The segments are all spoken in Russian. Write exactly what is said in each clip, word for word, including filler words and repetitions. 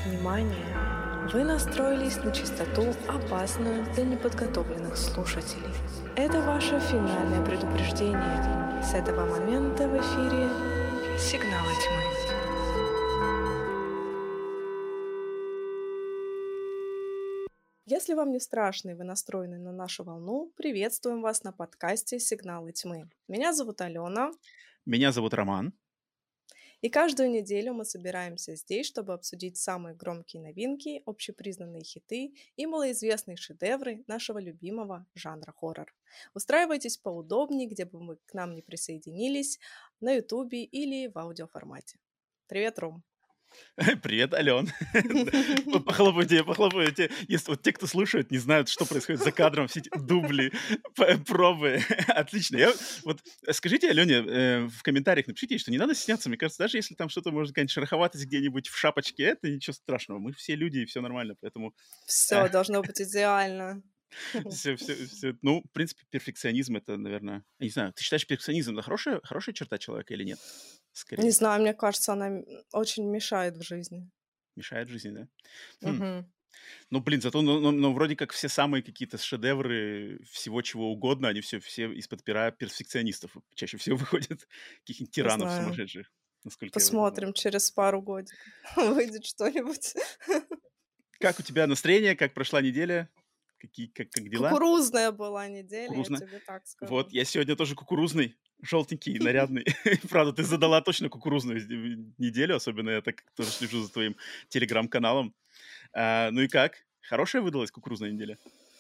Внимание! Вы настроились на частоту, опасную для неподготовленных слушателей. Это ваше финальное предупреждение. С этого момента в эфире «Сигналы тьмы». Если вам не страшно и вы настроены на нашу волну, приветствуем вас на подкасте «Сигналы тьмы». Меня зовут Алена. Меня зовут Роман. И каждую неделю мы собираемся здесь, чтобы обсудить самые громкие новинки, общепризнанные хиты и малоизвестные шедевры нашего любимого жанра хоррор. Устраивайтесь поудобнее, где бы вы к нам не присоединились, на Ютубе или в аудиоформате. Привет, Ром. Привет, Ален. Похлопайте, похлопайте. Если вот те, кто слушает, не знают, что происходит за кадром, все эти дубли, п- пробы. Отлично. Я, вот скажите Алене э, в комментариях, напишите, что не надо стесняться. Мне кажется, даже если там что-то может, конечно, шероховатость где-нибудь в шапочке, это ничего страшного. Мы все люди, и все нормально, поэтому... Все должно быть идеально. Все, все, все. Ну, в принципе, перфекционизм это, наверное... Я не знаю, ты считаешь, перфекционизм это хорошая, хорошая черта человека или нет? Не Скорее. знаю, мне кажется, она м, очень мешает в жизни. Мешает жизни, да? Хм. Мгм. Ну, блин, зато, ну, ну, ну, вроде как все самые какие-то шедевры всего чего угодно, они все, все из-под пера перфекционистов чаще всего выходят, каких-нибудь Не тиранов знаю. сумасшедших, насколько я в этом знаю. Посмотрим, через пару годиков выйдет что-нибудь. Как у тебя настроение, как прошла неделя, какие, как, как дела? Кукурузная была неделя, я Кукурузно. тебе так Вот, скажу. я сегодня тоже кукурузный, желтенький, нарядный. Правда, ты задала точно кукурузную с- неделю, особенно я так тоже слежу за твоим телеграм-каналом. А, ну и как? Хорошая выдалась кукурузная неделя?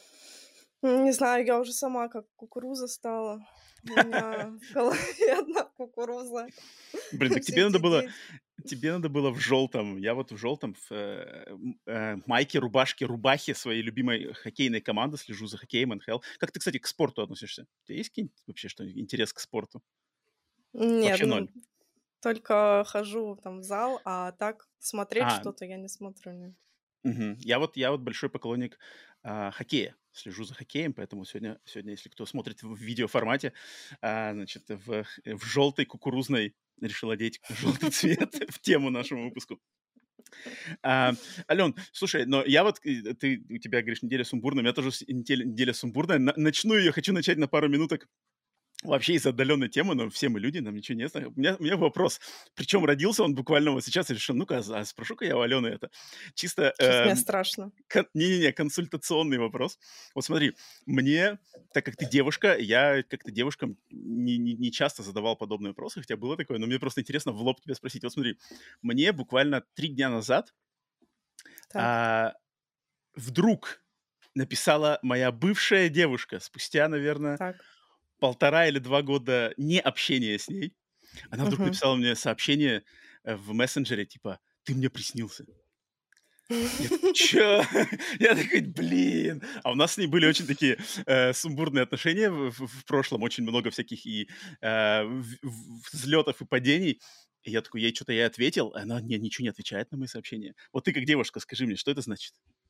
М, Не знаю, я уже сама как кукуруза стала. У меня в голове одна кукуруза. Блин, так Все тебе надо эти было, дети. тебе надо было в желтом. Я вот в желтом, в э, м, э, майке, рубашке, рубахе своей любимой хоккейной команды слежу за хоккеем эн эйч эл. Как ты, кстати, к спорту относишься? У тебя есть какие-нибудь вообще что интерес к спорту? Нет, Вообще ну, ноль. только хожу там в зал, а так смотреть А, что-то я не смотрю. Нет. мгм. Я вот, я вот большой поклонник а, хоккея. Слежу за хоккеем, поэтому сегодня, сегодня, если кто смотрит в видеоформате, а, значит, в, х- в желтой кукурузной решил одеть желтый цвет в тему нашему выпуску. А, Ален, слушай, но я вот, э, ты, у тебя, говоришь, неделя сумбурная, у меня тоже с- неделя, неделя сумбурная. На- начну ее, хочу начать на пару минуток вообще из отдаленной темы, но все мы люди, нам ничего не знаю. У меня, у меня вопрос. Причем родился он буквально вот сейчас, и решил, ну-ка, а спрошу-ка я у Алены это. Чисто Что-то мне эм, страшно. Кон- Не-не-не, консультационный вопрос. Вот смотри, мне, так как ты девушка, я как-то девушкам не, не, не часто задавал подобные вопросы, хотя было такое, но мне просто интересно в лоб тебя спросить. Вот смотри, мне буквально три дня назад Так, а, вдруг написала моя бывшая девушка спустя, наверное, так. полтора или два года не общения с ней. Она вдруг Мгм. написала мне сообщение э, в мессенджере, типа, ты мне приснился. Я такой, чё? Я такой, блин. А у нас с ней были очень такие э, сумбурные отношения в, в- в прошлом, очень много всяких и э, в- в- взлетов и падений. И я такой, ей что-то я ответил, а она не, ничего не отвечает на мои сообщения. Вот ты как девушка, скажи мне, что это значит?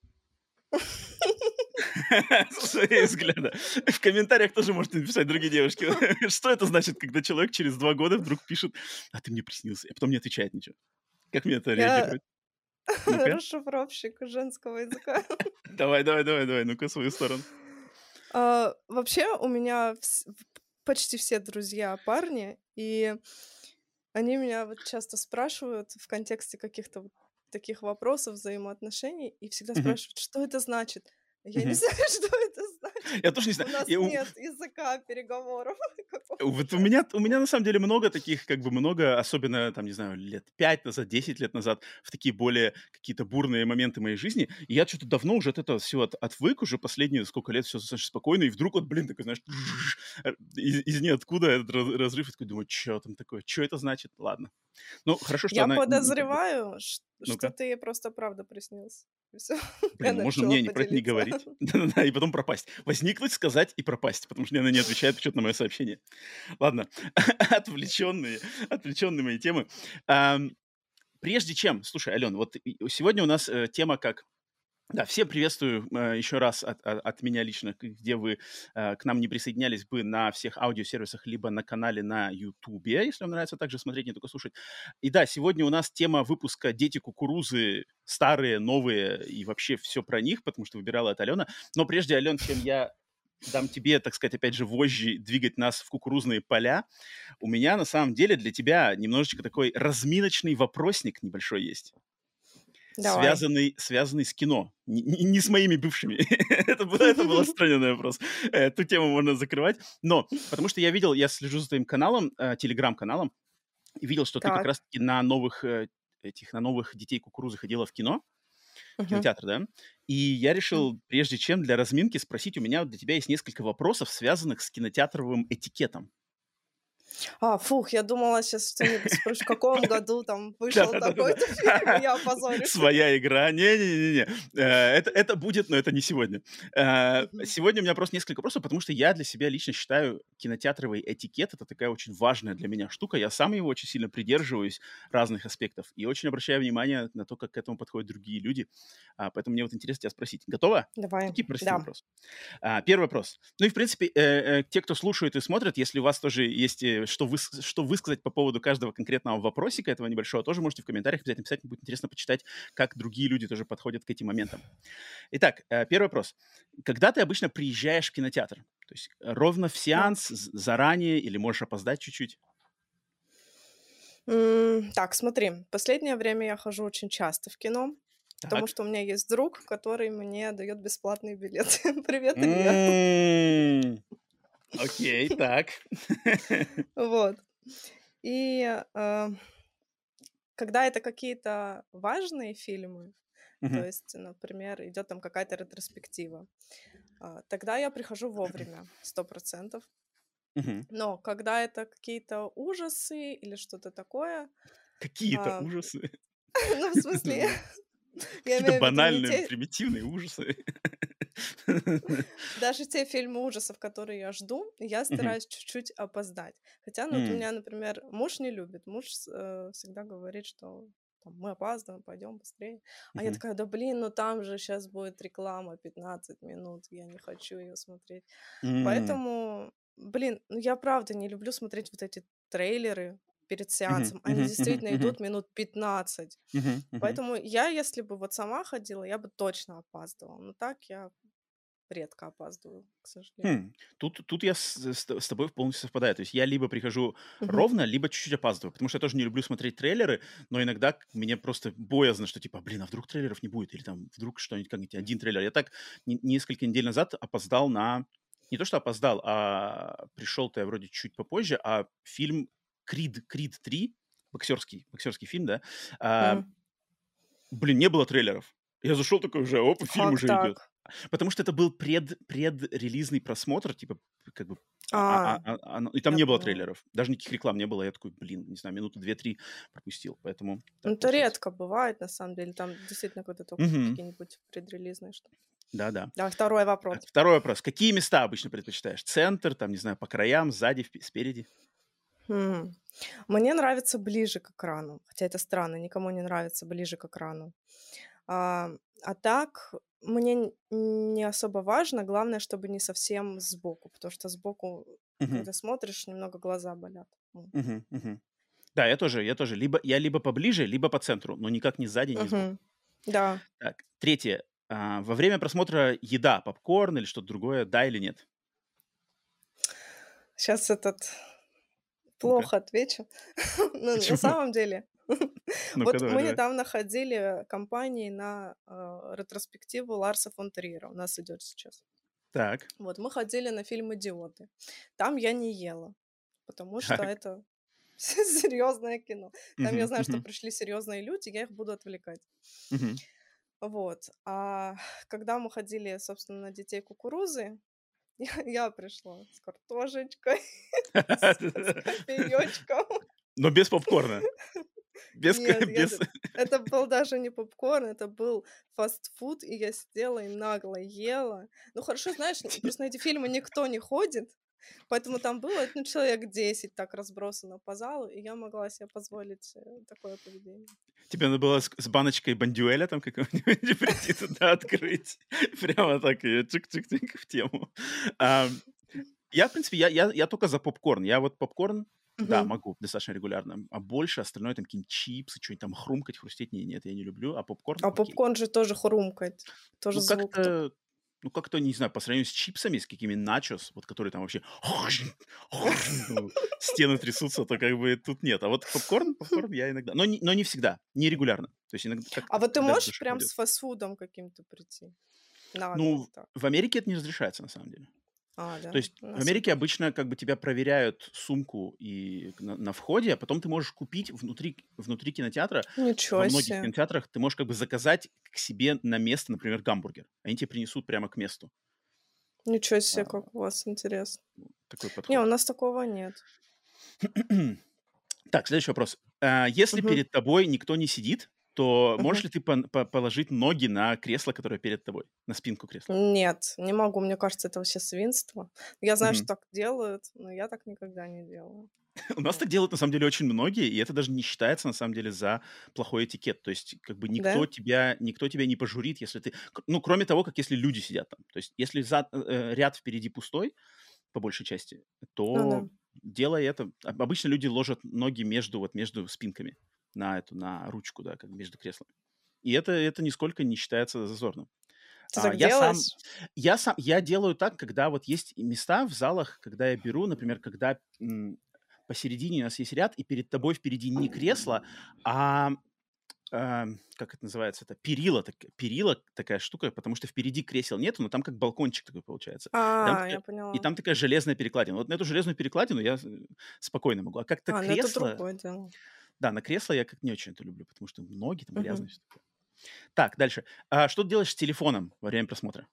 Со своей взгляда. В комментариях тоже можете написать другие девушки. Что это значит, когда человек через два года вдруг пишет, а ты мне приснился, а потом не отвечает ничего. Как мне это Я реагировать? Ну-ка. расшифровщик женского языка. Давай, давай, давай, давай, ну-ка свою сторону. А, вообще у меня вс- в- почти все друзья парни, и они меня вот часто спрашивают в контексте каких-то вот таких вопросов, взаимоотношений, и всегда Мгм, спрашивают, что это значит. Я не мгм. знаю, что это значит. Я тоже не У знаю. нас Я у нет языка переговоров Вот у какого-то. меня у меня на самом деле много таких, как бы много, особенно там, не знаю, лет пять назад, десять лет назад, в такие более какие-то бурные моменты моей жизни. И я что то давно уже от этого всего от отвык, уже последние сколько лет все достаточно спокойно. И вдруг вот, блин, такой, знаешь, э, из из ниоткуда этот раз разрыв. И такой думаю: "Чё там такое? Чё это значит?" Ладно. Ну, хорошо, что Я она н не как бы подозреваю, ш- что ну-ка. ты ей просто правда приснился. Все, я Блин, ну можно решила мне не про это не поделиться. говорить. Да-да-да, и потом пропасть. Возникнуть, сказать и пропасть, потому что она не отвечает почему-то на мое сообщение. Ладно, отвлеченные, отвлеченные мои темы. Ам, прежде чем, слушай, Ален, вот и- сегодня у нас э, тема как Да, всем приветствую э, еще раз от, от- от меня лично, к- где вы э, к нам не присоединялись бы на всех аудиосервисах, либо на канале на Ютубе, если вам нравится также смотреть, не только слушать. И да, сегодня у нас тема выпуска «Дети кукурузы», старые, новые и вообще все про них, потому что выбирала это Алена. Но прежде, Ален, чем я дам тебе, так сказать, опять же, вожжи двигать нас в кукурузные поля, у меня на самом деле для тебя немножечко такой разминочный вопросник небольшой есть. Давай. Связанный связанный с кино, не не не с моими бывшими. Это было это был отстраненный вопрос. Э, Эту тему можно закрывать. Но потому что я видел, я слежу за твоим каналом, э, телеграм-каналом, и видел, что ты как Так. раз-таки на новых, э, этих, на новых "Детей кукурузы" ходила в кино, в Мгм. кинотеатр, да. И я М. решил, прежде чем для разминки, спросить, у меня вот для тебя есть несколько вопросов, связанных с кинотеатровым этикетом. А, фух, я думала, сейчас что-нибудь спросишь, в каком году там вышел Да-да-да-да-да. такой-то фильм, и я опозорюсь. Своя игра. Не-не-не-не. Э, Это, это будет, но это не сегодня. Э, Мгм. Сегодня у меня просто несколько вопросов, потому что я для себя лично считаю кинотеатровый этикет — это такая очень важная для меня штука. Я сам его очень сильно придерживаюсь разных аспектов и очень обращаю внимание на то, как к этому подходят другие люди. А, Поэтому мне вот интересно тебя спросить. Готова? Давай. Такие простые Да. вопросы. А, Первый вопрос. Ну и, в принципе, э, э, те, кто слушают и смотрят, если у вас тоже есть э, что, выс- что высказать по поводу каждого конкретного вопросика этого небольшого, тоже можете в комментариях обязательно писать. Мне будет интересно почитать, как другие люди тоже подходят к этим моментам. Итак, э, первый вопрос. Когда ты обычно приезжаешь в кинотеатр? То есть э, ровно в Так. сеанс, з- заранее или можешь опоздать чуть-чуть? М, Так, смотри, последнее время я хожу очень часто в кино, потому Так. что у меня есть друг, который мне дает бесплатный билет. Привет, Илья. М, Окей, так. Вот. И э, когда это какие-то важные фильмы, то Мгм, есть, например, идет там какая-то ретроспектива, а, тогда я прихожу вовремя, сто процентов. мгм. Но когда это какие-то ужасы или что-то такое, Какие-то а, ужасы. ну, в смысле, я Какие-то имею в виду не банальные, те, примитивные ужасы. даже те фильмы ужасов, которые я жду, я Мгм, стараюсь чуть-чуть опоздать. Хотя, ну, вот у м, меня, например, муж не любит, муж с- э, всегда говорит, что там, мы опаздываем, пойдем быстрее. А я мгм, такая, да блин, ну там же сейчас будет реклама пятнадцать минут, я не хочу ее смотреть. м, Поэтому, блин, ну я правда не люблю смотреть вот эти трейлеры перед мгм, сеансом. Они мгм, мгм, действительно мгм, идут минут пятнадцать. мгм, мгм. Поэтому я, если бы вот сама ходила, я бы точно опаздывала. Но так я редко опаздываю, к сожалению. Хм, тут тут я с с т с тобой полностью совпадаю. То есть я либо прихожу Мгм. ровно, либо чуть-чуть опаздываю, потому что я тоже не люблю смотреть трейлеры, но иногда к мне просто боязно, что типа: "Блин, а вдруг трейлеров не будет?" Или там вдруг что-нибудь, как-нибудь один трейлер. Я так не несколько недель назад опоздал на не то что опоздал, а пришел-то я вроде чуть попозже, а фильм "Крид" "Крид три", боксерский боксерский фильм, да, а, М. блин, не было трейлеров. Я зашел такой уже, оп, и фильм Как уже идет. так? Потому что это был пред предрелизный просмотр, типа, как бы, а а А, а а оно и там я не было поняла. трейлеров, даже никаких реклам не было. Я такой: "Блин, не знаю, минуты две-три пропустил". Поэтому Ну, так это получилось. редко бывает, на самом деле. Там действительно какое-то Мгм. какие-нибудь предрелизные штуки. Да-да. Давай, второй Так, вопрос. второй вопрос. Какие места обычно предпочитаешь? Центр, там, не знаю, по краям, сзади, впе спереди? М. Мне нравится ближе к экрану, хотя это странно, никому не нравится ближе к экрану. А, а так мне н не особо важно, главное, чтобы не совсем сбоку, потому что сбоку, Мгм. когда смотришь, немного глаза болят. М. Мгм. Мгм. Да, я тоже я тоже. Либо я либо поближе, либо по центру, но никак не сзади, ни сбоку. Мгм. Да, Так, третье. А, во время просмотра еда, попкорн или что-то другое, да или нет? сейчас этот Ну-ка. плохо отвечу. Но на Почему? самом деле, Ну-ка, вот давай мы давай. недавно ходили компанией на, а, ретроспективу Ларса фон Триера. У нас идет сейчас. Так, Вот мы ходили на фильм "Идиоты". Там я не ела, потому что так. это серьезное кино. Там я Мгм, знаю, что мгм, пришли серьезные люди, я их буду отвлекать. мгм. Вот. А когда мы ходили, собственно, на "Детей кукурузы", я я пришла с картошечкой, с с кофеечком. Но без попкорна. Без ка Нет, я без д это был даже не попкорн, это был фастфуд, и я сидела и нагло ела. Ну, хорошо, знаешь, н просто на эти фильмы никто не ходит. Поэтому там было, ну, человек десять так разбросано по залу, и я могла себе позволить э, такое поведение. Тебе надо было с, с баночкой бандюэля там какого-нибудь прийти туда открыть. Прямо так и чик-чик-чик в тему. А, я, в принципе, я, я, я только за попкорн. Я вот попкорн, да, Мгм. могу достаточно регулярно. А больше остальное, там, какие-нибудь чипсы, что-нибудь там хрумкать, хрустеть, не, нет, я не люблю. А попкорн, А окей. попкорн же тоже хрумкает, тоже Ну, звук такой. как-то, ну, как-то, не знаю, по сравнению с чипсами, с какими начос, вот которые там вообще ну, стены трясутся, то как бы тут нет. А вот попкорн, попкорн я иногда, но не, но не всегда, не регулярно. То есть иногда А как-то, вот ты когда с можешь души прям придет. с фастфудом каким-то прийти? На дом Ну, так. в Америке это не разрешается, на самом деле. А, То да? есть У в нас Америке вот обычно как бы тебя проверяют сумку и к- на, на входе, а потом ты можешь купить внутри, внутри кинотеатра, во ничего многих себе. кинотеатрах ты можешь как бы заказать к себе на место, например, гамбургер. Они тебе принесут прямо к месту. Ничего себе, А, как у вас интересно. такой Не, у подход. нас такого нет. Так, следующий вопрос. А, Если Мгм, перед тобой никто не сидит, то мгм. можешь ли ты пон- по- положить ноги на кресло, которое перед тобой, на спинку кресла? Нет, не могу. Мне кажется, это вообще свинство. Я знаю, что Мгм. так делают, но я так никогда не делаю. У нас Вот. так делают на самом деле очень многие, и это даже не считается на самом деле за плохой этикет. То есть как бы никто Да? тебя, никто тебя не пожурит, если ты... к- Ну, кроме того, как если люди сидят там. То есть если за- э, э, ряд впереди пустой, по большей части, Ну то да. делай это. Об- Обычно люди ложат ноги между, вот, между спинками на эту, на ручку, да, как между креслами. И это, это нисколько не считается зазорным. Ты А, так я сам, делаешь? я сам, я делаю так, когда вот есть места в залах, когда я беру, например, когда м, посередине у нас есть ряд, и перед тобой впереди не кресло, а а, как это называется, это перила, так, перила такая штука, потому что впереди кресел нету, но там как балкончик такой получается. И там А, такая, я и поняла. там такая железная перекладина. Вот на эту железную перекладину я э, спокойно могу. А как-то А, ну это кресло, другое дело. да, на кресло я как не очень это люблю, потому что ноги там Мгм. грязные, все такое. Так, дальше. А что ты делаешь с телефоном во время просмотра?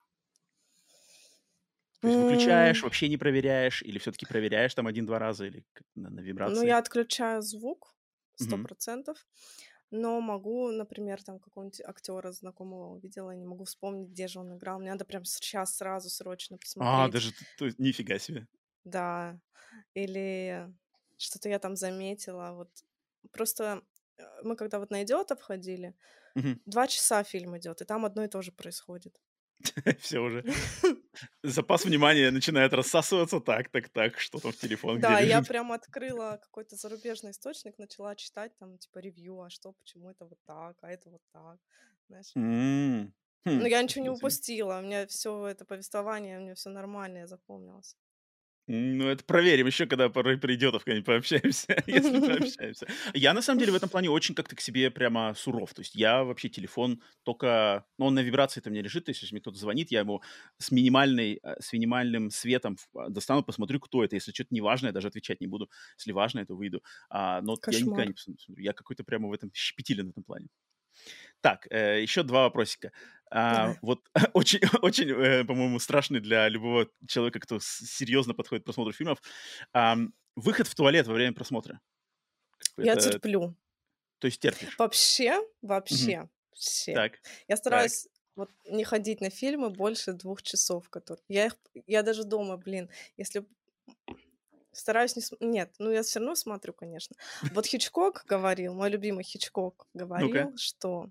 То есть выключаешь, М, вообще не проверяешь, или все-таки проверяешь там один-два раза, или как на, на Ну, вибрации? я отключаю звук сто Мгм. процентов, но могу, например, там какого-нибудь актера знакомого увидела, не могу вспомнить, где же он играл. Мне надо прям сейчас сразу срочно А, посмотреть. даже т- то есть нифига себе. Да. Или что-то я там заметила. Вот просто э, мы когда вот на идиотов ходили, Мгм. два часа фильм идет, и там одно и то же происходит. Все уже. Запас внимания начинает рассасываться. Так, так, так, что там в телефон, где Да, я лежит? прям открыла какой-то зарубежный источник, начала читать там типа ревью, а что, почему это вот так, а это вот так, знаешь. М. Но Хм, я ничего не нифига себе. упустила, у меня все это повествование, мне все нормально, я запомнилось. М, ну, это проверим еще, когда про про идиотов когда-нибудь пообщаемся, если пообщаемся. Я, на самом деле, в этом плане очень как-то к себе прямо суров. То есть я вообще телефон только ну, он на вибрации-то мне лежит, то есть если мне кто-то звонит, я ему с минимальной, э, с минимальным светом ф а, достану, посмотрю, кто это. Если что-то неважное, даже отвечать не буду. Если важное, то выйду. А, но я никогда не Кошмар. посмотрю. Я какой-то прямо в этом щепетилен в этом плане. Так, э, еще два вопросика. А, Давай. вот очень, очень, э, по-моему, страшный для любого человека, кто с серьезно подходит к просмотру фильмов. Ам, выход в туалет во время просмотра. Как бы Я это терплю. то есть терпишь? Вообще, Мгм. вообще, все. Так, Я так. стараюсь вот не ходить на фильмы больше двух часов, которые я их я даже дома, блин, если стараюсь не см нет, ну, я все равно смотрю, конечно. Вот Хичкок говорил, мой любимый Хичкок Ну-ка. говорил, что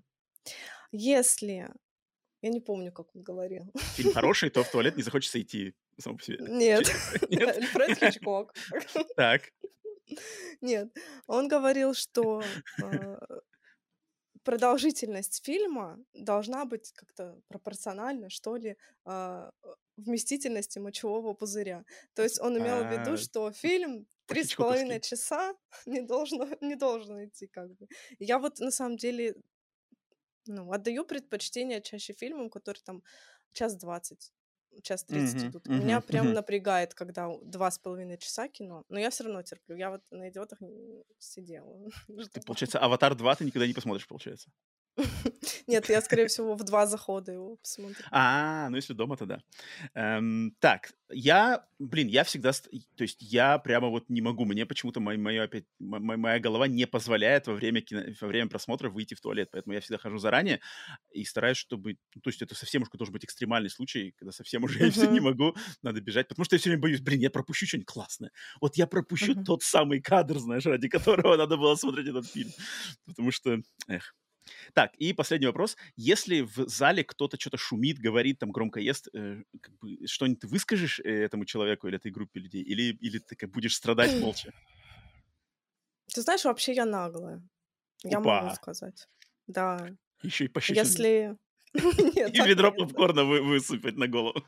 если я не помню, как он говорил. Фильм хороший, то в туалет не захочется идти само по себе. Нет, Что-то такое? Нет? Альфред Хичкок. Так. Нет, он говорил, что, э продолжительность фильма должна быть как-то пропорциональна, что ли, а, э, вместительности мочевого пузыря. То есть он имел в виду, А, что фильм три с половиной по-хичкоковски. часа не должно не должен идти как бы. Я вот на самом деле, ну, отдаю предпочтение чаще фильмам, которые там час двадцать, час тридцать Мгм, идут. Меня мгм, прям мгм. напрягает, когда у два с половиной часа кино, но я все равно терплю. Я вот на "Идиотах" н сидела, Ты, ждала. получается, "Аватар два" ты никогда не посмотришь, получается? Нет, я, скорее всего, в два захода его посмотрю. А, ну если дома, то да. Эм, так, я, блин, я всегда, ст- и- то есть я прямо вот не могу, мне почему-то мой- моё опять, мо- мо- моя голова не позволяет во время, кино, во время просмотра выйти в туалет, поэтому я всегда хожу заранее и стараюсь, чтобы, ну, то есть это совсем уж должен быть экстремальный случай, когда совсем уже я все не Мгм, могу, надо бежать, потому что я все время боюсь, блин, я пропущу что-нибудь классное. Вот я пропущу мгм. тот самый кадр, знаешь, ради которого надо было смотреть этот фильм, потому что, эх. Так, и последний вопрос. Если в зале кто-то что-то шумит, говорит, там громко ест, э, как бы что-нибудь ты выскажешь э, этому человеку или этой группе людей? Или, или ты как будешь страдать молча? Ты знаешь, вообще я наглая. Я могу Опа! сказать. Да. Еще и пощечину дать. Если Нет, И так ведро нет. попкорна вы- высыпать на голову.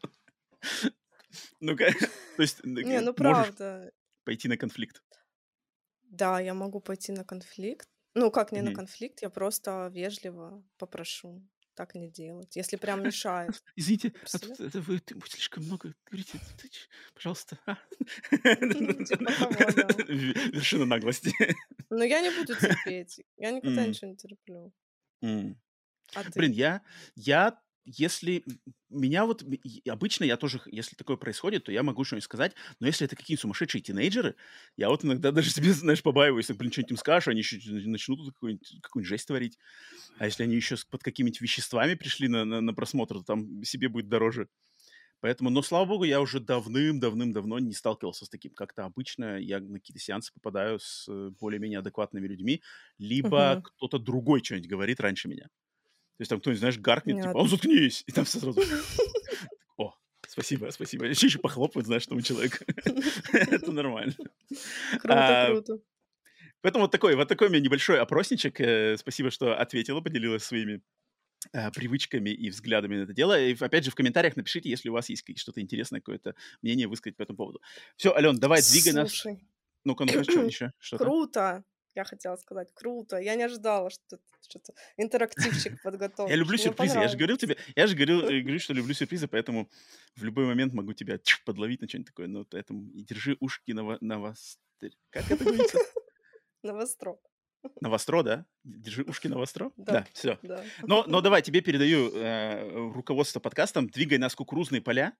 Ну-ка, то есть н- Не, г- ну можешь правда. пойти на конфликт. Да, я могу пойти на конфликт. Ну, как не на Мгм. конфликт, я просто вежливо попрошу так не делать, если прям мешает. Извините, Ты а тут представляешь? это вы ты слишком много говорите. Т- ч- Пожалуйста. а. Типа того, да. В- Вершина наглости. Но я не буду терпеть. Я никогда М, ничего не терплю. м. А Блин, ты? я я если м меня вот м и обычно я тоже, х если такое происходит, то я могу что-нибудь сказать, но если это какие-нибудь сумасшедшие тинейджеры, я вот иногда даже себе, знаешь, побаиваюсь, так, блин, что-нибудь им скажешь, они еще начнут тут какую-нибудь какую-нибудь жесть творить. А если они еще с под какими-нибудь веществами пришли на на на просмотр, то там себе будет дороже. Поэтому, но, слава богу, я уже давным-давным-давно не сталкивался с таким. Как-то обычно я на какие-то сеансы попадаю с, э, более-менее адекватными людьми, либо Мгм. кто-то другой что нибудь говорит раньше меня. То есть там кто-нибудь, знаешь, гаркнет, типа: "А ну Понятно. заткнись!" И там все сразу: "О, спасибо, спасибо". Еще еще похлопают, знаешь, тому человеку. Это нормально. Круто, А, круто. поэтому вот такой вот такой у меня небольшой опросничек. Э, спасибо, что ответила, поделилась своими, а, привычками и взглядами на это дело. И опять же в комментариях напишите, если у вас есть какие что-то интересное, какое-то мнение высказать по этому поводу. Все, Ален, давай, двигай нас. Слушай, Ну-ка, ну-ка, чё еще? Что-то? круто. Я хотела сказать, круто. Я не ожидала, что ты что-то интерактивчик Я подготовишь. люблю Мне сюрпризы. Я же говорил понравилось. тебе, я же говорил, э, говорю, что люблю сюрпризы, поэтому в любой момент могу тебя тш, подловить на что-нибудь такое. Ну, поэтому и держи ушки на навостр как это говорится? Навостро. Навостро, да? Держи ушки навостро? Да, Да, все. да. Но но давай, тебе передаю, э, руководство подкастом. Двигай нас кукурузные поля.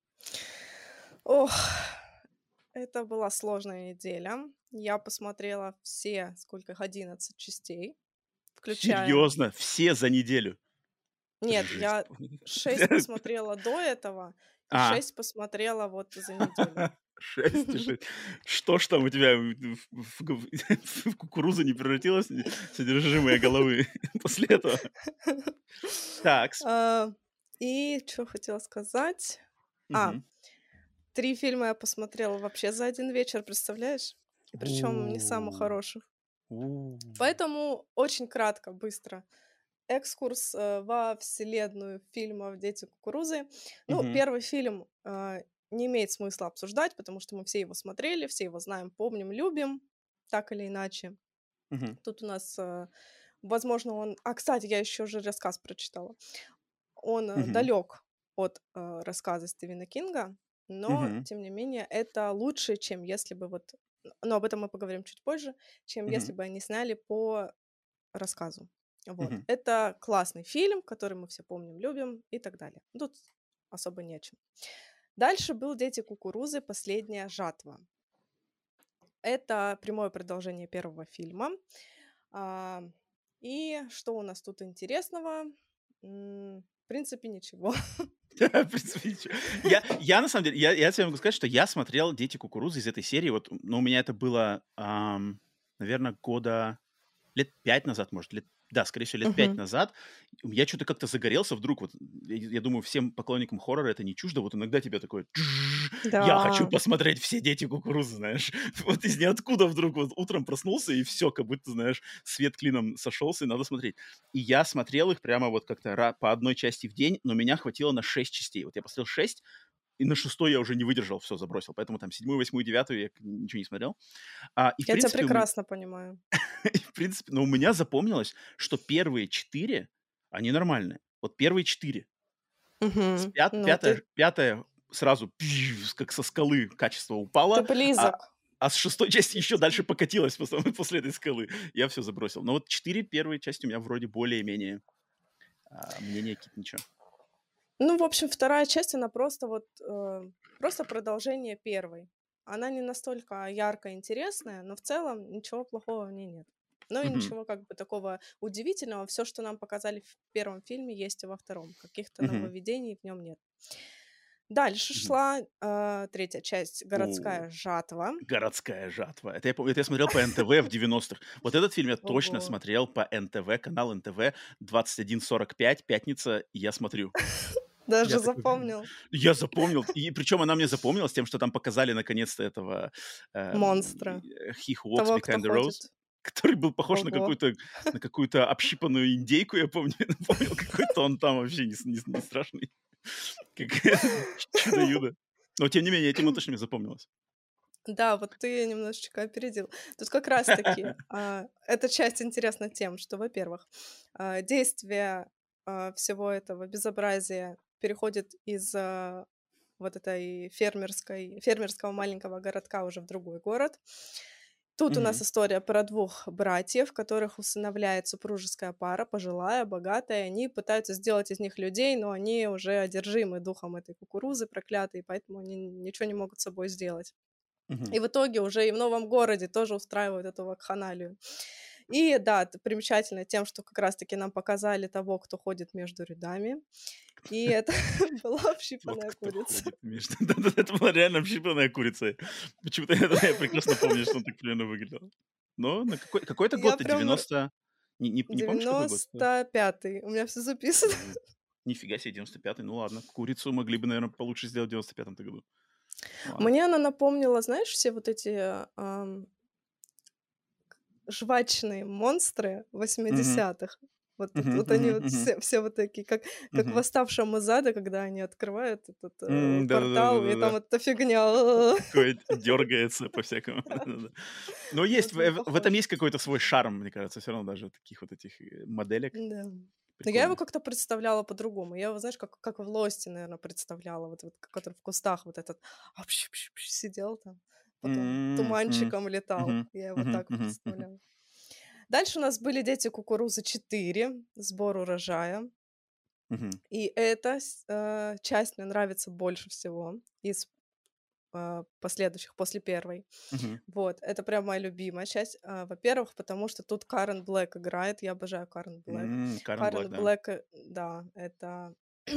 Ох, это была сложная неделя. Я посмотрела все, сколько их, одиннадцать частей, включая Серьезно, все за неделю. Нет, Жесть. я шесть посмотрела до этого и А, шесть посмотрела вот за неделю. шесть и шесть. Что ж там у тебя в в в в кукурузу не превратилось э, содержимое головы после этого? Такс. А, и что хотела сказать? А, Мгм. три фильма я посмотрела вообще за один вечер, представляешь? Причем не самых У. хороших. У. Поэтому очень кратко, быстро. Экскурс, э, во вселенную фильмов "Дети кукурузы". Ну, Мгм. первый фильм, а, не имеет смысла обсуждать, потому что мы все его смотрели, все его знаем, помним, любим, так или иначе. Мгм. Тут у нас, э, возможно, он А, кстати, я еще же рассказ прочитала. Он, э, Мгм. далек от, э, рассказа Стивена Кинга, но, Мгм. тем не менее, это лучше, чем если бы вот н но об этом мы поговорим чуть позже, чем если Мгм. бы они сняли по рассказу. Вот. Мгм. Это классный фильм, который мы все помним, любим и так далее. Тут особо не о чем. Дальше был "Дети кукурузы. Последняя жатва". Это прямое продолжение первого фильма. А, и что у нас тут интересного? М, в принципе, ничего. В принципе, ничего. Я я на самом деле, я я тебе могу сказать, что я смотрел "Дети кукурузы" из этой серии. Вот, но у меня это было, наверное, года лет пять назад, может, лет да, скорее всего, лет пять Мгм. назад. Я что то как-то загорелся вдруг. Вот я я думаю, всем поклонникам хоррора это не чуждо. Вот иногда тебя такое: «Тш, я хочу Да. посмотреть все "Дети кукурузы", знаешь. Вот из ниоткуда вдруг вот утром проснулся, и все, как будто, знаешь, свет клином сошелся, и надо смотреть. И я смотрел их прямо вот как-то ра по одной части в день, но меня хватило на шесть частей. Вот я посмотрел шесть, и на шестой я уже не выдержал, все забросил. Поэтому там седьмую, восьмую, девятую я к ничего не смотрел. А, и в Я тебя принципе у ме прекрасно понимаю. и в принципе, но у меня запомнилось, что первые четыре они нормальные. Вот первые четыре. С Мгм. пят Ну, пятая ты пятая сразу пш, как со скалы качество ты упало, а близок. а с шестой части еще дальше покатилась после, после этой скалы. Я все забросил. Но вот четыре первые части у меня вроде более-менее а, мнение какие-то ничего. Ну, в общем, вторая часть, она просто вот, э, просто продолжение первой. Она не настолько ярко интересная, но в целом ничего плохого в ней нет. Ну и Мгм. ничего как бы такого удивительного. Все, что нам показали в первом фильме, есть и во втором. Каких-то Мгм. нововведений в нем нет. Дальше Мгм. шла э, третья часть О, «Городская жатва». городская жатва. Это я помню, это я смотрел по эн тэ вэ в девяностых. Вот этот фильм я точно Ого. смотрел по эн тэ вэ, канал эн тэ вэ, двадцать один сорок пять, пятница, и я смотрю. Я Даже такой, блин, запомнил. я запомнил. И причем она мне запомнилась тем, что там показали наконец-то этого эм, Монстра. э, He Who Walks Того, кто Behind the Rose, ходит. который был похож на Ого. какую-то на какую-то общипанную индейку, я помню. Напомнил какой-то он там вообще не, с- не с- не страшный. Как чудо-юдо. Но тем не менее, этим точно мне запомнилось. Да, вот ты немножечко опередил. Тут как раз-таки а, эта часть интересна тем, что, во-первых, а, действие а, всего этого безобразия переходит из а, вот этой фермерской, фермерского маленького городка уже в другой город. Тут у нас Мгм. история про двух братьев, которых усыновляет супружеская пара, пожилая, богатая. Они пытаются сделать из них людей, но они уже одержимы духом этой кукурузы проклятой, поэтому они ничего не могут с собой сделать. Мгм. И в итоге уже и в новом городе тоже устраивают эту вакханалию. И да, это примечательно тем, что как раз-таки нам показали того, кто ходит между рядами. И это была Тот, общипанная кто курица. ходит между... Да-да, это была реально общипанная курица. Почему-то я, да, я прекрасно помню, что он так примерно выглядел. Но на какой, какой-то Я год-то, прям р девяносто... Не, не, не помнишь, какой год? девяносто пятый. У меня все записано. О, нифига себе, девяносто пятый. Ну ладно, курицу могли бы, наверное, получше сделать в девяносто пятом году. Ладно. Мне она напомнила, знаешь, все вот эти, ам, жвачные монстры Мгм, восьмидесятых. Вот тут мгм, вот они мгм, вот мгм, все все вот такие, как как мгм. «Восставшему из ада», когда они открывают этот, э, М, портал, и там Да-да-да-да-да. эта фигня. Такой дергается по-всякому. Да-да-да. Но есть, Вот он в, в этом похож. есть какой-то свой шарм, мне кажется, все равно даже таких вот этих э, моделек Да. Но я его прикольных. как-то представляла по-другому. Я его, знаешь, как как в «Лосте», наверно, представляла. Вот вот, который в кустах вот этот апщ-пщ-пщ сидел там, потом М, м, туманчиком летал. мгм, Я его мгм, так мгм, мгм, представляла. Дальше у нас были «Дети кукурузы четыре», сбор урожая. мгм. И эта с э, часть мне нравится больше всего из, а, последующих, после первой. Мгм. Вот, это прям моя любимая часть. А, во-первых, потому что тут Карен Блэк играет. Я обожаю Карен Блэк. М, Карен Блэк, Карен да. Блэк, э, да, это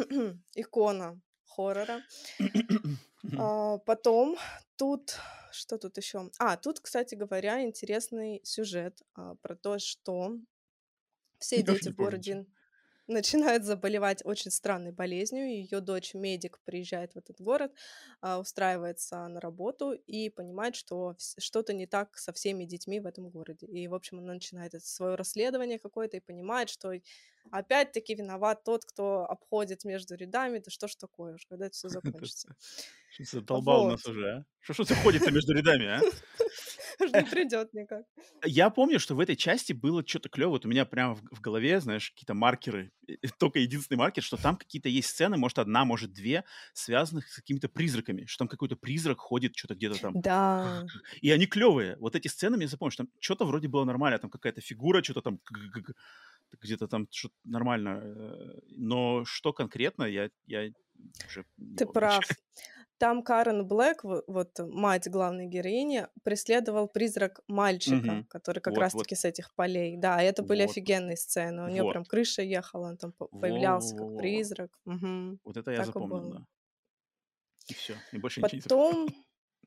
икона хоррора. Мгм. А, потом тут что тут еще? А, тут, кстати говоря, интересный сюжет, а, про то, что все Я вообще дети не в помню ничего. городе начинает заболевать очень странной болезнью. Ее дочь, медик, приезжает в этот город, а, устраивается на работу и понимает, что вс- что-то не так со всеми детьми в этом городе. И, в общем, она начинает свое расследование какое-то и понимает, что опять-таки виноват тот, кто обходит между рядами. Да что ж такое уж, когда это все Это закончится. что ты задолбал Вот. нас уже, а? Что ж это ходит-то между рядами, а? Аж Э, не придет никак. я помню, что в этой части было что то клёво. Вот у меня прямо в в голове, знаешь, какие-то маркеры. И и только единственный маркер, что там какие-то есть сцены, может, одна, может, две, связанных с какими-то призраками. Что там какой-то призрак ходит что то где-то там. Да, И они клевые. Вот эти сцены мне запомнились, что там что то вроде было нормально, там какая-то фигура, что то там г г г где-то там что то нормально, э, но что конкретно, я я уже не ты помню ничего. прав. Там Карен Блэк, во вот мать главной героини, преследовал призрак мальчика, Мгм. который как Вот вот раз-таки с этих полей. Да, и это были вот вот офигенные сцены. У нее вот. прям крыша ехала, он там по Во во появлялся во как во. призрак. Мгм. Вот это я Так и запомнил, было. да. И все, и больше ничего не запомнил. Потом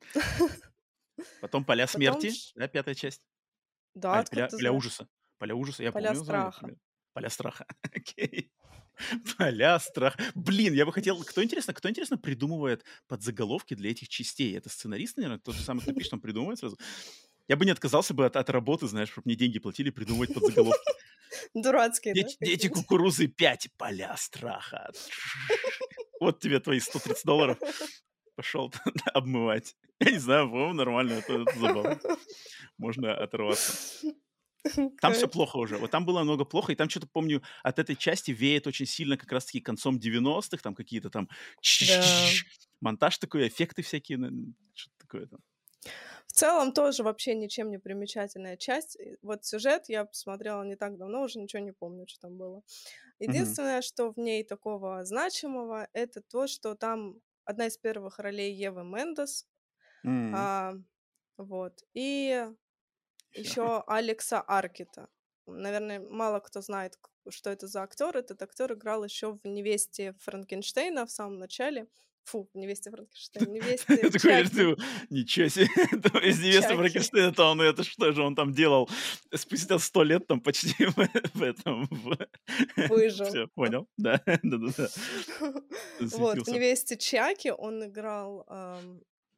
Потом "Поля потом смерти", ш да, пятая часть? Да, Ай, откуда "Поля ты поля знаешь? ужаса". "Поля ужаса", я «Поля помню название, страха». например. "Поля страха". Окей. "Поля страха". Блин, я бы хотел кто, интересно кто, интересно, придумывает подзаголовки для этих частей? Это сценарист, наверное, тот же самый, кто пишет, он придумывает сразу? Я бы не отказался бы от от работы, знаешь, чтоб мне деньги платили придумывать подзаголовки. Дурацкие, да, "Дети дети какие-нибудь? кукурузы пять, поля страха". Вот тебе твои сто тридцать долларов. Пошел обмывать. Я не знаю, по-моему, нормально, это это забавно. Можно оторваться. Там все Кайф. плохо уже. Вот там было много плохо, и там что то помню, от этой части веет очень сильно как раз таки концом девяностых, там какие-то там Да. монтаж такой, эффекты всякие, н что-то такое там. В целом тоже вообще ничем не примечательная часть. И вот сюжет я посмотрела не так давно, уже ничего не помню, что там было. Мгм. Единственное, что в ней такого значимого, это то, что там одна из первых ролей Евы Мендес, М. а, вот, и Всё. еще Алекса Аркета. Наверное, мало кто знает, к что это за актер. Этот актер играл еще в "Невесте Франкенштейна" в самом начале. Фу, в "Невесте Франкенштейна", "Невесте Такой, Чаки". что ничего себе, то из "Невесты Чаки. Франкенштейна"-то он это что же он там делал спустя сто лет там почти в в этом, в Выжил. всё, понял, да, да-да-да. Вот, в Засветился. "Невесте Чаки" он играл, ам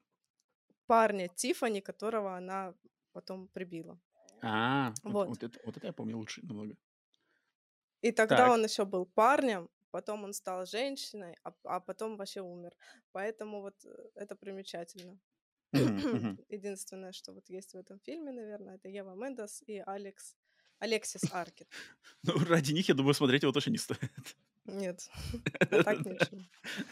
парня Тиффани, которого она потом прибила. А, вот Вот. вот это вот это я помню лучше намного. И тогда Так. он еще был парнем, потом он стал женщиной, а п а потом вообще умер. Поэтому вот, э, это примечательно. Мгм, мгм. Единственное, что вот есть в этом фильме, наверное, это Ева Мендес и Алекс Алексис Аркет. Ну, ради них, я думаю, смотреть его точно не стоит. Нет, а так ничего.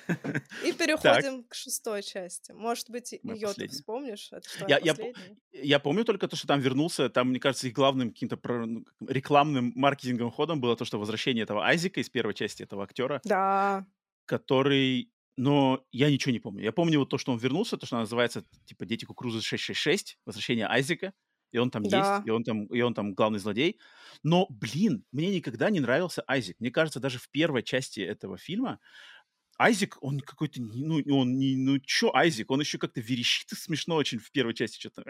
И Так. переходим к шестой части. Может быть, Моя ее ты последняя. вспомнишь? Это ж твоя Я я по последняя? я помню только то, что там вернулся, там, мне кажется, их главным каким-то про ну, как рекламным маркетинговым ходом было то, что возвращение этого Айзека из первой части, этого актера, Да. который но я ничего не помню. Я помню вот то, что он вернулся, то, что она называется типа "Дети Кукурузы шесть шесть шесть", "Возвращение Айзека", и он там есть, Да. и он там и он там главный злодей. Но, блин, мне никогда не нравился Айзек. Мне кажется, даже в первой части этого фильма Айзек, он какой-то, не ну, он не ну чё Айзек? Он еще как-то верещит смешно очень в первой части чё-то.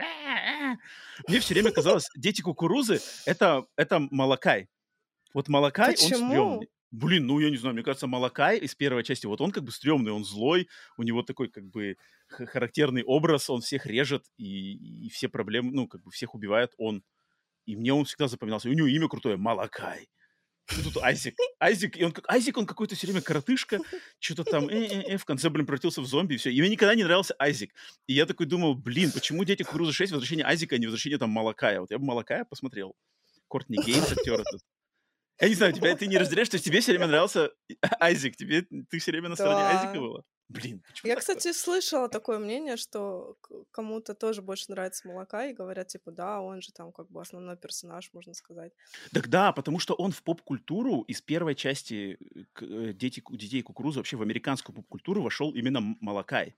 Мне всё время казалось, "Дети Кукурузы" это это Малакай. Вот Малакай, он Почему? стрёмный. Блин, ну, я не знаю, мне кажется, Малакай из первой части, вот он как бы стрёмный, он злой, у него такой как бы ха характерный образ, он всех режет и и все проблемы, ну, как бы всех убивает он. И мне он всегда запоминался. И у него имя крутое- Малакай. И тут Айзек. Айзек, и он как Айзек, он какой-то всё время коротышка, чё-то там э э э, в конце, блин, превратился в зомби, и всё. И мне никогда не нравился Айзек. И я такой думал: "Блин, почему "Дети Кукурузы шесть" возвращение Айзека, а не возвращение там Малакая?" Вот я бы Малакая посмотрел. Кортни Гейнс, актер этот. Я не знаю, тебя ты не разделяешь, то есть тебе всё время нравился Айзек, тебе ты всё время на стороне Айзека Да. была? Блин, почему Я, так-то? кстати, слышала такое мнение, что к кому-то тоже больше нравится Малакай, и говорят, типа, да, он же там как бы основной персонаж, можно сказать. Дак да, потому что он в поп-культуру из первой части, э, к э, "Дети ку Детей Кукурузы", вообще в американскую поп-культуру вошел именно М Малакай.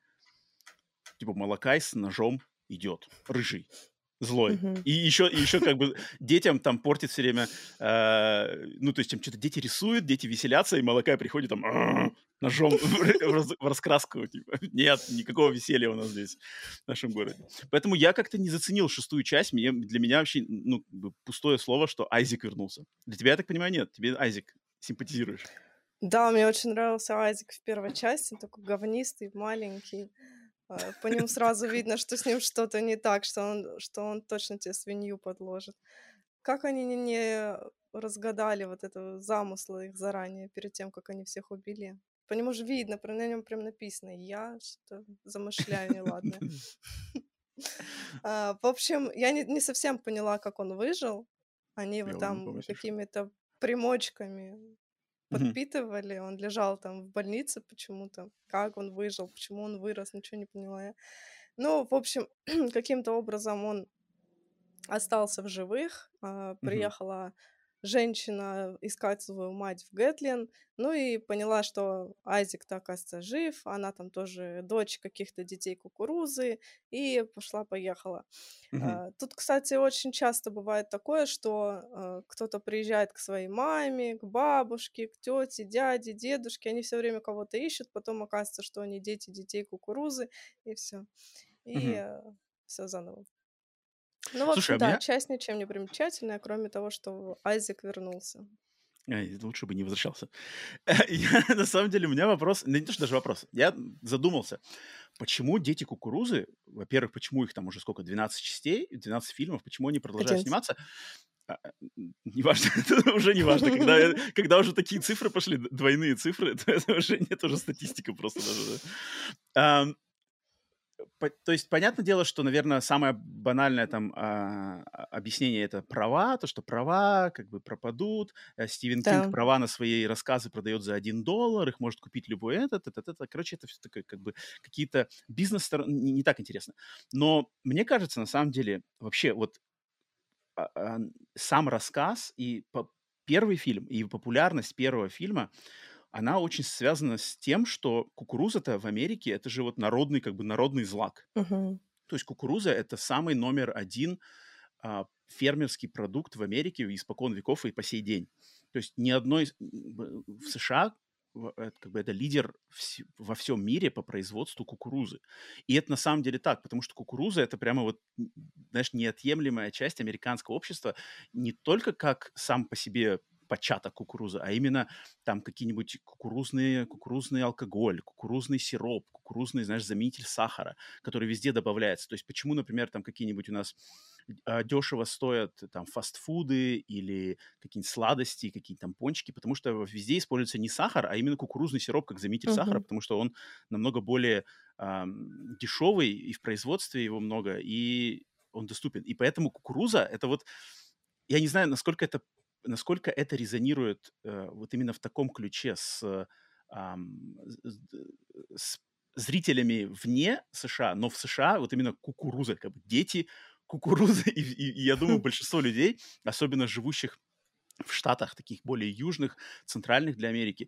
Типа Малакай с ножом идет, рыжий, злой. Мгм. И еще и еще как бы детям там портит всё время, а, ну, то есть там чё-то дети рисуют, дети веселятся, и Малакай приходит там ножом в р в раз в раскраску, типа. Нет, никакого веселья у нас здесь, в нашем городе. Поэтому я как-то не заценил шестую часть. Мне для меня вообще, н ну, как бы пустое слово, что Айзек вернулся. Для тебя, я так понимаю, нет? Тебе Айзек симпатизируешь? Да, мне очень нравился Айзек в первой части. Он такой говнистый, маленький. А, по нему сразу видно, что с ним что-то не так, что он что он точно те свинью подложит. Как они не не разгадали вот это замыслы их заранее, перед тем, как они всех убили? По нему же видно, про на нем прям написано: "Я что-то замышляю неладное". А, в общем, я не не совсем поняла, как он выжил. Они его Я вот не там помню совершенно. какими-то примочками Мгм. подпитывали, он лежал там в больнице почему-то. Как он выжил, почему он вырос, ничего не поняла я. Ну, в общем, каким-то образом он остался в живых. А, Мгм. приехала женщина искать свою мать в Гэтлин, ну и поняла, что Айзек-то, оказывается, жив. Она там тоже дочь каких-то детей Кукурузы, и пошла-поехала. Мгм. А, тут, кстати, очень часто бывает такое, что, а, кто-то приезжает к своей маме, к бабушке, к тете, дяде, дедушке. Они всё время кого-то ищут, потом оказывается, что они дети детей Кукурузы, и всё. И, Мгм. а, всё заново. Ну, в Слушай, общем, а да, меня часть ничем не примечательная, кроме того, что Айзек вернулся. Ай, лучше бы не возвращался. Я на самом деле, у меня вопрос, ну, не то, что даже вопрос, я, м, задумался, почему "Дети Кукурузы", во-первых, почему их там уже сколько, двенадцать частей, двенадцать фильмов, почему они продолжают одиннадцать. сниматься? А, а, н неважно, это уже неважно, когда, э, когда уже такие цифры пошли, д двойные цифры, то это уже нет, уже статистика просто даже, да. Ам по то есть, понятное дело, что, наверно, самое банальное там, а, а, объяснение- это права, то, что права как бы пропадут. Э, Стивен Кинг Да. права на свои рассказы продает за один доллар, их может купить любой этот, та-та-та-та. Короче, это всё такое как бы какие-то бизнес-стор не не так интересно. Но мне кажется, на самом деле, вообще вот, а, ан сам рассказ и по первый фильм, и популярность первого фильма, она очень связана с тем, что кукуруза-то в Америке- это же вот народный, как бы народный злак. Мгм. То есть кукуруза- это самый номер один, а, фермерский продукт в Америке испокон веков и по сей день. То есть ни одной с м, б в США в эт как бы это лидер вс во всем мире по производству кукурузы. И это на самом деле так, потому что кукуруза- это прямо вот, н знаешь, неотъемлемая часть американского общества не только как сам по себе початок кукурузы, а именно там какие-нибудь кукурузные кукурузный алкоголь, кукурузный сироп, кукурузный, знаешь, заменитель сахара, который везде добавляется. То есть почему, например, там какие-нибудь у нас, а, дешево стоят там фастфуды или какие-нибудь сладости, какие-нибудь там пончики? Потому что в везде используется не сахар, а именно кукурузный сироп как заменитель сахара, Мгм. потому что он намного более, ам, дешевый, и в производстве его много, и он доступен. И поэтому кукуруза- это вот я не знаю, насколько это насколько это резонирует, э, вот именно в таком ключе с, ам, з з д с зрителями вне США, но в США вот именно кукуруза, как бы дети кукурузы. И и и я думаю, большинство людей, особенно живущих в штатах таких более южных, центральных для Америки,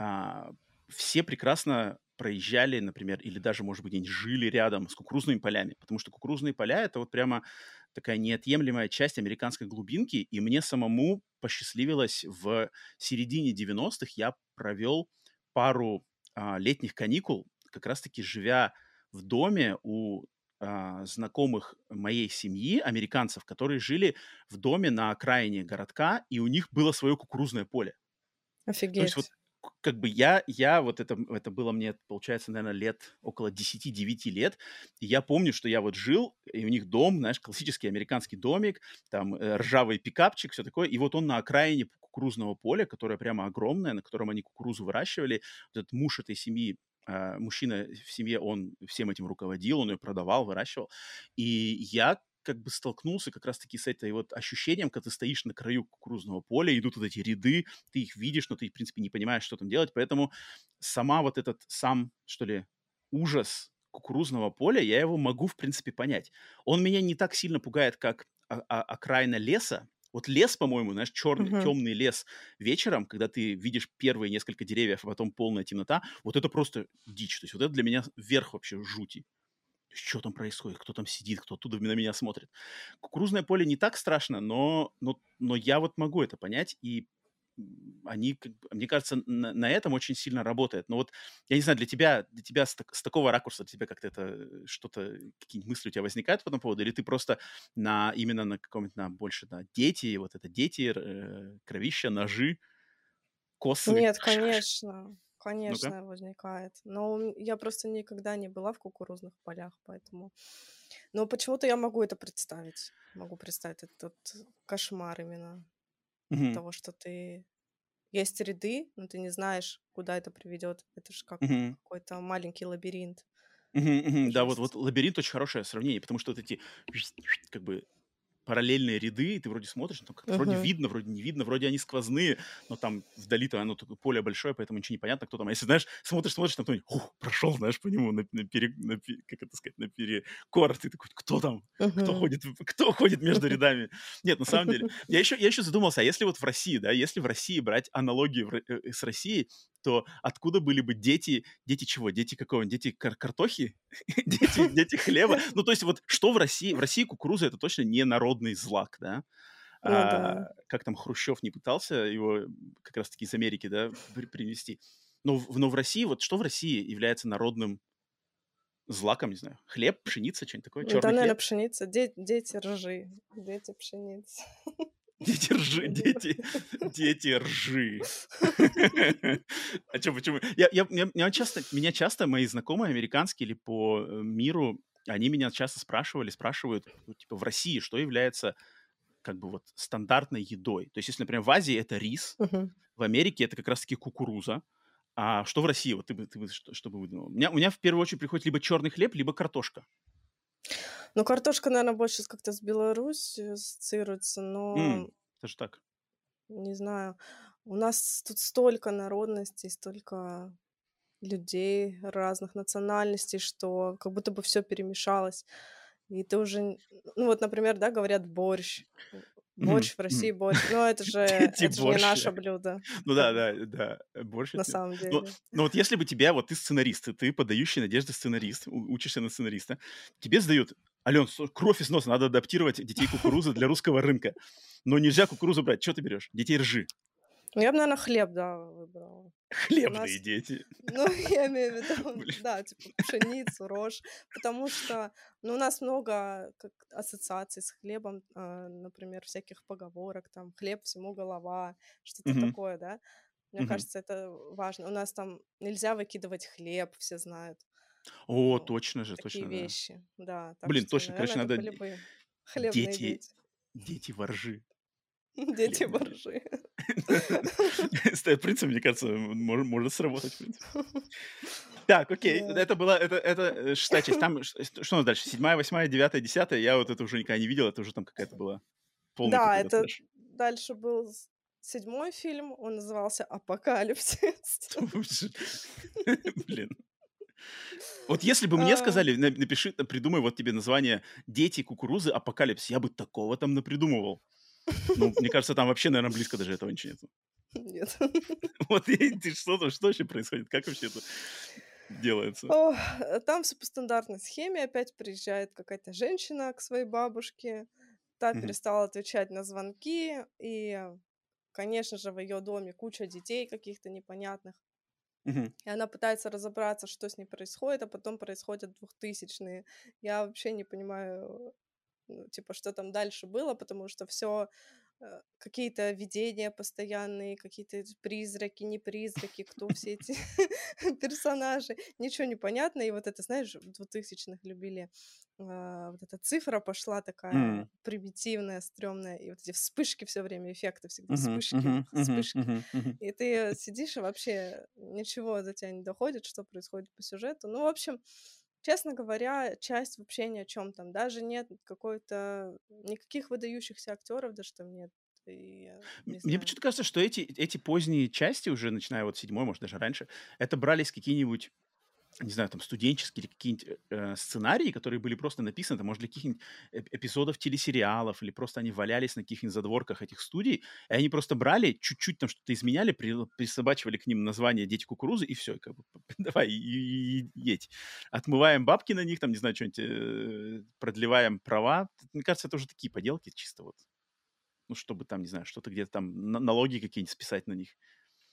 а, все прекрасно проезжали, например, или даже, может быть, где-нибудь жили рядом с кукурузными полями, потому что кукурузные поля- это вот прямо такая неотъемлемая часть американской глубинки. И мне самому посчастливилось в середине девяностых я провел пару, а, летних каникул, как раз таки живя в доме у, а, знакомых моей семьи, американцев, которые жили в доме на окраине городка, и у них было свое кукурузное поле. То есть вот Офигеть. к как бы я я вот это это было мне, получается, наверно, лет около десяти девяти лет. И я помню, что я вот жил, и у них дом, знаешь, классический американский домик, там, э, ржавый пикапчик, всё такое. И вот он на окраине кукурузного поля, которое прямо огромное, на котором они кукурузу выращивали. Вот этот муж этой семьи, а, мужчина в семье, он всем этим руководил, он ее продавал, выращивал. И я как бы столкнулся как раз таки с этой вот ощущением, когда ты стоишь на краю кукурузного поля, идут вот эти ряды, ты их видишь, но ты, в принципе, не понимаешь, что там делать. Поэтому сама вот этот сам, что ли, ужас кукурузного поля, я его могу, в принципе, понять. Он меня не так сильно пугает, как о о окраина леса. Вот лес, по-моему, знаешь, черный Мгм. темный лес вечером, когда ты видишь первые несколько деревьев, а потом полная темнота, вот это просто дичь. То есть вот это для меня верх вообще жути. То есть чё там происходит, кто там сидит, кто оттуда на меня смотрит. Кукурузное поле не так страшно, но но но я вот могу это понять, и, м, они как бы, мне кажется, на на этом очень сильно работает. Но вот я не знаю, для тебя для тебя с так с такого ракурса тебе как-то это, э, что-то, какие-нибудь мысли у тебя возникают по этому поводу? Или ты просто на именно на каком-нибудь, на больше на дети, вот это дети, р э, кровища, ножи, косы? Нет, конечно, Ну-ка. конечно, возникает. Но, м, я просто никогда не была в кукурузных полях, поэтому но почему-то я могу это представить. Могу представить этот кошмар именно Мгм. того, что ты есть ряды, но ты не знаешь, куда это приведет. Это ж как Мгм. какой-то маленький лабиринт. Мгм, мгм. Да, вот Жесть. вот "Лабиринт" очень хорошее сравнение, потому что вот эти как бы параллельные ряды, и ты вроде смотришь, но как-то вроде Мгм. видно, вроде не видно, вроде они сквозные, но там вдали-то оно такое поле большое, поэтому ничего не понятно, кто там. А если, знаешь, смотришь смотришь, там кто-нибудь хух, прошел, знаешь, по нему на на пере на пе как это сказать, наперекор, ты такой: "Кто там? Кто Мгм. ходит в кто ходит между рядами?" Нет, на самом деле. Я еще я еще задумался, а если вот в России, да, если в России брать аналогию в Р э, с Россией, то откуда были бы дети дети чего? Дети какого? Дети кар картохи? Дети дети хлеба? Ну, то есть вот что в России? В России кукуруза- это точно не народный злак, да? Ну да. А, как там Хрущев не пытался его как раз таки из Америки, да, при привезти. Но в но в России, вот что в России является народным злаком, не знаю, хлеб, пшеница, чё-нибудь такое, Да, черный наверно, хлеб? пшеница. Де дети ржи, дети пшеницы. Дети ржи, Видимо. дети дети ржи. А чё, почему? Я я меня меня часто меня часто мои знакомые американские или по, э, миру, они меня часто спрашивали, спрашивают, ну, типа, в России что является как бы вот стандартной едой? То есть, если, например, в Азии это рис, Мгм. в Америке это как раз таки кукуруза, А что в России? Вот ты бы, ты бы что, что бы выдумал? У меня, у меня в первую очередь приходит либо черный хлеб, либо картошка. Ну, картошка, наверно, больше с как-то с Беларусью ассоциируется, но М, даже так. не знаю. У нас тут столько народностей, столько людей разных национальностей, что как будто бы все перемешалось. И ты уже н ну вот, например, да, говорят борщ. М, Мгм, борщ в России мгм. борщ. Но это же Дети это же не борща. наше блюдо, Ну как да, бы, да, да, э, борщ на это нет. самом Но деле. но вот если бы тебя, вот ты сценарист, и ты подающий надежды сценарист, у учишься на сценариста, тебе сдают: "Алён, со кровь из носа, надо адаптировать "Детей кукурузы" для русского рынка, но нельзя кукурузу брать". Чё ты берёшь? "Детей ржи". Ну, я бы, наверно, хлеб, да, выбрала. У Хлебные нас, дети. ну, я имею в виду, Блин. да, типа пшеницу, рожь, потому что, ну, у нас много как ассоциаций с хлебом, а, например, всяких поговорок, там: "Хлеб всему голова", что-то Мгм, такое, да. Мне мгм. кажется, это важно. У нас там нельзя выкидывать хлеб, все знают. О, Ну, точно же, такие точно, да. вещи. Да, так Блин, что, точно, наверно, короче, это надо были д бы хлебные дети дети. дети воржи. Дети Хлебные дети. воржи. С т принцип, мне кажется, м мо может сработать, в принципе. Так, окей, Да. это была это это, э, шестая часть. Там ш ст что у нас дальше? Седьмая, восьмая, девятая, десятая. Я вот это уже никогда не видел, это уже там какая-то была полный Да, какой-то это трэш. дальше был с седьмой фильм, он назывался "Апокалипсис". Блин. Вот если бы мне А, сказали: "На напиши, там, придумай вот тебе название "Дети кукурузы Апокалипсис", я бы такого там напридумывал. Ну, мне кажется, там вообще, наверно, близко даже этого ничего нету. нет. Вот и ты что там, что вообще происходит? Как вообще это делается? Ох, э, там всё по стандартной схеме. Опять приезжает какая-то женщина к своей бабушке. Та Мгм, перестала отвечать на звонки, и, конечно же, в её доме куча детей каких-то непонятных. мгм. И она пытается разобраться, что с ней происходит, а потом происходят двухтысячные. Я вообще не понимаю, ну, типа, что там дальше было, потому что все какие-то видения постоянные, какие-то эти призраки, не призраки, кто все эти персонажи. Ничего не понятно. И вот это, знаешь, в двухтысячных любили, а, вот эта цифра пошла такая М. примитивная, стрёмная, и вот эти вспышки все время, эффекты всегда, Мгм, вспышки, мгм, мгм, вспышки. мгм, мгм. И ты сидишь, и вообще ничего до тебя не доходит, что происходит по сюжету. Ну, в общем, честно говоря, часть вообще ни о чем там. Даже нет какой-то никаких выдающихся актеров даже там нет. И я М не мне знаю. почему-то кажется, что эти эти поздние части, уже начиная вот седьмой, может, даже раньше, это брались какие-нибудь, не знаю, там, студенческие или какие-нибудь, э, сценарии, которые были просто написаны, там, может, для каких-нибудь эп эпизодов телесериалов, или просто они валялись на каких-нибудь задворках этих студий, и они просто брали, чуть-чуть там что-то изменяли, прил присобачивали к ним название "Дети кукурузы", и все, как бы давай и и и едь. Отмываем бабки на них, там, не знаю, чё-нибудь, э, продлеваем права. Мне кажется, это уже такие поделки чисто вот, ну, чтобы там, не знаю, что-то где-то там на налоги какие-нибудь списать на них.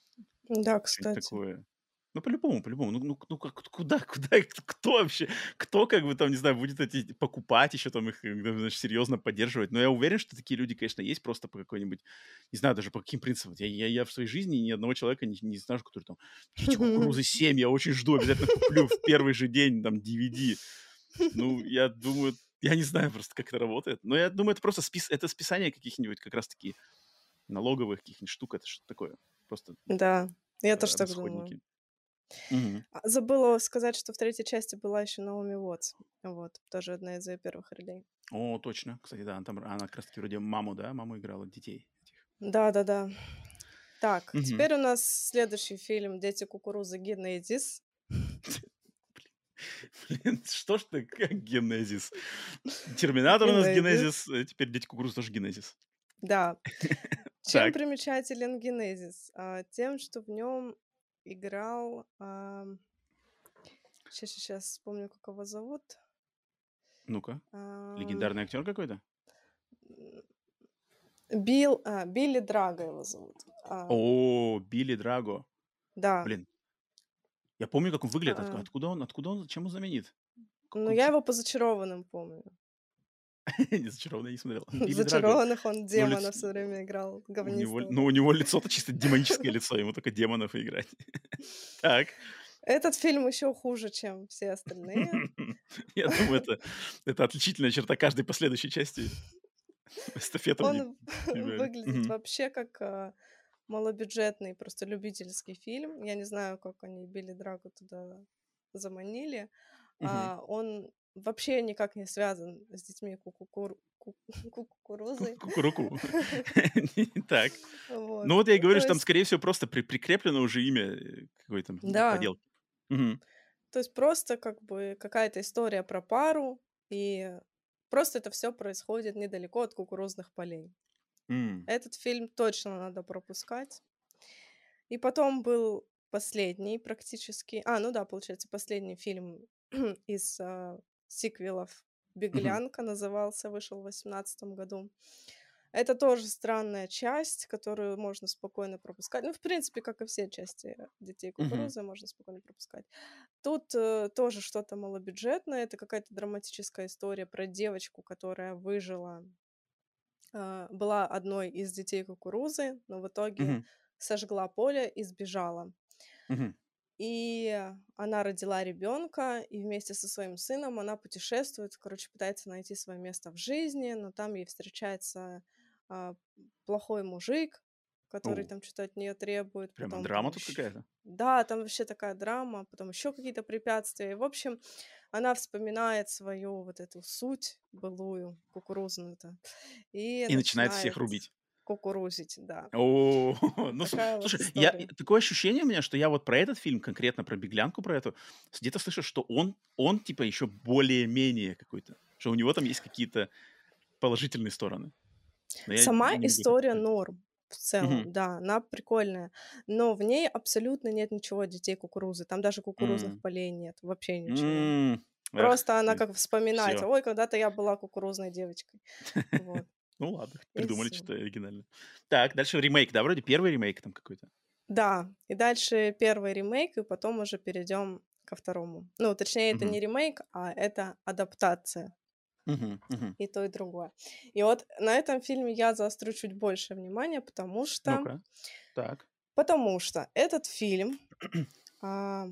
Да, Что-нибудь кстати. такое. Ну, по-любому, по-любому. Ну ну ну как, куда куда их кто вообще, кто как бы там, не знаю, будет эти покупать еще там их, э, знаешь, серьезно поддерживать. Но я уверен, что такие люди, конечно, есть просто по какой-нибудь, не знаю даже по каким принципам. Я я я в своей жизни ни одного человека не не знаю, который там: "Дети кукурузы семь, я очень жду, обязательно куплю в первый же день там ди ви ди". Ну, я думаю, я не знаю просто, как это работает. Но я думаю, это просто спис это списание каких-нибудь как раз таки налоговых каких-нибудь штук. Это что-то такое. Просто, Да, я э, тоже так думаю. расходники. Мгм. А, забыла сказать, что в третьей части была еще Наоми Уотс. Вот, тоже одна из её первых ролей. О, точно. Кстати, да, она там она как раз таки вроде маму, да, маму играла детей этих. Да-да-да. Так, Мгм. теперь у нас следующий фильм "Дети кукурузы. Генезис". Блин, что ж ты, как генезис? Терминатор у нас Генезис, генезис, э, теперь Дети кукурузы тоже генезис. да. Чем Так, примечателен "Генезис"? А, тем, что в нем играл, ам, щас щас щас вспомню, как его зовут. ну-ка. Ам, Легендарный актер какой-то? м, Билл, а, Билли Драго его зовут. А, О, Билли Драго. да, Блин, я помню, как он выглядит. Отк а, откуда он откуда он, чем он знаменит? Как но он я тип его по "Зачарованным" помню. не "Зачарованный" не смотрел. В Билли Драго. "Зачарованных" он Ну, демона лиц все время играл, у него говнистого, ну, да. у него лицо-то чисто демоническое лицо, ему только демонов и играть. Так. Этот фильм еще хуже, чем все остальные. Я думаю, это это отличительная черта каждой последующей части. Эстафету они Он перебрали. выглядит Мгм. вообще как, а, малобюджетный, просто любительский фильм. Я не знаю, как они Билли Драгу туда заманили. Мгм. А, он вообще никак не связан с детьми кукукур ку Ку кукурузы. Кукуруку. Так. Вот. Ну, вот я и Ну, говорю, то что там, есть скорее всего, просто при прикреплено уже имя, э, какой-то, м, да, поделки. Мгм. то есть просто как бы какая-то история про пару, и просто это все происходит недалеко от кукурузных полей. М. Этот фильм точно надо пропускать. И потом был последний практически, а, ну да, получается, последний фильм из, а, сиквелов Мгм. "Беглянка" назывался, вышел в восемнадцатом году. Это тоже странная часть, которую можно спокойно пропускать. Ну, в принципе, как и все части "Детей Мгм. кукурузы", можно спокойно пропускать. Тут, э, тоже что-то малобюджетное. Это какая-то драматическая история про девочку, которая выжила, а, была одной из детей кукурузы, но в итоге Мгм. сожгла поле и сбежала. Мгм. И она родила ребенка, и вместе со своим сыном она путешествует, короче, пытается найти свое место в жизни, но там ей встречается а, плохой мужик, который О, там что-то от нее требует, прямо потом там драма тут еще... какая-то. Да, там вообще такая драма, потом еще какие-то препятствия. И, в общем, она вспоминает свою вот эту суть былую, кукурузную-то, и И начинает всех начинает рубить. кукурузить, да. О, Вот ну, с такая вот слушай, я и история. такое ощущение у меня, что я вот про этот фильм, конкретно про "Беглянку", про эту, с где-то слышу, что он он типа еще более-менее какой-то, что у него там есть какие-то положительные стороны. Но я Сама не могу это история подтвердить. норм в Мгм. целом, да, она прикольная, но в ней абсолютно нет ничего детей кукурузы, там даже кукурузных М. полей нет, вообще ничего. М. Эх, Просто она как вспоминает: все. "Ой, когда-то я была кукурузной девочкой". Вот, Ну ладно, хоть и придумали всё. что-то оригинальное. Так, дальше ремейк, да, вроде первый ремейк там какой-то? Да, и дальше первый ремейк, и потом уже перейдем ко второму. Ну, точнее, это Мгм. не ремейк, а это адаптация. Мгм. Мгм. И то, и другое. И вот на этом фильме я заострю чуть больше внимания, потому что Ну-ка. Так. потому что этот фильм, а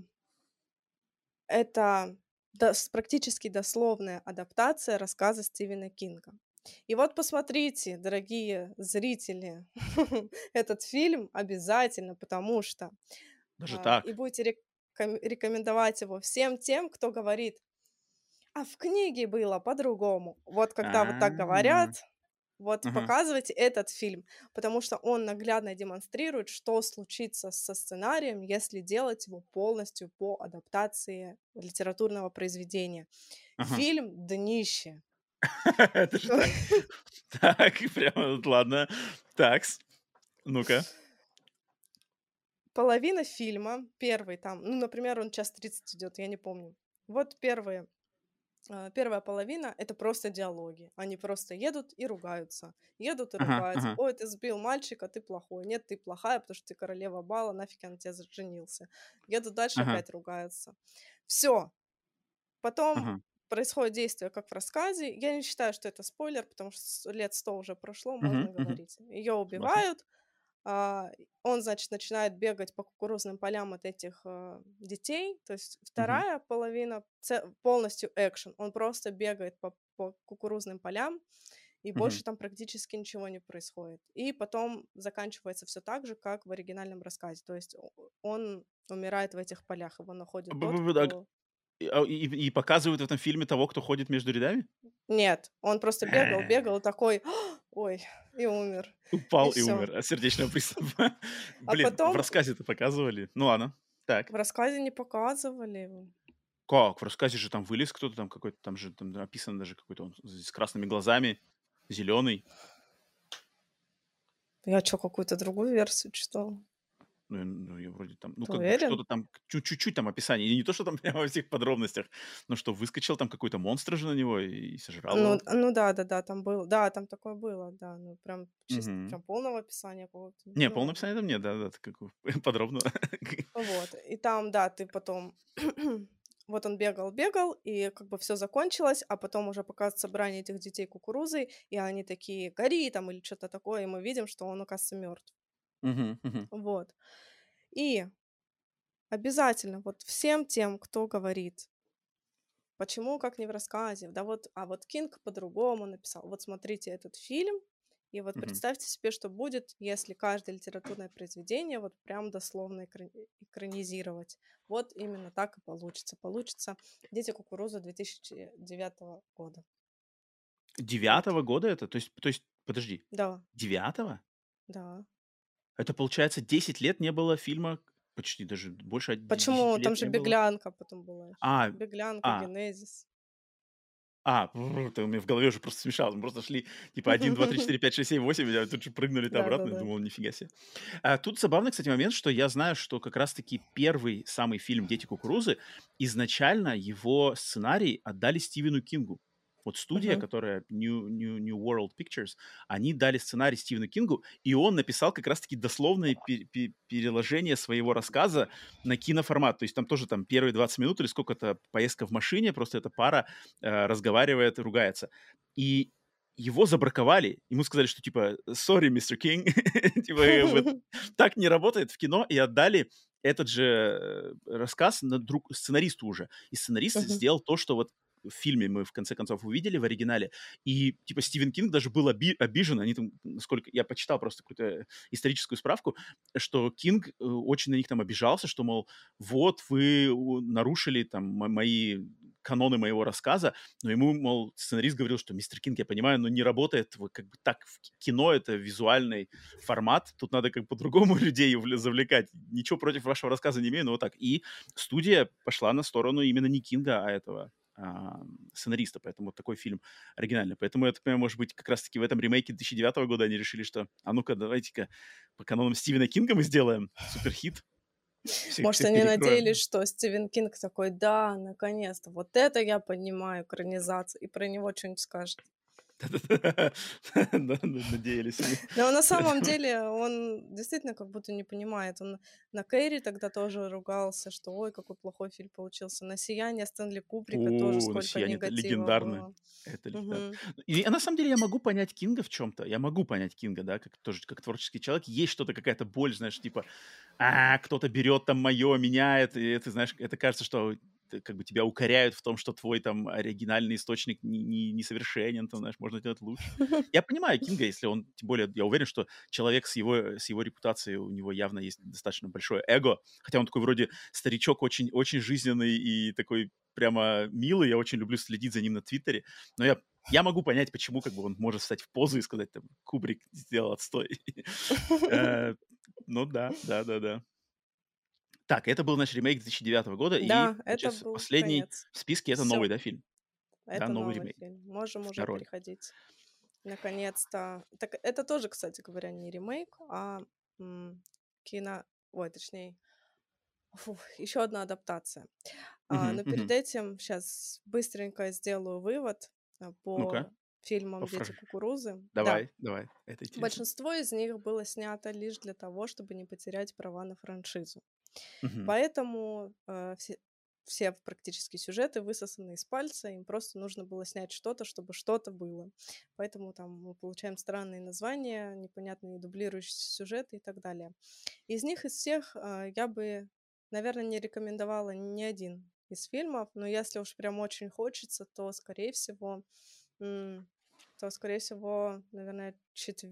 это дос практически дословная адаптация рассказа Стивена Кинга. И вот посмотрите, дорогие зрители, этот фильм обязательно, потому что, Даже а, и так? будете реком рекомендовать его всем тем, кто говорит: "А в книге было по-другому". Вот когда вот так А. говорят, вот Ага. показывайте этот фильм, потому что он наглядно демонстрирует, что случится со сценарием, если делать его полностью по адаптации литературного произведения. Ага. Фильм днище. Это же так. Так, прямо вот ладно. Такс. Ну-ка. Половина фильма, первый там, ну, например, он час тридцать идет, я не помню. Вот первые А, первая половина — это просто диалоги. Они просто едут и ругаются. Едут и Ага, ругаются. ага, "Ой, ты сбил мальчика, ты плохой". "Нет, ты плохая, потому что ты королева бала, нафиг я на тебя з женился". Едут дальше, ага, опять ругаются. Все. Потом ага. происходит действие, как в рассказе. Я не считаю, что это спойлер, потому что с лет сто уже прошло, можно Мгм, мгм. говорить. Ее Согласен. убивают, а, он, значит, начинает бегать по кукурузным полям от этих, а, детей. То есть Мгм, вторая половина це полностью экшен. Он просто бегает по по кукурузным полям, и мгм. больше там практически ничего не происходит. И потом заканчивается все так же, как в оригинальном рассказе. То есть о он умирает в этих полях, его находит тот, Б-б-б так, кто... и, а, и и показывают в этом фильме того, кто ходит между рядами? Нет, он просто бегал, бегал, такой: "Ой", и умер. И Упал и все. умер от сердечного приступа. А Блин, в потом рассказе-то показывали. Ну ладно. Так. в рассказе не показывали. Как? В рассказе же там вылез кто-то там какой-то, там же там описан даже какой-то он с красными глазами, зеленый. Я чё, какую-то другую версию читала? Ну, я ну, я вроде там, ну, Ты как бы уверен? что-то там, чу чуть-чуть там описание. И не то, что там прямо во всех подробностях, но что выскочил там какой-то монстр же на него и сожрал Ну его. ну да-да-да, там был, да, там такое было, да, ну прям чис Мгм. прям полного описания какого-то, Не, ну полное ладно. описание там нет, да-да, ты как бы подробно. Вот, и там, да, ты потом вот он бегал, бегал, и как бы все закончилось, а потом уже показывают собрание этих детей кукурузы, и они такие: "Гори!" там или что то такое, и мы видим, что он, оказывается, мертв. Мгм, мгм, Вот. И обязательно вот всем тем, кто говорит: "Почему как не в рассказе? Да вот, а вот Кинг по-другому написал". Вот смотрите этот фильм, И вот Мгм. представьте себе, что будет, если каждое литературное произведение вот прям дословно экра- экранизировать. Вот именно так и получится. Получится «Дети кукурузы» две тысячи девятого года. Вот. Девятого года это? То есть то есть, подожди, Да, девятого? да. Это получается десять лет не было фильма, почти даже больше де Почему? десяти Там лет же не было. «Беглянка» потом была еще. А, «Беглянка», а, «Генезис». а, это у меня в голове уже просто смешалось. Мы просто шли типа один, два, три, четыре, пять, шесть, семь, восемь, а тут же прыгнули-то обратно. Я Да-да-да. думал, нифига себе. А, тут забавный, кстати, момент, что я знаю, что как раз-таки первый самый фильм «Дети кукурузы», изначально его сценарий отдали Стивену Кингу. Вот студия, Мгм. которая New, New, New World Pictures, они дали сценарий Стивену Кингу, и он написал как раз-таки дословное пе- пе- переложение своего рассказа на киноформат. То есть там тоже там первые двадцать минут или сколько-то поездка в машине, просто эта пара э, разговаривает и ругается. И его забраковали, ему сказали, что типа «Sorry, мистер Кинг», типа э, вот так не работает в кино, и отдали этот же э, рассказ на друг сценаристу уже. И сценарист Мгм. сделал то, что вот в фильме мы в конце концов увидели в оригинале. И типа Стивен Кинг даже был оби- обижен. Они там, насколько я почитал просто какую-то историческую справку, что Кинг э, очень на них там обижался, что, мол, вот вы у- нарушили там мо- мои каноны моего рассказа, но ему, мол, сценарист говорил, что мистер Кинг, я понимаю, но не работает вот как бы так в кино, это визуальный формат, тут надо как бы по-другому людей увле- завлекать. Ничего против вашего рассказа не имею, но вот так. И студия пошла на сторону именно не Кинга, а этого а, сценариста, поэтому вот такой фильм оригинальный. Поэтому, я так понимаю, может быть, как раз-таки в этом ремейке две тысячи девятого года они решили, что а ну-ка, давайте-ка по канонам Стивена Кинга мы сделаем суперхит, всех, Может, всех они перекроем. надеялись, что Стивен Кинг такой: «Да, наконец-то, вот это я понимаю, экранизация», и про него что нибудь скажет. Да-да-да. Да, надеялись они. Но на самом деле он действительно как будто не понимает. Он на «Кэрри» тогда тоже ругался, что: «Ой, какой плохой фильм получился». На «Сияние» Стэнли Кубрика тоже О, сколько «Сияние» — это негатива легендарно. было. Это легендарно. Мгм. И а на самом деле я могу понять Кинга в чем то Я могу понять Кинга, да, как тоже как творческий человек. Есть что-то, какая-то боль, знаешь, типа, а, кто-то берет там мое, меняет, и это, знаешь, это кажется, что т как бы тебя укоряют в том, что твой там оригинальный источник не не несовершенен, там, знаешь, можно делать лучше. Я понимаю Кинга, если он, тем более, я уверен, что человек с его с его репутацией, у него явно есть достаточно большое эго, хотя он такой вроде старичок очень очень жизненный и такой прямо милый. Я очень люблю следить за ним на Твиттере, но я я могу понять, почему как бы он может встать в позу и сказать там: «Кубрик сделал отстой». Э, ну да, да-да-да. Так, это был наш ремейк две тысячи девятого года, и, Да, это получается, был последний конец. в списке — это новый, Все, да, фильм? Да, это новый новый ремейк, фильм. Можем уже второй. переходить. Наконец-то. Так это тоже, кстати говоря, не ремейк, а, м, кино ой, точнее, фух, еще одна адаптация. А, Мгм, но перед мгм. этим сейчас быстренько сделаю вывод, а, Ну-ка, по фильмам «Дети пофраж кукурузы». Да, давай, давай, это интересно. большинство из них было снято лишь для того, чтобы не потерять права на франшизу. Мгм. Поэтому, э, все все практически сюжеты высосаны из пальца, им просто нужно было снять что-то, чтобы что-то было. Поэтому там мы получаем странные названия, непонятные дублирующиеся сюжеты и так далее. Из них, из всех, а, я бы, наверное, не рекомендовала ни один из фильмов, но если уж прям очень хочется, то, скорее всего, м, то, скорее всего, наверное, четв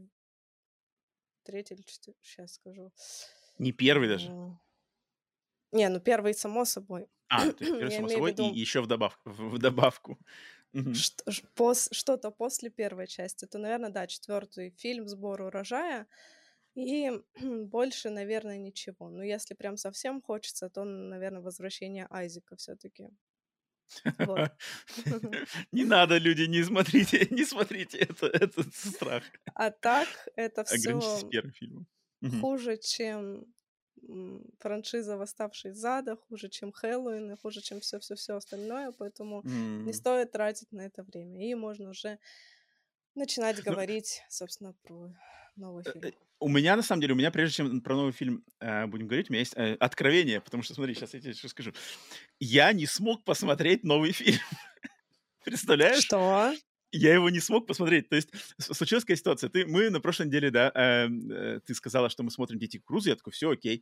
третий или четвёртый, щас скажу. Не первый даже. М, не, ну первый само собой. А, то есть первый, Я само имею в собой, и виду еще в добавку в в добавку. Мгм. шт ж пос что-то после первой части. То, наверное, да, четвертый фильм «Сбор урожая». И больше, наверное, ничего. Но если прям совсем хочется, то, наверное, «Возвращение Айзека» все таки. Вот. Не надо, люди, не смотрите, не смотрите, это это страх. А так это Ограничьтесь все первым фильмом. Мгм. хуже, чем, м, франшиза «Восставший из ада», хуже, чем «Хэллоуин» и хуже, чем все, все, все остальное, поэтому не М. стоит тратить на это время. И можно уже начинать Ну, говорить, собственно, про новый э, э, фильм. у меня, на самом деле, у меня, прежде чем про новый фильм, э, будем говорить, у меня есть, э, откровение, потому что, смотри, сейчас я тебе что скажу. Я не смог посмотреть новый фильм. Представляешь? Что? Я его не смог посмотреть. То есть с случилась какая ситуация. Ты мы на прошлой неделе, да, эм, э, ты сказала, что мы смотрим «Дети Круза». Я такой: «Всё, окей».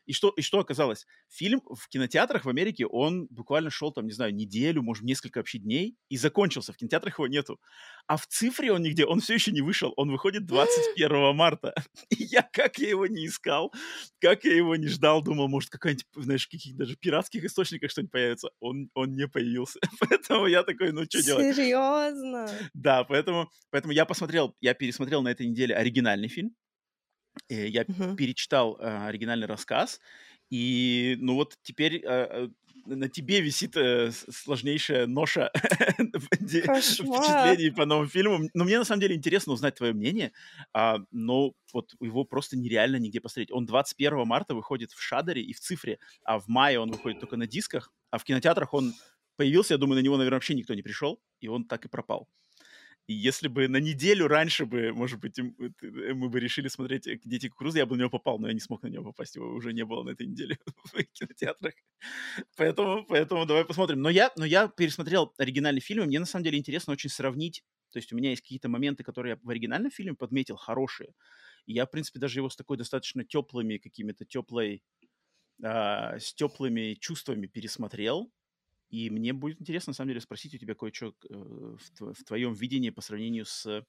И что, и что оказалось? Фильм в кинотеатрах в Америке, он буквально шел там, не знаю, неделю, может, несколько вообще дней, и закончился. В кинотеатрах его нету. А в цифре он нигде, он все еще не вышел. Он выходит двадцать первого марта. И я, как я его не искал, как я его не ждал, думал, может, какая-нибудь, знаешь, в каких-то даже пиратских источниках что-нибудь появится. Он, он не появился. Поэтому я такой, ну, что делать? Серьезно? Да, поэтому, поэтому я посмотрел, я пересмотрел на этой неделе оригинальный фильм. Э, Я Мгм. перечитал э, оригинальный рассказ, и ну вот теперь э, э, на тебе висит э, с- сложнейшая ноша де- Кошмар. впечатлений по новым фильмам. Но мне на самом деле интересно узнать твое мнение, а, но вот его просто нереально нигде посмотреть. Он двадцать первого марта выходит в Шадере и в цифре, а в мае он выходит только на дисках, а в кинотеатрах он появился, я думаю, на него, наверное, вообще никто не пришел, и он так и пропал. И если бы на неделю раньше бы, может быть, им- э, т- э, мы бы решили смотреть э, «Дети кукурузы», я бы на него попал, но я не смог на него попасть, его уже не было на этой неделе в кинотеатрах. Поэтому, поэтому давай посмотрим. Но я, но я пересмотрел оригинальный фильм, и мне на самом деле интересно очень сравнить. То есть у меня есть какие-то моменты, которые я в оригинальном фильме подметил, хорошие. И я, в принципе, даже его с такой достаточно теплыми, какими-то теплой, а, с теплыми чувствами пересмотрел. И мне будет интересно, на самом деле, спросить у тебя кое-что э, в, тво- в твоем видении по сравнению с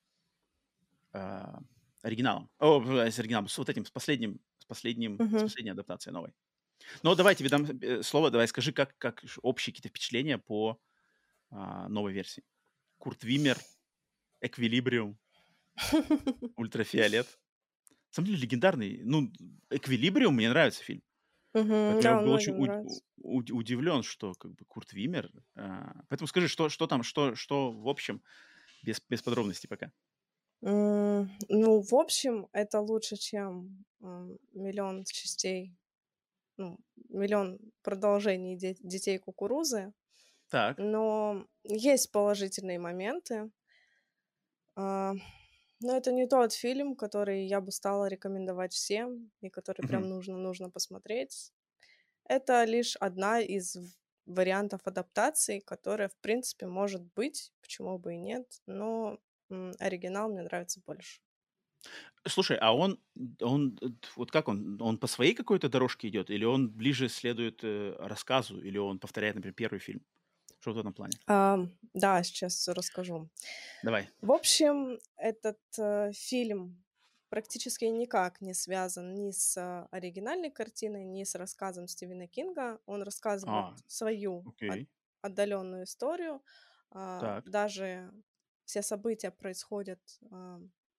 а, оригиналом. О, б- с оригиналом, с вот этим, с последним, с последним, с Мгм. последней адаптацией новой. Но давай тебе дам э, слово, давай скажи, как, как ш- общие какие-то впечатления по а, новой версии. Курт Виммер, Эквилибриум, Ультрафиолет. На самом деле легендарный. Ну, Эквилибриум, мне нравится фильм. Мгм. Поэтому я Да, был очень многим уд- у- нравится. уд- удивлен, что как бы Курт Виммер. а, Поэтому скажи, что, что там, что, что в общем, без, без подробностей пока. М, ну, в общем, это лучше, чем, м, "Миллион частей", ну, "Миллион продолжений де "Детей кукурузы". Так. Но есть положительные моменты. А, но это не тот фильм, который я бы стала рекомендовать всем и который Мгм. прям нужно нужно посмотреть. Это лишь одна из в вариантов адаптации, которая, в принципе, может быть, почему бы и нет, но, м, оригинал мне нравится больше. Слушай, а он, он, э, т- вот как он, он по своей какой-то дорожке идет, или он ближе следует э, рассказу, или он повторяет, например, первый фильм? Что в этом плане? Ам, да, сейчас расскажу. Давай. В общем, этот, э, фильм практически никак не связан ни с а, оригинальной картиной, ни с рассказом Стивена Кинга. Он рассказывает А, свою от окей. отдаленную историю. А, Так. даже все события происходят, а,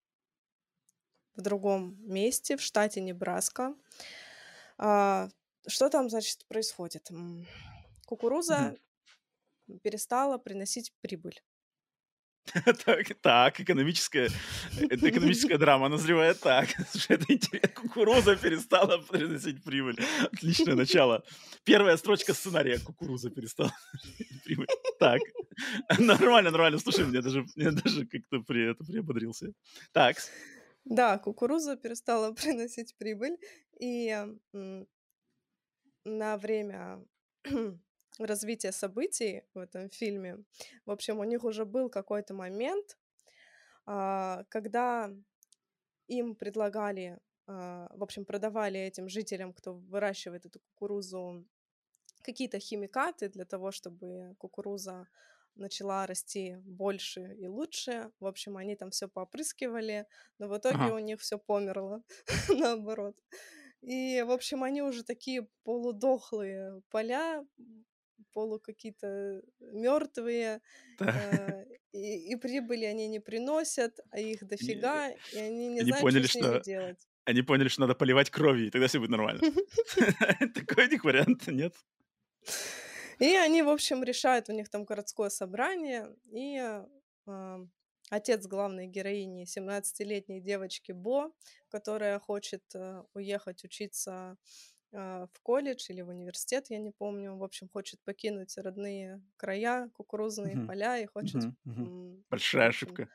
в другом месте, в штате Небраска. А, что там, значит, происходит? М, Мгм. кукуруза перестала приносить прибыль. Так, так, экономическая, э, это экономическая драма назревает так. Слушай, это интересно. Кукуруза перестала приносить прибыль. Отличное начало. Первая строчка сценария. Кукуруза перестала приносить прибыль. Так. Нормально, нормально. Слушай, мне даже, мне даже как-то при это приободрился. Так. Да, кукуруза перестала приносить прибыль, и, м, на время развития событий в этом фильме, в общем, у них уже был какой-то момент, а, когда им предлагали, а, в общем, продавали этим жителям, кто выращивает эту кукурузу, какие-то химикаты для того, чтобы кукуруза начала расти больше и лучше. В общем, они там все поопрыскивали, но в итоге Ага. у них все померло, наоборот. И, в общем, они уже такие полудохлые поля, м, полу какие-то мертвые, Так. и и прибыли они не приносят, а их Они дофига, и они не они знают, что поняли, с ними что делать. они поняли, что надо поливать кровью, и тогда все будет нормально. Такой у них вариант, нет? И они, в общем, решают, у них там городское собрание, и, а, отец главной героини, семнадцатилетней девочки Бо, которая хочет, э, уехать учиться, а, в колледж или в университет, я не помню. В общем, хочет покинуть родные края, кукурузные Мгм. поля и хочет, Мгм. Мгм. м, в Большая общем, ошибка.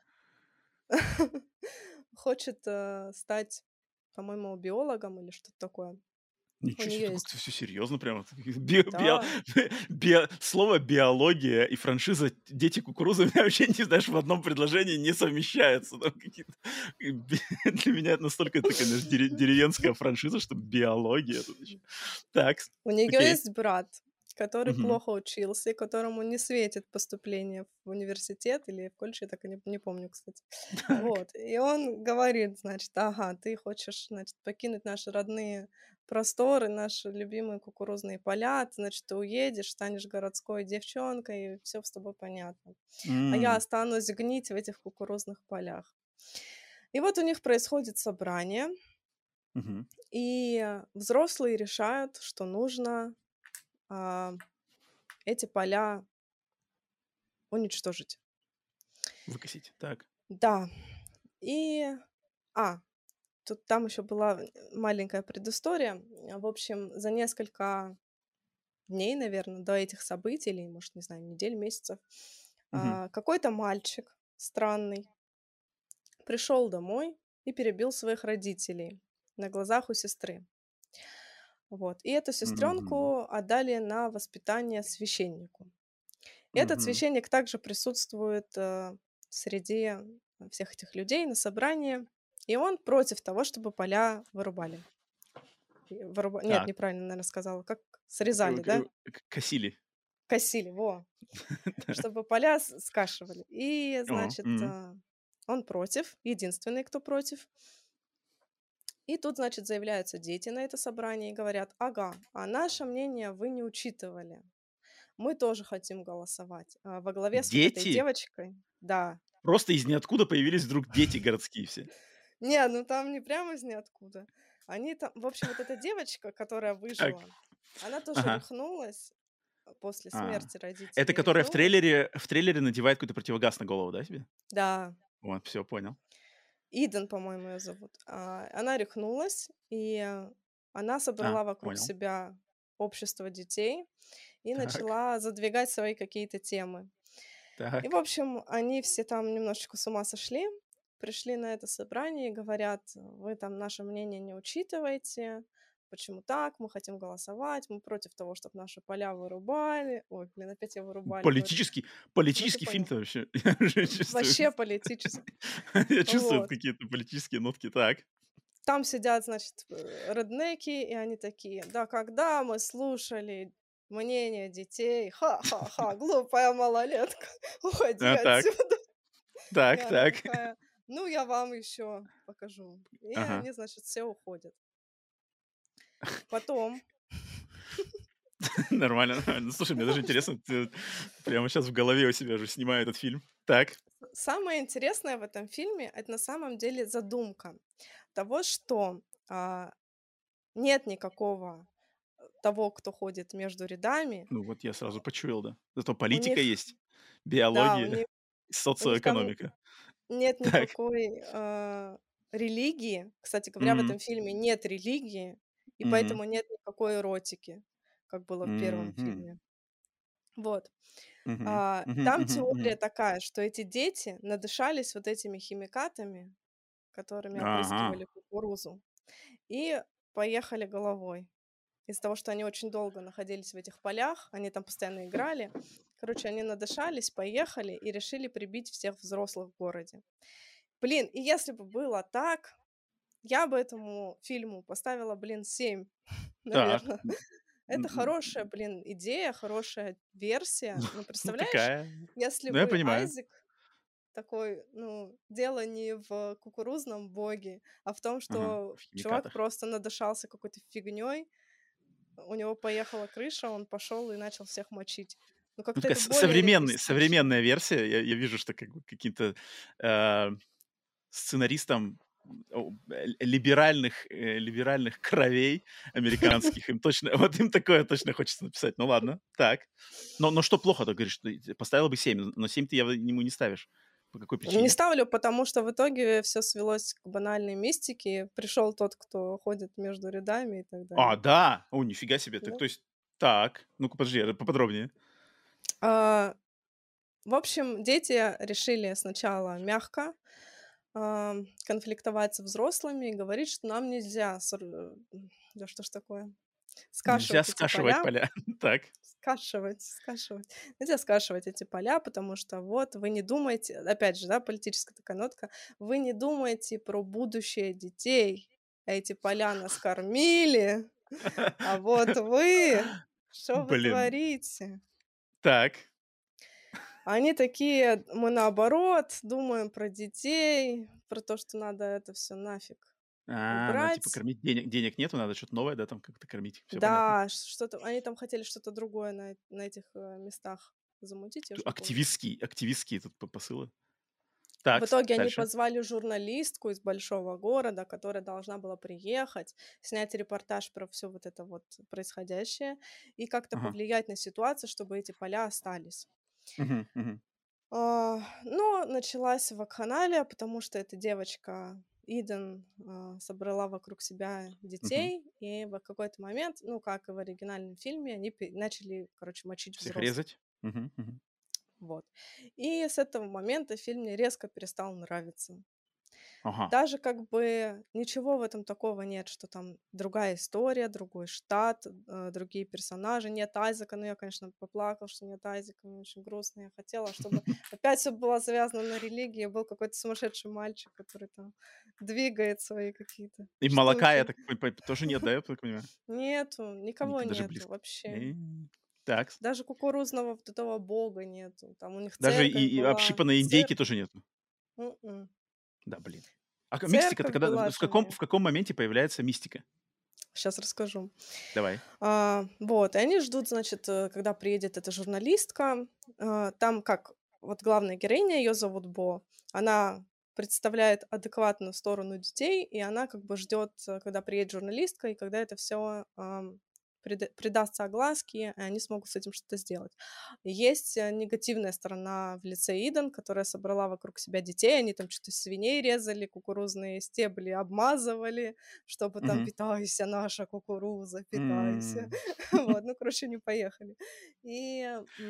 хочет, э, стать, по-моему, биологом или что-то такое. У Ничего себе, нее так есть... как-то все серьезно прямо. Био био Да, био слово биология и франшиза "Дети кукурузы" у меня вообще, не знаешь, в одном предложении не совмещаются. Там какие-то и бе для меня это настолько такая, знаешь, дере деревенская франшиза, что биология тут еще. Так, у нее окей. есть брат, который Мгм. плохо учился и которому не светит поступление в университет или в колледж, я так и не, не помню, кстати. Так. Вот. И он говорит, значит, ага, ты хочешь, значит, покинуть наши родные просторы, наши любимые кукурузные поля, ты, значит, ты уедешь, станешь городской девчонкой, и все с тобой понятно. А я М. останусь гнить в этих кукурузных полях. И вот у них происходит собрание, Мгм. и взрослые решают, что нужно а, эти поля уничтожить. Выкосить. Так. Да. И, а, тут там еще была э, маленькая предыстория. А, В общем, за несколько дней, наверное, до этих событий, или, может, не знаю, недель, месяцев, Мгм. а, какой-то мальчик странный пришел домой и перебил своих родителей на глазах у сестры. Вот. И эту Мгм. сестренку отдали на воспитание священнику. И этот Мгм. священник также присутствует э, среди всех этих людей на собрании, и он против того, чтобы поля вырубали. И выруба- Нет, Так. неправильно, наверное, сказала. Как К срезали, к да? к косили. Косили, во. Да. Чтобы поля с- скашивали. И, О, значит, м. а, он против, единственный, кто против. И тут, значит, заявляются дети на это собрание и говорят, ага, а наше мнение вы не учитывали. Мы тоже хотим голосовать. А, во главе с вот этой Дети? девочкой. Да. Просто из ниоткуда появились вдруг дети городские все. Не, ну там не прямо из ниоткуда. Они там, в общем, вот эта девочка, которая Так. выжила, она тоже Ага. рехнулась а, после А. смерти Это родителей, которая в рехнулась. трейлере в трейлере надевает какой-то противогаз на голову, да, себе? Да, Вот, всё, понял. Иден, по-моему, ее зовут. А, она рехнулась, и э, она А, собрала вокруг понял. себя общество детей и Так, начала задвигать свои какие-то темы. И, в так. общем, они все там немножечко с ума сошли, пришли на это собрание и говорят: "Вы там наше мнение не учитываете. Почему так? Мы хотим голосовать, мы против того, чтобы наши поля вырубали". Ой, блин, опять я вырубали говорю. Политический Ну, ты политический понял. фильм-то вообще. Я уже чувствую. Вообще политически. Я чувствую Вот. какие-то политические нотки. Так. Там сидят, значит, э, реднеки, и они такие: "Да когда мы слушали мнение детей? Ха-ха-ха, глупая малолетка, уходи А, так. отсюда". И Так, она так. такая: "Ну, я вам еще покажу". И Ага. они, значит, все уходят. Потом Нормально, нормально. Ну, слушай, мне даже интересно, ты прямо сейчас в голове у себя уже снимаю этот фильм. Так. самое интересное в этом фильме — это на самом деле задумка того, что, а, нет никакого, э, того, кто ходит между рядами. Ну, вот я сразу почуял, да. Зато У политика них, есть, да, у биология, них у них там социоэкономика. нет Так. никакой, а, религии. Кстати говоря, в Мгм. этом фильме нет религии, и Мгм. поэтому нет никакой эротики, как было в первом Мгм. фильме. Вот. Мгм. А, Мгм. там Мгм. теория Мгм. такая, что эти дети надышались вот этими химикатами, которыми Ага. опрыскивали кукурузу, и поехали головой. Из-за того, что они очень долго находились в этих полях, они там постоянно играли. Короче, они надышались, поехали и решили прибить всех взрослых в городе. Блин, и если бы было так, я бы этому фильму поставила, блин, семь, Так. наверное. М, Это м, хорошая, блин, идея, хорошая версия. Ну, ну, представляешь, такая. если Ну, я бы понимаю. Айзек такой, ну, дело не в кукурузном боге, а в том, Ага. что В чувак химикатах. просто надышался какой-то фигней, у него поехала крыша, он пошел и начал всех мочить. Ну, Ну, как-то такая это с более современный реалистично. современная версия. Я я вижу, что как бы каким-то, э, сценаристам, о, э, либеральных, э, либеральных кровей американских, им точно вот им такое точно хочется написать. Ну ладно, так. Но но что плохо-то, говоришь, ты ты поставила бы семь, но семь ты явно ему не ставишь. По какой Не причине? ставлю, потому что в итоге все свелось к банальной мистике. Пришел тот, кто ходит между рядами и так А, далее. да! О, нифига себе. Так, Да. то есть так, ну-ка, подожди, э, поподробнее. А, в общем, дети решили сначала мягко, ам, конфликтовать со взрослыми и говорить, что нам нельзя сор э, да что ж такое? Нельзя скашивать эти скашивать поля. поля. Так. Скашивать, скашивать. Нельзя скашивать эти поля, потому что вот вы не думаете, опять же, да, политическая такая нотка, вы не думаете про будущее детей. Эти поля нас кормили, а вот вы, что вы Блин. творите? Так. Они такие, мы наоборот думаем про детей, про то, что надо это все нафиг А, ну, типа убрать. кормить денег денег нету, надо что-то новое, да, там как-то кормить. Все понятно. Да, ш- что-то они там хотели что-то другое на, э- на этих э, местах замутить, я Ту уже не помню. активистские активистские тут по посылы. В Такс, итоге они дальше. позвали журналистку из большого города, которая должна была приехать, снять репортаж про все вот это вот происходящее и как-то Ага. повлиять на ситуацию, чтобы эти поля остались. Мгм, мгм, А, но началась вакханалия, потому что эта девочка Иден а, собрала вокруг себя мгм. детей, и в какой-то момент, ну, как и в оригинальном фильме, они пе- начали, короче, мочить Всех взрослых. резать? Мгм, мгм. Вот. И с этого момента фильм мне резко перестал нравиться. Ага. Даже как бы ничего в этом такого нет, что там другая история, другой штат, э, другие персонажи. Нет Айзека, ну я, конечно, поплакала, что нет Айзека, мне очень грустно. Я хотела, чтобы опять все было завязано на религии, был какой-то сумасшедший мальчик, который там двигает свои какие-то И молока, я штуки. так по по тоже нет, да, я так понимаю? Нету, никого Ник даже нету близко. вообще. Э, такс. Даже кукурузного вот этого бога нету. Там у них Даже церковь и и была. общипанной индейки Церковь. тоже нету? м Да, блин. А к мистика-то Церковь когда в была в каком же. в каком моменте появляется мистика? Сейчас расскажу. Давай. А, вот, и они ждут, значит, э, когда приедет эта журналистка. А, там как, вот главная героиня, ее зовут Бо, она представляет адекватную сторону детей, и она как бы ждет, э, когда приедет журналистка, и когда это все придастся огласке, и они смогут с этим что-то сделать. Есть э, негативная сторона в лице Иден, которая собрала вокруг себя детей, они там что-то свиней резали, кукурузные стебли обмазывали, чтобы там Мгм. питайся, наша кукуруза, питайся. М. Вот, ну, короче, не поехали. И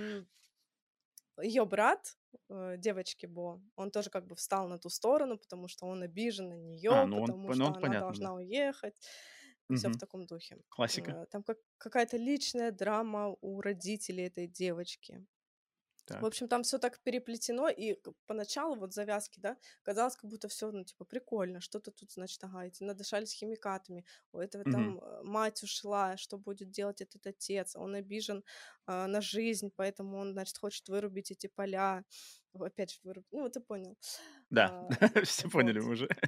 ее брат, э, девочки Бо, он тоже как бы встал на ту сторону, потому что он обижен на А, нее, ну он потому п ну что он она понятно, да. должна уехать. Все в Мгм. таком духе. Классика. Э, Там как какая-то личная драма у родителей этой девочки. В Так. общем, там все так переплетено, и к поначалу вот завязки, да, казалось, как будто все, ну, типа, прикольно, что-то тут, значит, ага, эти надышались химикатами, у этого Мгм. там, э, мать ушла, что будет делать этот отец? Он обижен, а, на жизнь, поэтому он, значит, хочет вырубить эти поля. В опять же, вырубить, ну, ты понял. Да, А, все поняли вот. мы уже.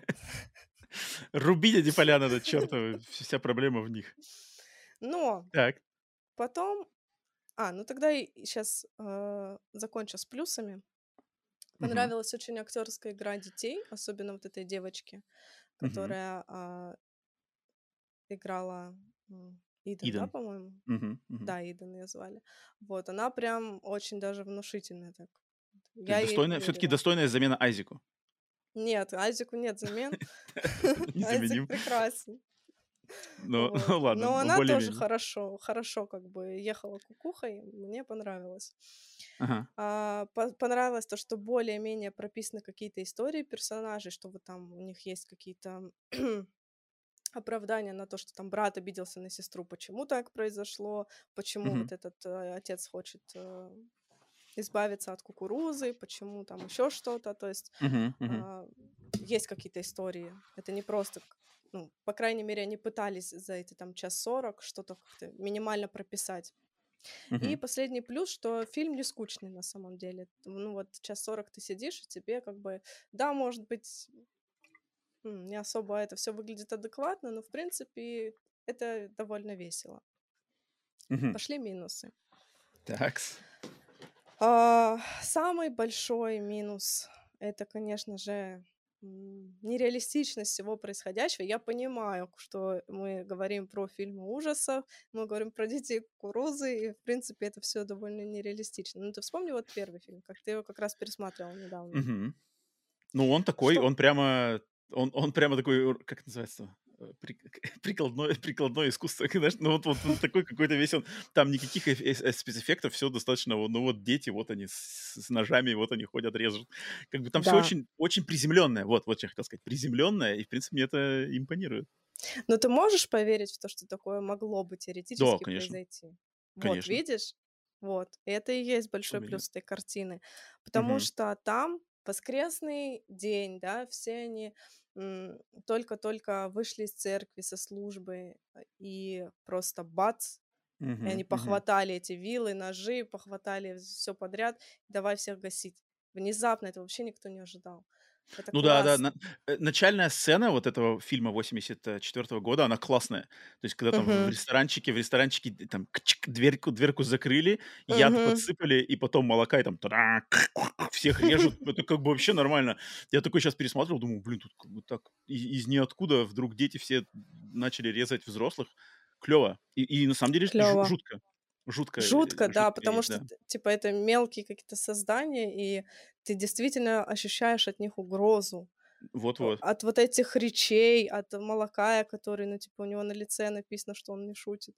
Рубить эти поля надо, чёртовы, вся проблема в них. Но Так. потом а, ну, тогда и сейчас закончу с плюсами. Мгм. Понравилась очень актерская игра детей, особенно вот этой девочки, Мгм. которая, а, играла, м, Иден, да, Иден. по-моему? Мгм, мгм. Да, Иден её звали. Вот, она прям очень даже внушительная так. То Я есть ей достойная, все таки поверила. достойная замена Айзеку. Нет, Айзеку нет замен. Айзек Незаменим. прекрасен. Ну Вот. ну ладно, Но ну она тоже более-менее. хорошо хорошо как бы ехала кукухой, мне понравилось. Ага. А, по понравилось то, что более-менее прописаны какие-то истории персонажей, что вот там у них есть какие-то оправдание на то, что там брат обиделся на сестру, почему так произошло, почему Мгм. вот этот э, отец хочет э, избавиться от кукурузы, почему там еще что-то. То есть Мгм, мгм, а, есть какие-то истории. Это не просто, к- ну, по крайней мере, они пытались за эти там час сорок что-то как-то минимально прописать. И мгм, последний плюс, что фильм не скучный на самом деле. Ну вот час сорок ты сидишь, и тебе как бы, да, может быть, М, не особо это все выглядит адекватно, но, в принципе, это довольно весело. мгм. Пошли минусы. Такс. А, самый большой минус — это, конечно же, м, нереалистичность всего происходящего. Я понимаю, что мы говорим про фильмы ужасов, мы говорим про детей кукурузы, и, в принципе, это все довольно нереалистично. Ну, ты вспомни вот первый фильм, как ты его как раз пересматривал недавно. Мгм. Ну, он такой, Что он прямо он он прямо такой, ур как это называется, э, прик прикладное прикладное искусство, знаешь, ну, вот вот он такой какой-то весь он, там никаких эф эс э, спецэффектов, всё достаточно, вот, ну, вот дети, вот они с с ножами, вот они ходят, режут. Как бы там все Да. очень очень приземленное, вот вот что я хотел сказать, приземленное, и, в принципе, мне это импонирует. Но ты можешь поверить в то, что такое могло бы Да, теоретически конечно, произойти? Вот, конечно. видишь? Вот. И это и есть большой Почему бы нет? плюс этой картины. Потому Мгм. что там воскресный день, да, все они м, только-только вышли из церкви со службы, э, и просто бац, и они Мгм. Мгм. похватали эти вилы, ножи, похватали все подряд, давай всех гасить. Внезапно это вообще никто не ожидал. Это Ну да, да, на классно. э, начальная сцена вот этого фильма восемьдесят четвертого года, она классная. То есть, когда там в в Мгм. ресторанчике в ресторанчике д там кчик, дверьку дверку закрыли, яд Мгм. подсыпали, и потом молока, и там тра всех режут. Это как бы вообще нормально. Я такой сейчас пересматривал, думаю: "Блин, тут как бы так и из ниоткуда вдруг дети все начали резать взрослых". Клево. И и на самом деле жу Клево. жутко. Жутко, Жутко, э, да, жутко потому есть, что, да. т типа, это мелкие какие-то создания, и ты действительно ощущаешь от них угрозу. Э, Вот-вот. от вот этих речей, от молока, который, ну, типа, у него на лице написано, что он не шутит.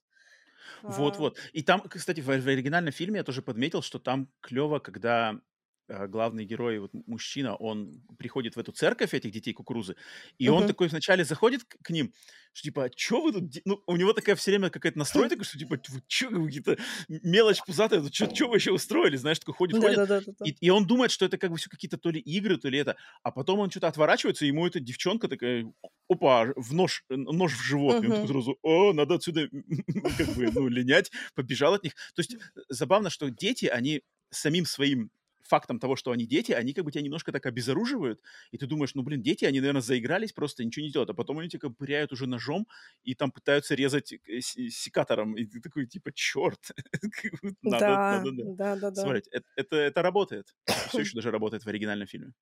А, Вот-вот. И там, кстати, в в оригинальном фильме я тоже подметил, что там клево, когда, э, главный герой, вот м мужчина, он приходит в эту церковь этих детей кукурузы, и он мгм. такой вначале заходит к к ним, что типа: "А чё вы тут де" Ну, у него такая все время какая-то настрой такой, что типа: "Вы чё, какие-то м мелочь пузатая, вы чё чё вы вообще устроили?" Знаешь, такой ходит ходит, Да-да-да-да-да. и и он думает, что это как бы всё какие-то то ли игры, то ли это, а потом он чё-то отворачивается, и ему эта девчонка такая: "Опа!" В нож э, нож в живот. И он такой Мгм. сразу: "О, надо отсюда, как бы, ну, линять". Побежал от них. То есть, э, забавно, что дети, они самим своим фактом того, что они дети, они как бы тебя немножко так обезоруживают, и ты думаешь: "Ну, блин, дети, они, наверно, заигрались просто, ничего не делают". А потом они тебя как пыряют уже ножом и там пытаются резать, э, се секатором. И ты такой типа: "Чёрт, как бы надо Да, надо, да, да-да-да. смотреть". Эт это это работает. Это всё еще даже работает в оригинальном фильме.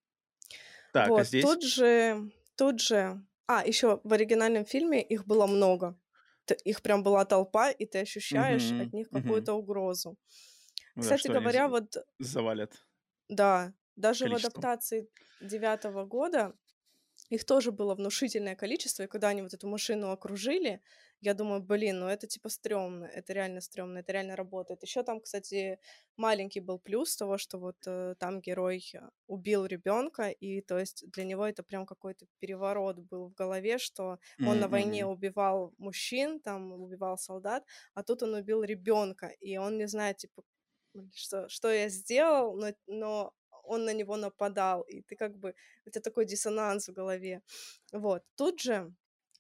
Так, а Вот, здесь? тут же тут же А, еще в оригинальном фильме их было много. Т их прям была толпа, и ты ощущаешь от Мгм, них мгм. какую-то угрозу. Ну да, Кстати что они з говоря, вот завалят да, даже в количеством. адаптации девятого года их тоже было внушительное количество, и когда они вот эту машину окружили, я думаю: "Блин, ну это типа стрёмно, это реально стрёмно, это реально работает". Еще там, кстати, маленький был плюс того, что вот, э, там герой, э, убил ребенка, и то есть для него это прям какой-то переворот был в голове, что он М, на войне мгм. убивал мужчин, там убивал солдат, а тут он убил ребенка, и он не знает, типа, м, что что я сделал, но но он на него нападал, и ты как бы это такой диссонанс в голове. Вот. Тут же,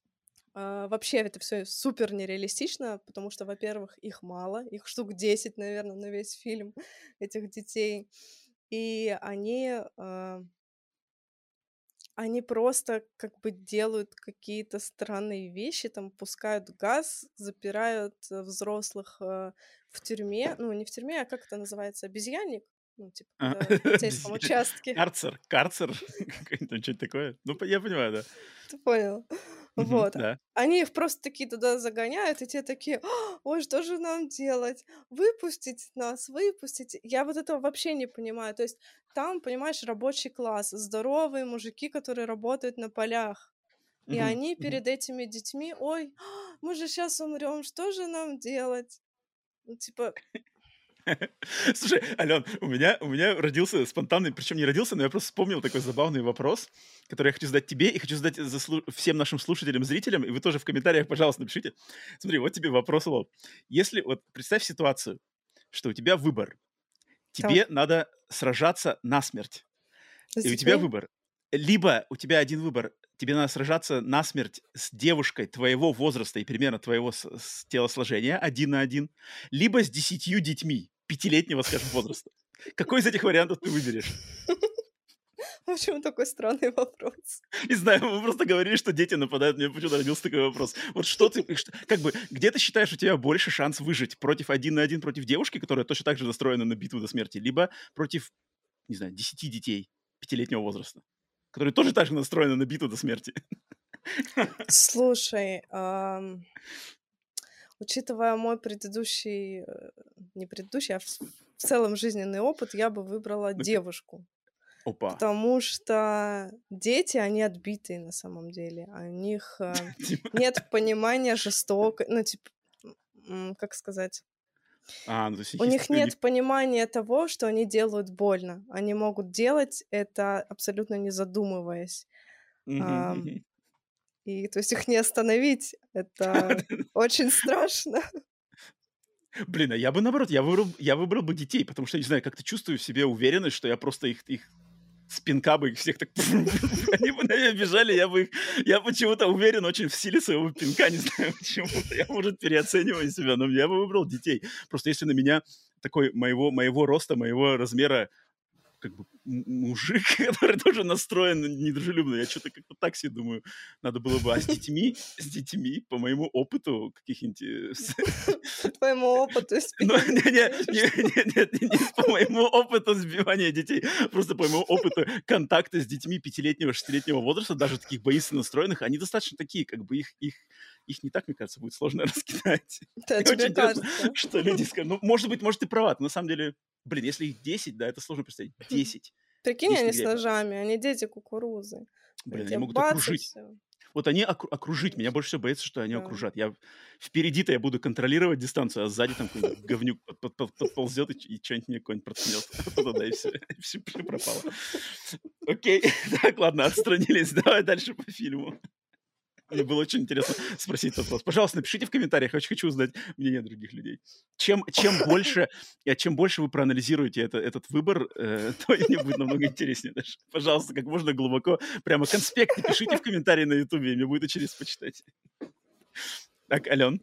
а, вообще это все супер нереалистично, потому что, во-первых, их мало, их штук десять, наверное, на весь фильм, этих детей. И они, а, они просто как бы делают какие-то странные вещи, там пускают газ, запирают, э, взрослых, э, в тюрьме. Ну, не в тюрьме, а как это называется? Обезьянник? Ну, типа, А, когда в полицейском обезья участке. карцер карцер, какой-нибудь там, чё-то такое. Ну, п я понимаю, да. Ты понял. Мгм, Вот. да. Они их просто такие туда загоняют, и те такие: "А, ой, что же нам делать? Выпустить нас, выпустите". Я вот этого вообще не понимаю. То есть там, понимаешь, рабочий класс, здоровые мужики, которые работают на полях. И Мгм, они мгм. перед этими детьми: "Ой, мы же сейчас умрем, что же нам делать?" Ну, типа, Слушай, Ален, у меня у меня родился спонтанный, причем не родился, но я просто вспомнил такой забавный вопрос, который я хочу задать тебе и хочу задать заслу всем нашим слушателям, зрителям, и вы тоже в комментариях, пожалуйста, напишите. Смотри, вот тебе вопрос, Лол. Если вот представь ситуацию, что у тебя выбор. Тебе так, надо сражаться насмерть. с И у тебя детьми? выбор. Либо у тебя один выбор: тебе надо сражаться насмерть с девушкой твоего возраста и примерно твоего с с телосложения один на один, либо с десятью детьми пятилетнего, скажем, возраста. Какой из этих вариантов ты выберешь? Почему такой странный вопрос? Не знаю, мы просто говорили, что дети нападают, мне почему-то родился такой вопрос. Вот что ты, и что как бы, где ты считаешь, у тебя больше шанс выжить? Против один на один против девушки, которая точно так же настроена на битву до смерти, либо против, не знаю, десяти детей пятилетнего возраста, которые тоже так же настроены на битву до смерти? Слушай, ам учитывая мой предыдущий, э, не предыдущий, а в в целом жизненный опыт, я бы выбрала Ну-ка. девушку. Опа. Потому что дети, они отбитые на самом деле. У них, э, Типа, нет понимания жестоко ну, типа, м, как сказать? а, ну, то есть у У них есть них такой у них. нет понимания того, что они делают больно. Они могут делать это абсолютно не задумываясь. Мгм, Ам, мгм. И то есть их не остановить. Это очень страшно. Блин, а я бы наоборот, я выбрал, я выбрал бы детей, потому что, я не знаю, как-то чувствую в себе уверенность, что я просто их, их с пинка бы их всех так... Они бы на меня бежали, я бы их... Я почему-то уверен очень в силе своего пинка, не знаю почему-то. Я, может, переоцениваю себя, но я бы выбрал детей. Просто если на меня такой моего, моего роста, моего размера как бы м- мужик, который тоже настроен недружелюбно. Я что-то как-то так себе думаю, надо было бы... А с детьми, с детьми, по моему опыту каких-нибудь... э, с- По твоему опыту Ну, не, не, пятидесяти или не, что? не, не, не, не по моему опыту сбивания детей, просто по моему опыту контакта с детьми пятилетнего, шестилетнего возраста, даже таких боится настроенных, они достаточно такие, как бы их, их, их не так, мне кажется, будет сложно раскидать. Да, Мне тебе очень интересно, кажется. что люди скажут. Ну, может быть, может, ты права. На самом деле, блин, если их десять, да, это сложно представить. Десять. Прикинь, Десять они с негрей. ножами, они дети кукурузы. Они Блин, они тебе могут бац и окружить. все. Вот они окру- окружить. Меня Конечно, больше всего боится, что они да. окружат. Я впереди-то я буду контролировать дистанцию, а сзади там какой-нибудь говнюк под- под- под- подползет и, ч- и что-нибудь мне какой-нибудь проткнет. Туда, и все. Все пропало. Окей. Так, ладно, отстранились. Давай дальше по фильму. Мне было очень интересно спросить этот вопрос. Пожалуйста, напишите в комментариях. Я очень хочу узнать мнение других людей. Чем, чем, больше, э, чем больше вы проанализируете это, этот выбор, э, то мне будет намного интереснее даже. Пожалуйста, как можно глубоко. Прямо конспекты пишите в комментарии на Ютубе, и мне будет интересно почитать. Так, Ален.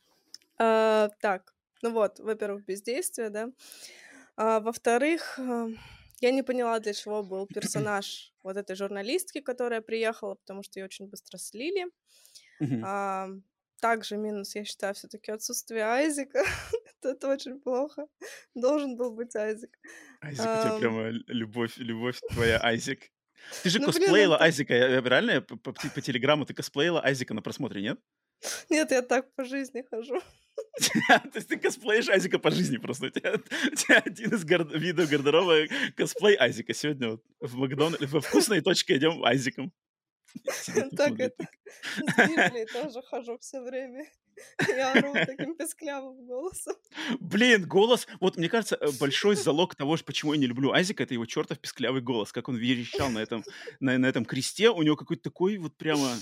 А, так, ну вот, во-первых, бездействие, да. А, во-вторых, а, я не поняла, для чего был персонаж вот этой журналистки, которая приехала, потому что ее очень быстро слили. Мгм. А, также минус, я считаю, все-таки отсутствие Айзека. это, это очень плохо. Должен был быть Айзек. Айзек, у тебя Ам, прямо л- любовь, любовь твоя, Айзек. Ты же ну, блин, он косплеила так... Айзека, я- я правильно? Я По, по, по телеграмму ты косплеила Айзека на просмотре, нет? Нет, я так по жизни хожу. То есть ты косплеишь Айзека по жизни просто. У тебя, у тебя один из гар- видов гардероба косплей Айзека. Сегодня вот в Макдональдс, во вкусной точке идем Айзеком. Сидит там, Так смотрит. это с Библией тоже хожу все время. Я ору таким песклявым голосом. Блин, голос. Вот мне кажется, э, большой залог того, ш- почему я не люблю Айзека, это его чертов песклявый голос. Как он верещал на этом, на, на этом кресте. У него какой-то такой вот прямо...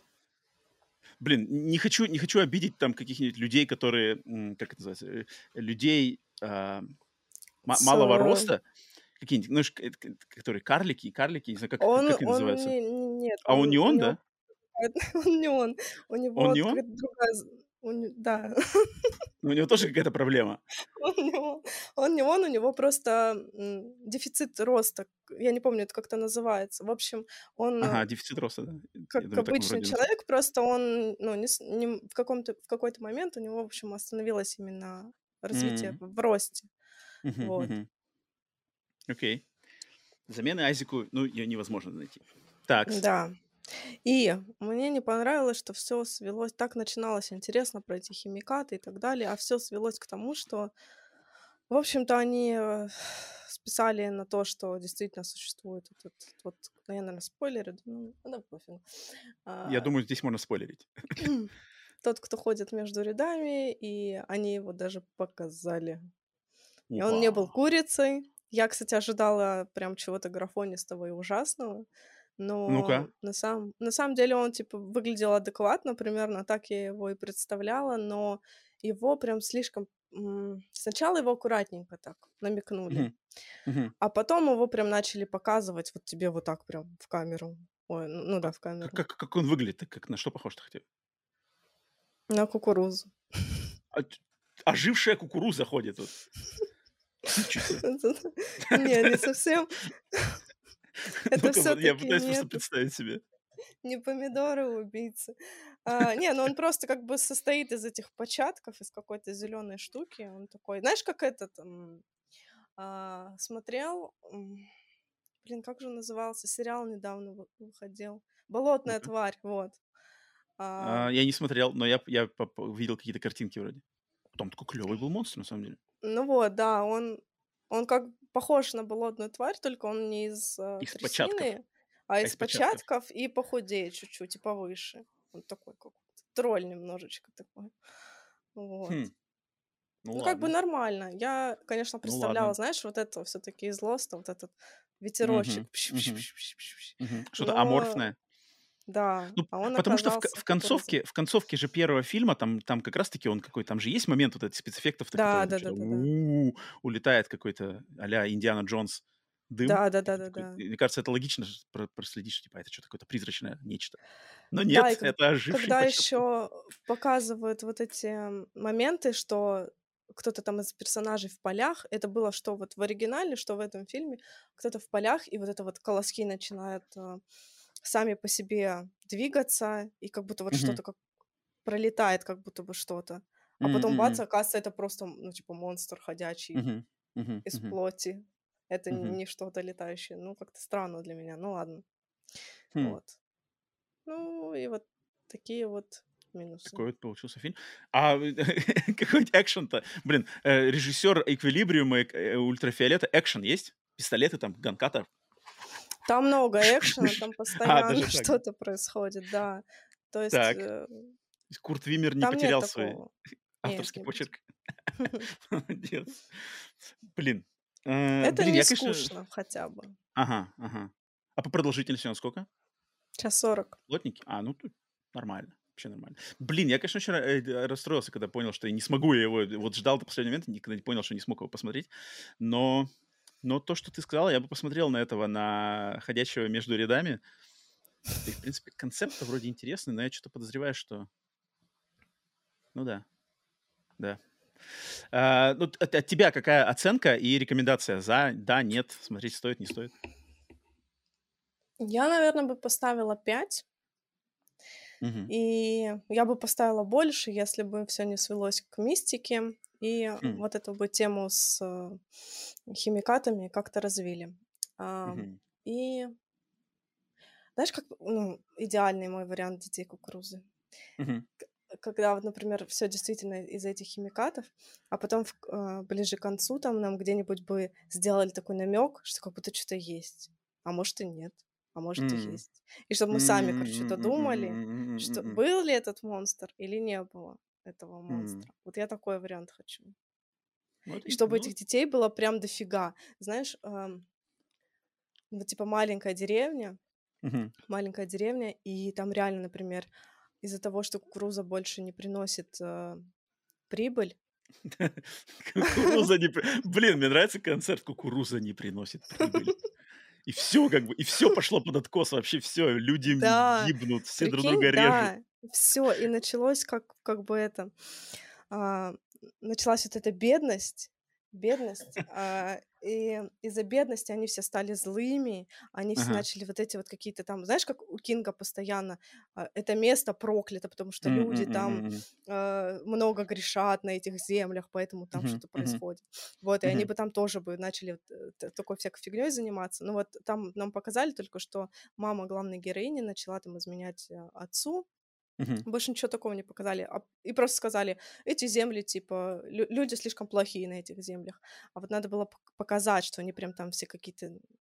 Блин, не хочу, не хочу обидеть там каких-нибудь людей, которые, м, как это называется, э, людей а, ма- С, малого э, роста, какие-нибудь, ну, ш- к- к- которые карлики, карлики, не знаю, как, как, он как они он называются. не не нет, А он не он у он, него да? он не он. У него Он не вот он? какая-то другая з у не да. Ну, у него тоже какая-то проблема. Он не он. Он не он, у него просто, м, дефицит роста. К Я не помню, это как-то называется. В общем, он, э, Ага, дефицит роста, да. как Я думаю, так обычный вроде называется. человек, просто он, ну, не с не м в каком-то в какой-то момент у него, в общем, остановилось именно развитие М, в в росте. мгм, Вот. мгм. Окей. Замены Айзеку, ну, ее невозможно найти. Такс. Да. И мне не понравилось, что все свелось так начиналось интересно про эти химикаты и так далее, а все свелось к тому, что, в общем-то, они, э, списали на то, что действительно существует этот вот, ну, я, наверно, спойлерю, ну, да пофиг. Я А, думаю, здесь можно спойлерить. тот, кто ходит между рядами, и они его даже показали. И он не был Вау. курицей. Я, кстати, ожидала прям чего-то графонистого и ужасного, но Ну-ка. на самом на самом деле он, типа, выглядел адекватно, примерно так я его и представляла, но его прям слишком м, сначала его аккуратненько так намекнули, Мгм, мгм. а потом его прям начали показывать вот тебе вот так прям в камеру. Ой, ну ну А да, в как, камеру. как, как он выглядит? Как на что похож-то хотя бы? На кукурузу. А ч- ожившая кукуруза ходит тут. Ничего себе. Не, не совсем. Это Ну-ка, все вот я таки пытаюсь не просто этот. представить себе. Не помидоры убийцы. А, не, ну он просто как бы состоит из этих початков, из какой-то зеленой штуки. Он такой, знаешь, как этот м, а, смотрел, м, блин, как же он назывался? Сериал недавно вы- выходил. Болотная Ну-ка. тварь, вот. А, А, я не смотрел, но я, я по- по- видел какие-то картинки вроде. Там такой клевый был монстр, на самом деле. ну вот, да, он, он как похож на болотную тварь, только он не из э, Из початков. трясины, а А из из початков. початков и похудее чуть-чуть, и повыше. Он такой какой-то тролль немножечко такой. Вот. Хм, ну Ну, как бы ладно. нормально. Я, конечно, Ну представляла, ладно. знаешь, вот этого все таки из "Лоста", вот этот ветерочек. Мгм, Пш пш мгм, пш пш пш пш. мгм. Что-то Но аморфное. Да, Ну, а он потому что в, к- оказался в кукурузой. концовке, в концовке же первого фильма там, там как раз-таки он какой, там же есть момент вот этих спецэффектов-то, Да, который там да, да, что-то да, да. у-у-у, улетает какой-то а-ля Индиана Джонс дым. Да, да, И да, ты да, такой, да. и мне кажется, это логично ж про- проследить, что типа это что-то какое-то призрачное нечто. Но Да, и нет, как- это оживший когда початку. еще показывают вот эти м, моменты, что кто-то там из персонажей в полях, это было что вот в оригинале, что в этом фильме, кто-то в полях, и вот это вот колоски начинают а, сами по себе двигаться, и как будто вот Мгм. что-то как пролетает, как будто бы что-то. А потом бац, М-м-м. оказывается, это просто, ну, типа, монстр ходячий Мгм. Мгм. из Мгм. плоти. Это Мгм. не что-то летающее. Ну, как-то странно для меня. Ну, ладно. Хм. Вот. Ну, и вот такие вот минусы. Такой вот получился фильм. А какой-нибудь экшен-то? Блин, э, режиссер «Эквилибриума», э, э, «Ультрафиолета». Экшен есть? Пистолеты там, ганкатор? Там много экшена, там А, постоянно даже так. что-то происходит, да. То есть, Так. э, Курт Вимер не там нет потерял свой такого. Нет, авторский нет. почерк. Молодец. Блин. Э, Это блин, не я, конечно. скучно хотя бы. Ага, ага. А по продолжительности он сколько? Час сорок. Плотники? А, ну тут нормально. Вообще нормально. Блин, я, конечно, вчера э, д- расстроился, когда понял, что я не смогу я его... Вот ждал до последнего момента, никогда не понял, что не смог его посмотреть. Но, но то, что ты сказал, я бы посмотрел на этого, на ходячего между рядами. И, в принципе, концепт-то вроде интересный, но я что-то подозреваю, что... Ну да, да. А, ну, т- от тебя какая оценка и рекомендация? За, да, нет, смотреть стоит, не стоит? Я, наверное, бы поставила пять. Мгм. И я бы поставила больше, если бы все не свелось к мистике, и Хм. вот эту бы тему с, э, химикатами как-то развили. Ам, Мгм. и знаешь, как, ну, идеальный мой вариант «Детей кукурузы»? Мгм. Когда вот, например, все действительно из этих химикатов, а потом в а, ближе к концу там нам где-нибудь бы сделали такой намек, что как будто что то есть, а может и нет, а может и М. есть. И чтобы мы сами, короче, что-то думали, что М-м-м-м-м-м-м-м. был ли этот монстр или не было этого М. монстра. Вот я такой вариант хочу. Ну, это И ин чтобы ну этих детей было прям дофига. Знаешь, ам, вот типа маленькая деревня, мгм. маленькая деревня, и там реально, например, из-за того, что кукуруза больше не приносит, а, прибыль. Кукуруза не при Блин, мне нравится концерт "Кукуруза не приносит прибыль". И все как бы, и все пошло под откос, вообще все, люди м Да, гибнут, все друг друга прикинь, режут. да, все и началось как как бы это, а, началась вот эта бедность бедность, а, и из-за бедности они все стали злыми, они все Ага. начали вот эти вот какие-то там, знаешь, как у Кинга постоянно, а, это место проклято, потому что М, люди м, м, там, м, м. э, много грешат на этих землях, поэтому там Мгм, что-то мгм, происходит. Вот, и они мгм, бы там тоже бы начали вот, э, т такой всякой фигней заниматься. Ну вот там нам показали только, что мама главной героини начала там изменять, э, отцу. мгм, Больше ничего такого не показали. А, и просто сказали: "Эти земли, типа, лю люди слишком плохие на этих землях". А вот надо было пок показать, что они прям там все какие-то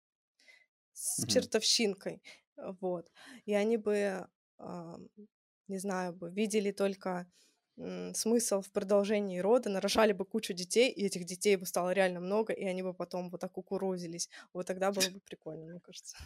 с мгм. чертовщинкой. Э, вот. И они бы, ам, не знаю, бы видели только, м, смысл в продолжении рода, нарожали бы кучу детей, и этих детей бы стало реально много, и они бы потом вот так кукурузились. Вот тогда было бы прикольно, мне кажется.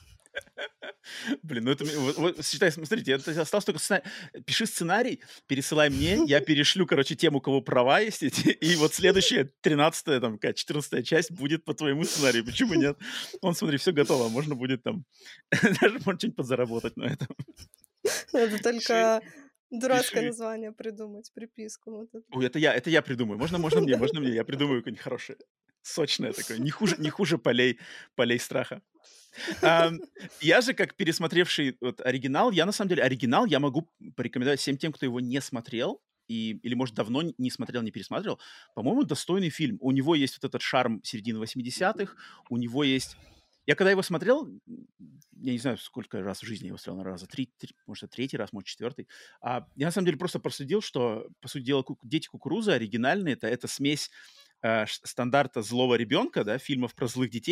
Блин, ну это мне вот вот считай, смотрите, это осталось только сцена пиши сценарий, пересылай мне, я перешлю, короче, тем, у кого права есть эти, и вот следующая тринадцатая там какая, четырнадцатая часть будет по твоему сценарию. Почему нет? Вон, смотри, все готово, можно будет там даже можно чё-нибудь подзаработать на этом. Надо Пиши только дурацкое пиши. название придумать, приписку вот эту. Ой, это я это я придумаю. Можно можно мне можно мне? Да-да-да. Я придумаю какое-нибудь хорошее, сочное такое, не хуже не хуже "Полей полей страха". Ам, я же, как пересмотревший вот оригинал, я на самом деле оригинал я могу порекомендовать всем тем, кто его не смотрел и или, может, давно н не смотрел, не пересматривал. По-моему, достойный фильм. У него есть вот этот шарм середины восьмидесятых, у него есть я когда его смотрел, м, я не знаю, сколько раз в жизни я его смотрел, наверно, раза три, тр может, третий раз, может, четвертый. А, я на самом деле просто проследил, что, по сути дела, ку "Дети кукурузы" оригинальные — это это смесь, э, ш стандарта злого ребенка, да, фильмов про злых детей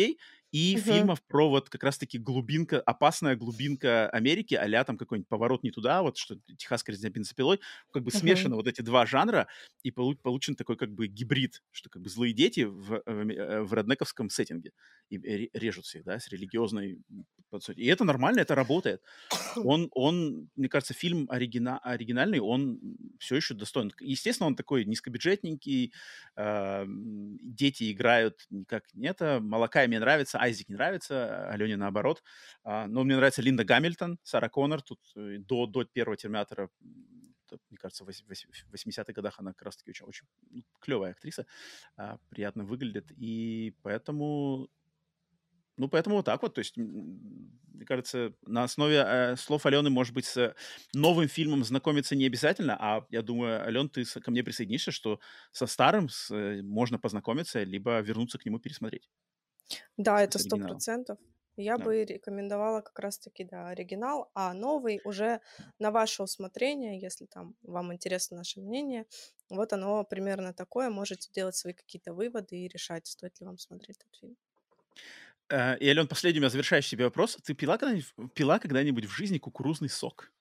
и Мгм. фильмов про вот как раз-таки глубинка, опасная глубинка Америки, а-ля там какой-нибудь «Поворот не туда», вот что «Техасская резня бензопилой», как бы Мгм. смешаны вот эти два жанра, и полу получен такой как бы гибрид, что как бы злые дети в, в, аме- э, в реднековском сеттинге и ре- режут всех, да, с религиозной подсоти. И это нормально, это работает. Он, он, мне кажется, фильм оригина- оригинальный, он все еще достоин. Естественно, он такой низкобюджетненький, а, м, дети играют как не это, Малакай мне нравится, Айзек не нравится, Алене наоборот. А, но мне нравится Линда Гамильтон, Сара Коннор, тут э, до, до первого «Терминатора», м, т- мне кажется, в вось- вось- в восьмидесятых годах она как раз-таки очень, очень клевая актриса, а, приятно выглядит, и поэтому ну, поэтому вот так вот. То есть, м, мне кажется, на основе э, слов Алены, может быть, с новым фильмом знакомиться не обязательно, а я думаю, Ален, ты с- ко мне присоединишься, что со старым с, э, можно познакомиться, либо вернуться к нему пересмотреть Да, с, это с сто оригиналом. процентов. Я Да. бы рекомендовала как раз-таки, да, оригинал, а новый уже на ваше усмотрение, если там вам интересно наше мнение. Вот оно примерно такое. Можете делать свои какие-то выводы и решать, стоит ли вам смотреть этот фильм. Э, И, Ален, последний у меня завершающий себе вопрос. Ты пила когда-нибудь, пила когда-нибудь в жизни кукурузный сок?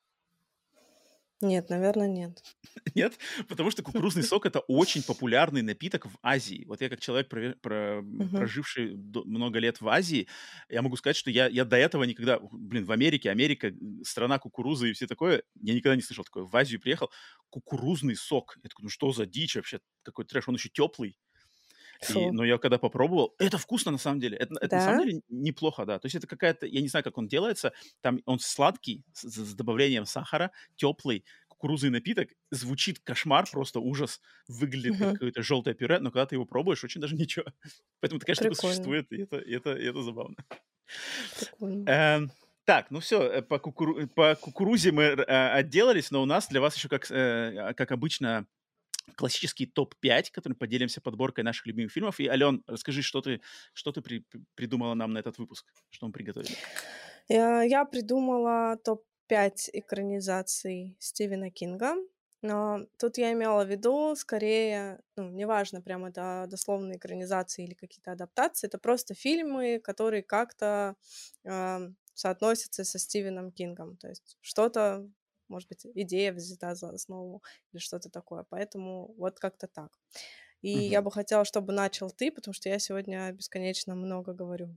Нет, наверное, нет. Нет, потому что кукурузный сок — это очень популярный напиток в Азии. Вот я как человек, прове про м, Мгм. проживший до много лет в Азии, я могу сказать, что я я до этого никогда, блин, в Америке, Америка, м, страна кукурузы и все такое, я никогда не слышал такое. В Азию приехал, кукурузный сок. Я такой: "Ну что за дичь вообще? Какой трэш, он еще теплый". И, Фу. но я когда попробовал, это вкусно на самом деле. Это это на самом Да? деле неплохо, да. То есть это какая-то, я не знаю, как он делается, там он сладкий, с с с добавлением сахара, теплый, кукурузный напиток. Звучит кошмар, просто ужас. Выглядит как Мгм. какое-то желтое пюре, но когда ты его пробуешь, очень даже ничего. Поэтому такая штука Прикольно. существует, и это и это и это забавно. Прикольно. Эм, так, ну все, по кукуру по кукурузе мы р а, отделались, но у нас для вас еще, как с э, как обычно, классический топ пять, которым поделимся подборкой наших любимых фильмов. И, Ален, расскажи, что ты, что ты при- при- придумала нам на этот выпуск? Что мы приготовили? Я я придумала топ пять экранизаций Стивена Кинга. Но тут я имела в виду скорее, ну, неважно, прям это дословные экранизации или какие-то адаптации, это просто фильмы, которые как-то, ам, соотносятся со Стивеном Кингом. То есть что-то, может быть, идея взята за основу или что-то такое. Поэтому вот как-то так. И я Мгм. бы хотела, чтобы начал ты, потому что я сегодня бесконечно много говорю.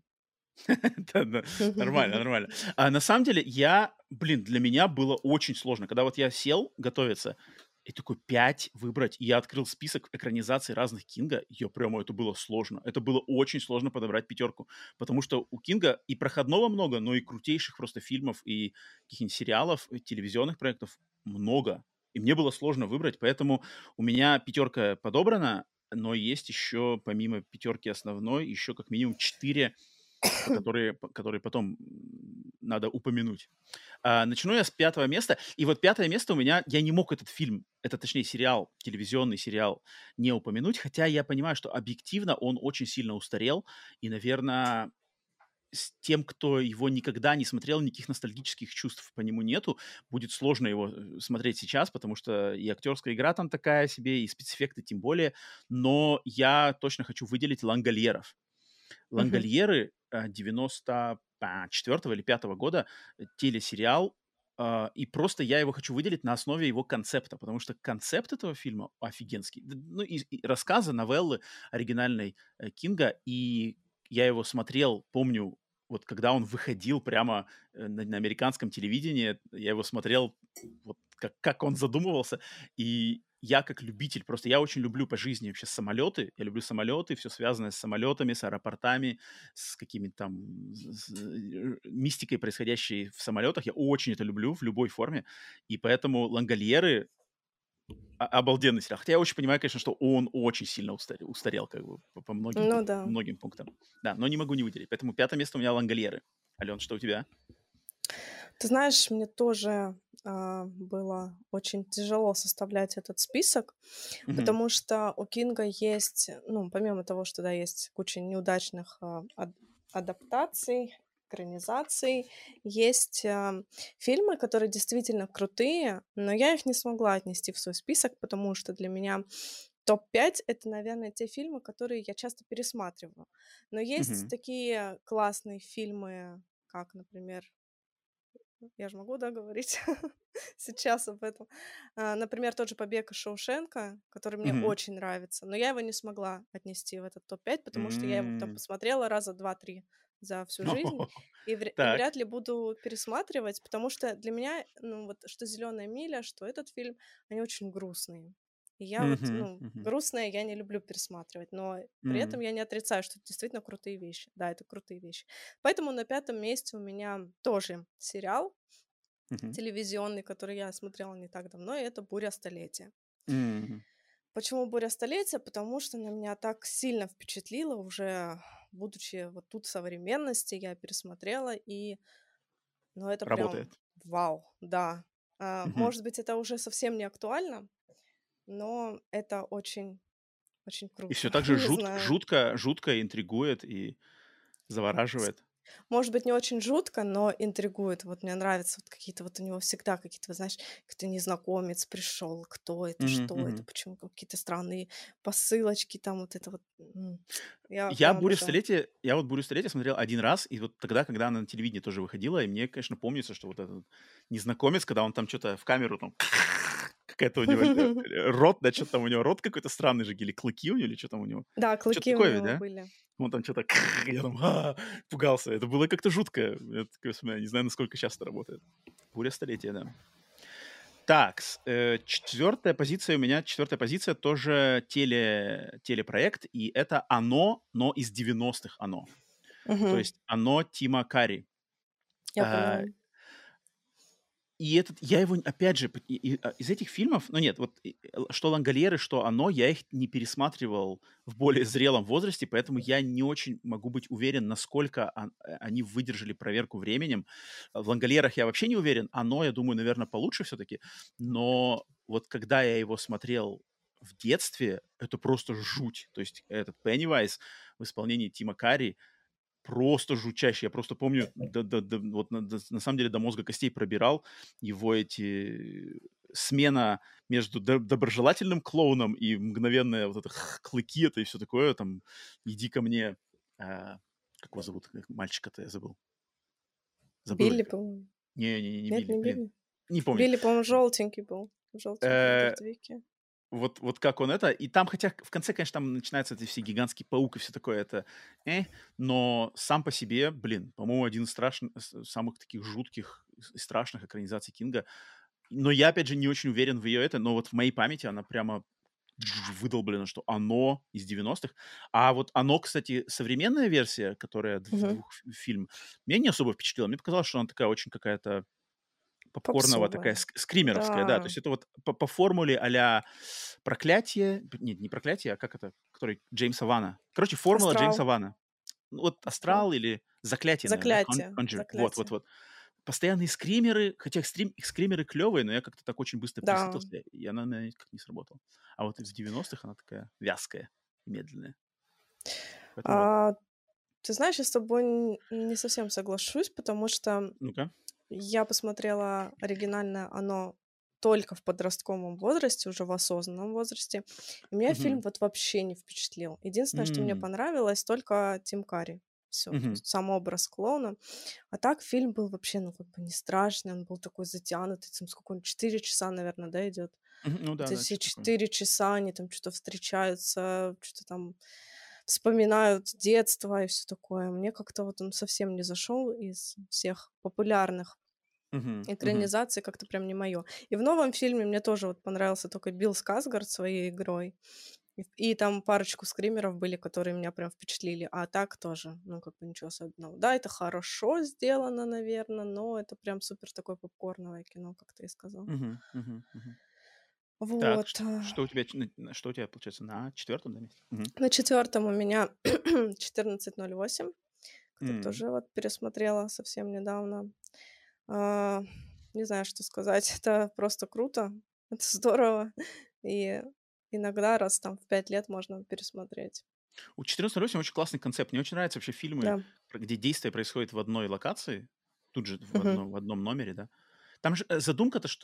Да-да, нормально, нормально. А на самом деле я, блин, для меня было очень сложно. Когда вот я сел готовиться, и такой пять выбрать, и я открыл список экранизаций разных Кинга, я прямо, это было сложно. Это было очень сложно подобрать пятерку, потому что у Кинга и проходного много, но и крутейших просто фильмов и каких-нибудь сериалов, и телевизионных проектов много. И мне было сложно выбрать, поэтому у меня пятерка подобрана, но есть еще, помимо пятерки основной, еще как минимум четыре, по которые, по- которые потом м, надо упомянуть. А, начну я с пятого места. И вот пятое место у меня, я не мог этот фильм, это точнее сериал, телевизионный сериал, не упомянуть, хотя я понимаю, что объективно он очень сильно устарел, и, наверное, с тем, кто его никогда не смотрел, никаких ностальгических чувств по нему нету, будет сложно его э, смотреть сейчас, потому что и актерская игра там такая себе, и спецэффекты тем более, но я точно хочу выделить «Лангольеров». Мгм. «Лангольеры», э, девяносто четвертого или пятого года, э, телесериал, а, и просто я его хочу выделить на основе его концепта, потому что концепт этого фильма офигенский. Д ну, и и рассказы, новеллы оригинальной, э, Кинга, и я его смотрел, помню, вот когда он выходил прямо, э, на на американском телевидении, я его смотрел, вот как как он задумывался. И я как любитель, просто я очень люблю по жизни вообще самолеты. Я люблю самолеты, все связанное с самолетами, с аэропортами, с какими-то там с- с, э, мистикой, происходящей в самолетах. Я очень это люблю в любой форме. И поэтому «Лангольеры» о- обалденный сериал. Хотя я очень понимаю, конечно, что он очень сильно устарел, устарел как бы по, по многим, Ну пу- да. многим пунктам. Да, но не могу не выделить. Поэтому пятое место у меня «Лангольеры». Ален, что у тебя? Ты знаешь, мне тоже, а, было очень тяжело составлять этот список, Мгм. потому что у Кинга есть, ну, помимо того, что, да, есть куча неудачных, а, ад адаптаций, экранизаций, есть, а, фильмы, которые действительно крутые, но я их не смогла отнести в свой список, потому что для меня топ пять — это, наверное, те фильмы, которые я часто пересматриваю. Но есть Мгм. такие классные фильмы, как, например, я же могу, да, говорить сейчас об этом? А, например, тот же «Побег из Шоушенка», который мне Мгм. очень нравится, но я его не смогла отнести в этот топ пять, потому что я его там М. посмотрела раза два-три за всю жизнь и вря и Так. вряд ли буду пересматривать, потому что для меня, ну, вот что «Зелёная миля», что этот фильм, они очень грустные. И я вот, Мгм. ну, Мгм. грустное я не люблю пересматривать, но при этом М. я не отрицаю, что это действительно крутые вещи. Да, это крутые вещи. Поэтому на пятом месте у меня тоже сериал Мгм. телевизионный, который я смотрела не так давно, и это «Буря столетия». Мгм. Почему «Буря столетия»? Потому что она меня так сильно впечатлила, уже будучи вот тут в современности, я пересмотрела, и, ну, это прям Работает. вау, да. А, Мгм. может быть, это уже совсем не актуально, но это очень очень И всё круто, так же не жут знаю. жутко жутко интригует и С завораживает. может быть, не очень жутко, но интригует. Вот мне нравятся вот какие-то вот у него всегда какие-то, вот знаешь, какой-то незнакомец пришёл, кто это, Мгм. что это, Мгм. почему какие-то странные посылочки, там вот это вот, м. Я Я прям "Бурю обожаю. столетия" я вот "Бурю столетия" смотрел один раз, и вот тогда, когда она на телевидении тоже выходила, и мне, конечно, помнится, что вот этот незнакомец, когда он там чё-то в камеру там какая-то у него, э, рот, да, чё-то там у него рот какой-то странный же, или клыки у него, или чё там у него? Да, Чё-то клыки у такое ведь, него да? были. Он там чё-то я там а, пугался. Это было как-то жутко. Я такое вспоминаю, не знаю, насколько щас это работает. "Буря столетия", да. Такс, э, четвёртая позиция у меня, четвёртая позиция тоже теле телепроект, и это "Оно", но из девяностых "Оно". То Мгм. есть "Оно" Тима Карри. Я А поняла. И этот я его, опять же, п и и а, из этих фильмов, ну, нет, вот, и л что "Лангольеры", что "Оно", я их не пересматривал в более зрелом возрасте, поэтому я не очень могу быть уверен, насколько ан э, они выдержали проверку временем. В "Лангольерах" я вообще не уверен, "Оно", я думаю, наверно, получше всё-таки. Но вот когда я его смотрел в детстве, это просто жуть. То есть этот Пеннивайз в исполнении Тима Карри просто жутчайший. Я просто помню, до до до вот на до на самом деле до мозга костей пробирал его эти смена между до доброжелательным клоуном и мгновенное вот это х клыки это и всё такое там. "Иди ко мне", а, как его зовут, как мальчика-то, я забыл. Забыл я Билли, как. по-моему. Не не не Нет, Билли, не блин, Билли? не помню. Билли, по-моему, жёлтенький был, жёлтенький в Э, дождевике. вот вот как он это и там, хотя в конце, конечно, там начинаются эти все гигантский паук и всё такое, это, э, но сам по себе, блин, по-моему, один из страшн с самых таких жутких и страшных экранизаций Кинга. Но я, опять же, не очень уверен в её это, но вот в моей памяти она прямо выдолблена, что "Оно" из девяностых. А вот "Оно", кстати, современная версия, которая д в Мгм. двух ф фильм, меня не особо впечатлила. Мне показалось, что она такая очень какая-то попкорновая, такая Попсовая. ск скримеровская, да. То Да. есть это вот по по формуле а-ля "Проклятие", нет, не "Проклятие", а как это, который Джеймса Вана. Короче, формула "Астрал". Джеймса Вана. Ну, вот "Астрал". "Астрал" или "Заклятие", наверно, да, Con "Заклятие", Conjuring. Вот вот "Заклятие". вот. Постоянные скримеры, хотя стрим скримеры клёвые, но я как-то так очень быстро Да. присытился, и она на меня никак не сработала. А вот в девяностых она такая вязкая и медленная. Поэтому вот. А, ты знаешь, я с тобой н не совсем соглашусь, потому что Ну-ка. я посмотрела оригинальное "Оно" только в подростковом возрасте, уже в осознанном возрасте. И меня фильм Мгм. вот вообще не впечатлил. Единственное, что мне М. понравилось, только Тим Карри. Всё, то Мгм. есть сам образ клоуна. А так фильм был вообще, ну, как бы не страшный, он был такой затянутый, там сколько он, четыре часа, наверно, да, идёт? Мгм. Ну Вот эти да-да, все чё-то такое. четыре часа они там чё-то встречаются, чё-то там вспоминают детство и всё такое. Мне как-то вот он совсем не зашёл из всех популярных Мгм. Мгм. экранизаций, как-то прям не моё. И в новом фильме мне тоже вот понравился только Билл Скарсгард своей игрой. И и там парочку скримеров были, которые меня прям впечатлили. А так тоже, ну, как бы ничего особенного. Да, это хорошо сделано, наверно, но это прям супер такое попкорновое кино, как ты и сказал. Мгм. Мгм. Мгм. Так, ш Вот, а что у тебя ч н что у тебя получается на четвёртом, да, месте? Мгм. На четвёртом у меня "четырнадцать ноль восемь", который М. тоже вот пересмотрела совсем недавно. А, не знаю, что сказать. Это просто круто, это здорово, и иногда раз там в пять лет можно пересмотреть. У "четырнадцать ноль восемь" очень классный концепт. Мне очень нравятся вообще фильмы, Да. про где действие происходит в одной локации, тут же в Мгм. одном в одном номере, да. Там же, э, задумка-то, что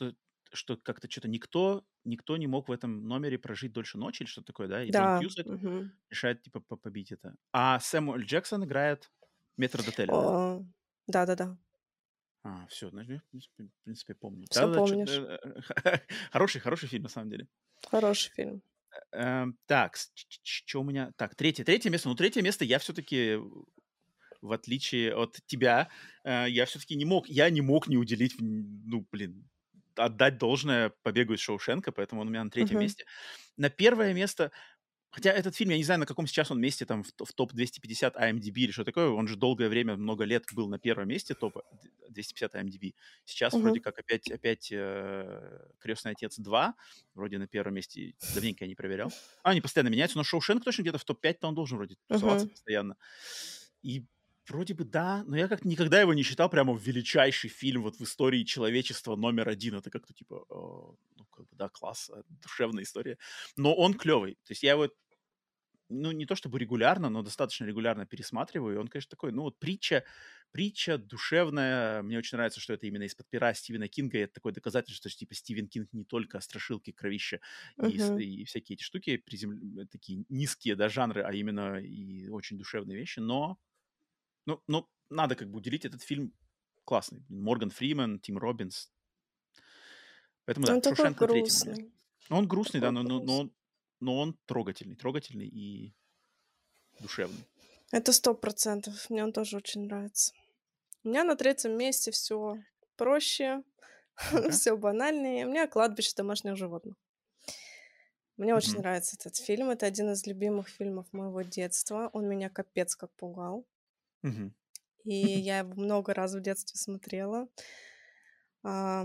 что как-то что-то никто, никто не мог в этом номере прожить дольше ночи или что-то такое, да? И Джон Да. Кьюсак Мгм. решает, типа, по- побить это. А Сэмюэль Джексон играет метрдотеля, да? О, да-да-да. А, все, значит, я, в принципе, в принципе, помню. Все Да-да-да, помнишь. чё- хороший, хороший фильм, на самом деле. Хороший фильм. Эм, так, что у меня? Так, третье, третье место. Ну, третье место я все-таки, в отличие от тебя, э, я все-таки не мог, я не мог не уделить, вн- ну, блин, отдать должное «Побегу из Шоушенка», поэтому он у меня на третьем Мгм. месте. На первое место, хотя этот фильм, я не знаю, на каком сейчас он месте, там, в, т- в топ двести пятьдесят IMDb или что такое, он же долгое время, много лет был на первом месте топа д- двести пятьдесят IMDb. Сейчас вроде Мгм. как опять, опять э, «Крестный отец два», вроде на первом месте, давненько я не проверял. А, они постоянно меняются, но «Шоушенк» точно где-то в топ пять, то он должен вроде тусоваться Мгм. постоянно. И вроде бы да, но я как никогда его не считал прямо величайший фильм вот в истории человечества номер один. Это как-то типа, о, ну, как бы, да, класс, э, душевная история. Но он клевый. То есть я его, ну, не то чтобы регулярно, но достаточно регулярно пересматриваю. И он, конечно, такой, ну, вот притча, притча душевная. Мне очень нравится, что это именно из-под пера Стивена Кинга. И это такое доказательство, что, типа, Стивен Кинг не только страшилки, кровища и, с- Мгм. и всякие эти штуки, призем... такие низкие, да, жанры, а именно и очень душевные вещи. Но ну, ну, надо как бы уделить этот фильм классный. Морган Фриман, Тим Роббинс. Поэтому да, Он такой «Шоушенк» на третьем у меня. грустный. Ну, он грустный, да, Такой но, но, но, грустный. он, но он трогательный. Трогательный и душевный. Это сто процентов. Мне он тоже очень нравится. У меня на третьем месте все проще, Ну-ка. все банальнее. У меня «Кладбище домашних животных». Мне очень Мгм. нравится этот фильм. Это один из любимых фильмов моего детства. Он меня капец как пугал. Мгм. И я его много раз в детстве смотрела. А,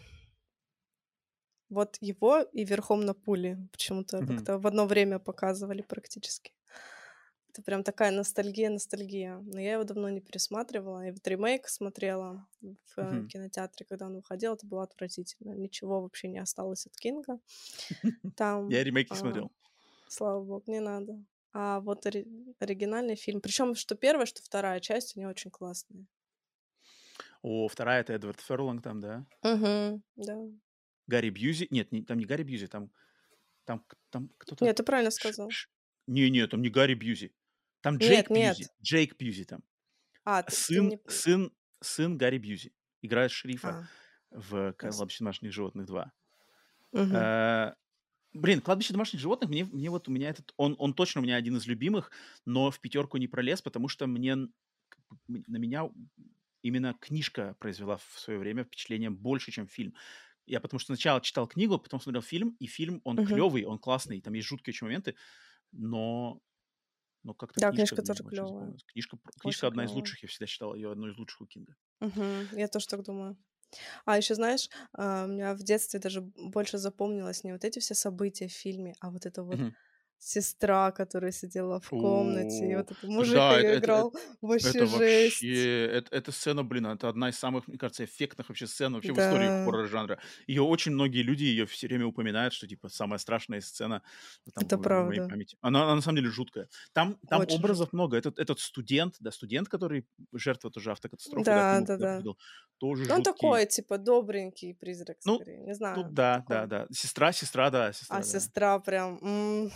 вот его и «Верхом на пуле» почему-то Мгм. как-то в одно время показывали практически. Это прям такая ностальгия, ностальгия. Но я его давно не пересматривала. И вот ремейк смотрела в э, Мгм. кинотеатре, когда он выходил. Это было отвратительно. Ничего вообще не осталось от Кинга. Я Там, ремейк не а, смотрел. слава богу, не надо. А вот ори- оригинальный фильм. Причем что первая, что вторая часть, они очень классные. О, вторая — это Эдвард Ферланг там, да? Угу, да. Гарри Бьюзи. Нет, не- там не Гарри Бьюзи, там, там, к- там кто-то... Нет, ты правильно Ш- сказал. ш- Не-не, там не Гарри Бьюзи. Там Нет, Джейк Бьюзи. нет. Джейк Бьюзи там. А, ты, ты Сын, не... сын, сын Гарри Бьюзи. Играет шерифа А, в ясно. «Кладбище домашних животных два». Мгм. Э, Блин, «Кладбище домашних животных», мне, мне вот у меня этот, он, он точно у меня один из любимых, но в пятерку не пролез, потому что мне, н- как бы, м- на меня именно книжка произвела в свое время впечатление больше, чем фильм. Я потому что сначала читал книгу, потом смотрел фильм, и фильм, он Мгм. клевый, он классный, там есть жуткие очень моменты, но, но как-то Да, книжка книжка мне тоже больше клевая. запомнилась. Книжка, пр- книжка Очень одна из клевая. лучших, я всегда считал ее одной из лучших у Кинга. Мгм. Я тоже так думаю. А еще знаешь, а, у меня в детстве даже б- больше запомнилось не вот эти все события в фильме, а вот эта вот сестра, которая сидела в комнате, и О, вот этот так мужик да, это ее это эт играл. Вообще это жесть. вообще, эт эта сцена, блин, это одна из самых, мне кажется, эффектных вообще сцен вообще в истории Да, хоррор-жанра. Ее очень многие люди ее все время упоминают, что, типа, самая страшная сцена, ну, там, это в в моей правда. памяти. Она она на самом деле жуткая. Там там Очень образов жутко. много. Этот этот студент, да, студент, который жертва тоже автокатастрофы, да, к Да, нему да, туда да. приходил, тоже Ну, он жуткий. такой, типа, добренький призрак, Ну скорее. Не ну знаю, да, да, такой. да. Сестра сестра, да, А сестра, да. сестра прям... м.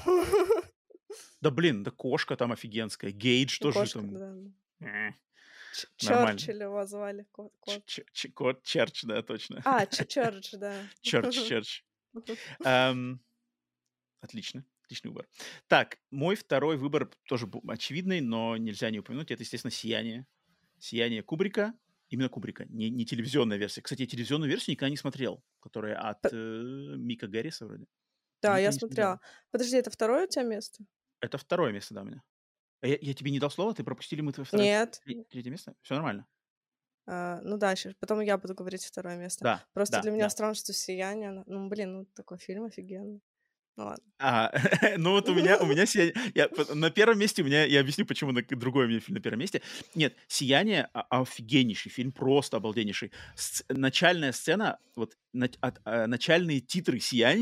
Да, блин, да кошка там офигенская, Гейдж тоже Кошка, там, да. э, Ч- нормально. Чёрчиль его звали. Кот, Ч кот. ч ч кот Черч, да, точно. А, Ч- Чёрч, да. Черч, Черч. Эм, отлично, отличный выбор. Так, мой второй выбор тоже бу очевидный, но нельзя не упомянуть. Это, естественно, «Сияние». «Сияние» Кубрика. Именно Кубрика, не не телевизионная версия. Кстати, я телевизионную версию никогда не смотрел, которая от, П- э, Мика Гарриса вроде. Я Да, я никогда не смотрел. смотрела. Подожди, это второе у тебя место? Это второе место, да, у меня. А я я тебе не дал слова? Ты пропустили мы твое второе Нет. тре третье место? Все нормально? А, ну, дальше. Потом я буду говорить второе место. Да, Просто да, для меня да. странно, что «Сияние», оно- ну, блин, ну, такой фильм офигенный. Ну, ладно. А, ну вот у меня у меня «Сияние», я п на первом месте у меня, я объясню, почему на другой у меня фильм на первом месте. Нет, «Сияние» — о офигеннейший фильм, просто обалденнейший. Сц Начальная сцена, вот нач от а, начальные титры «Сияния»,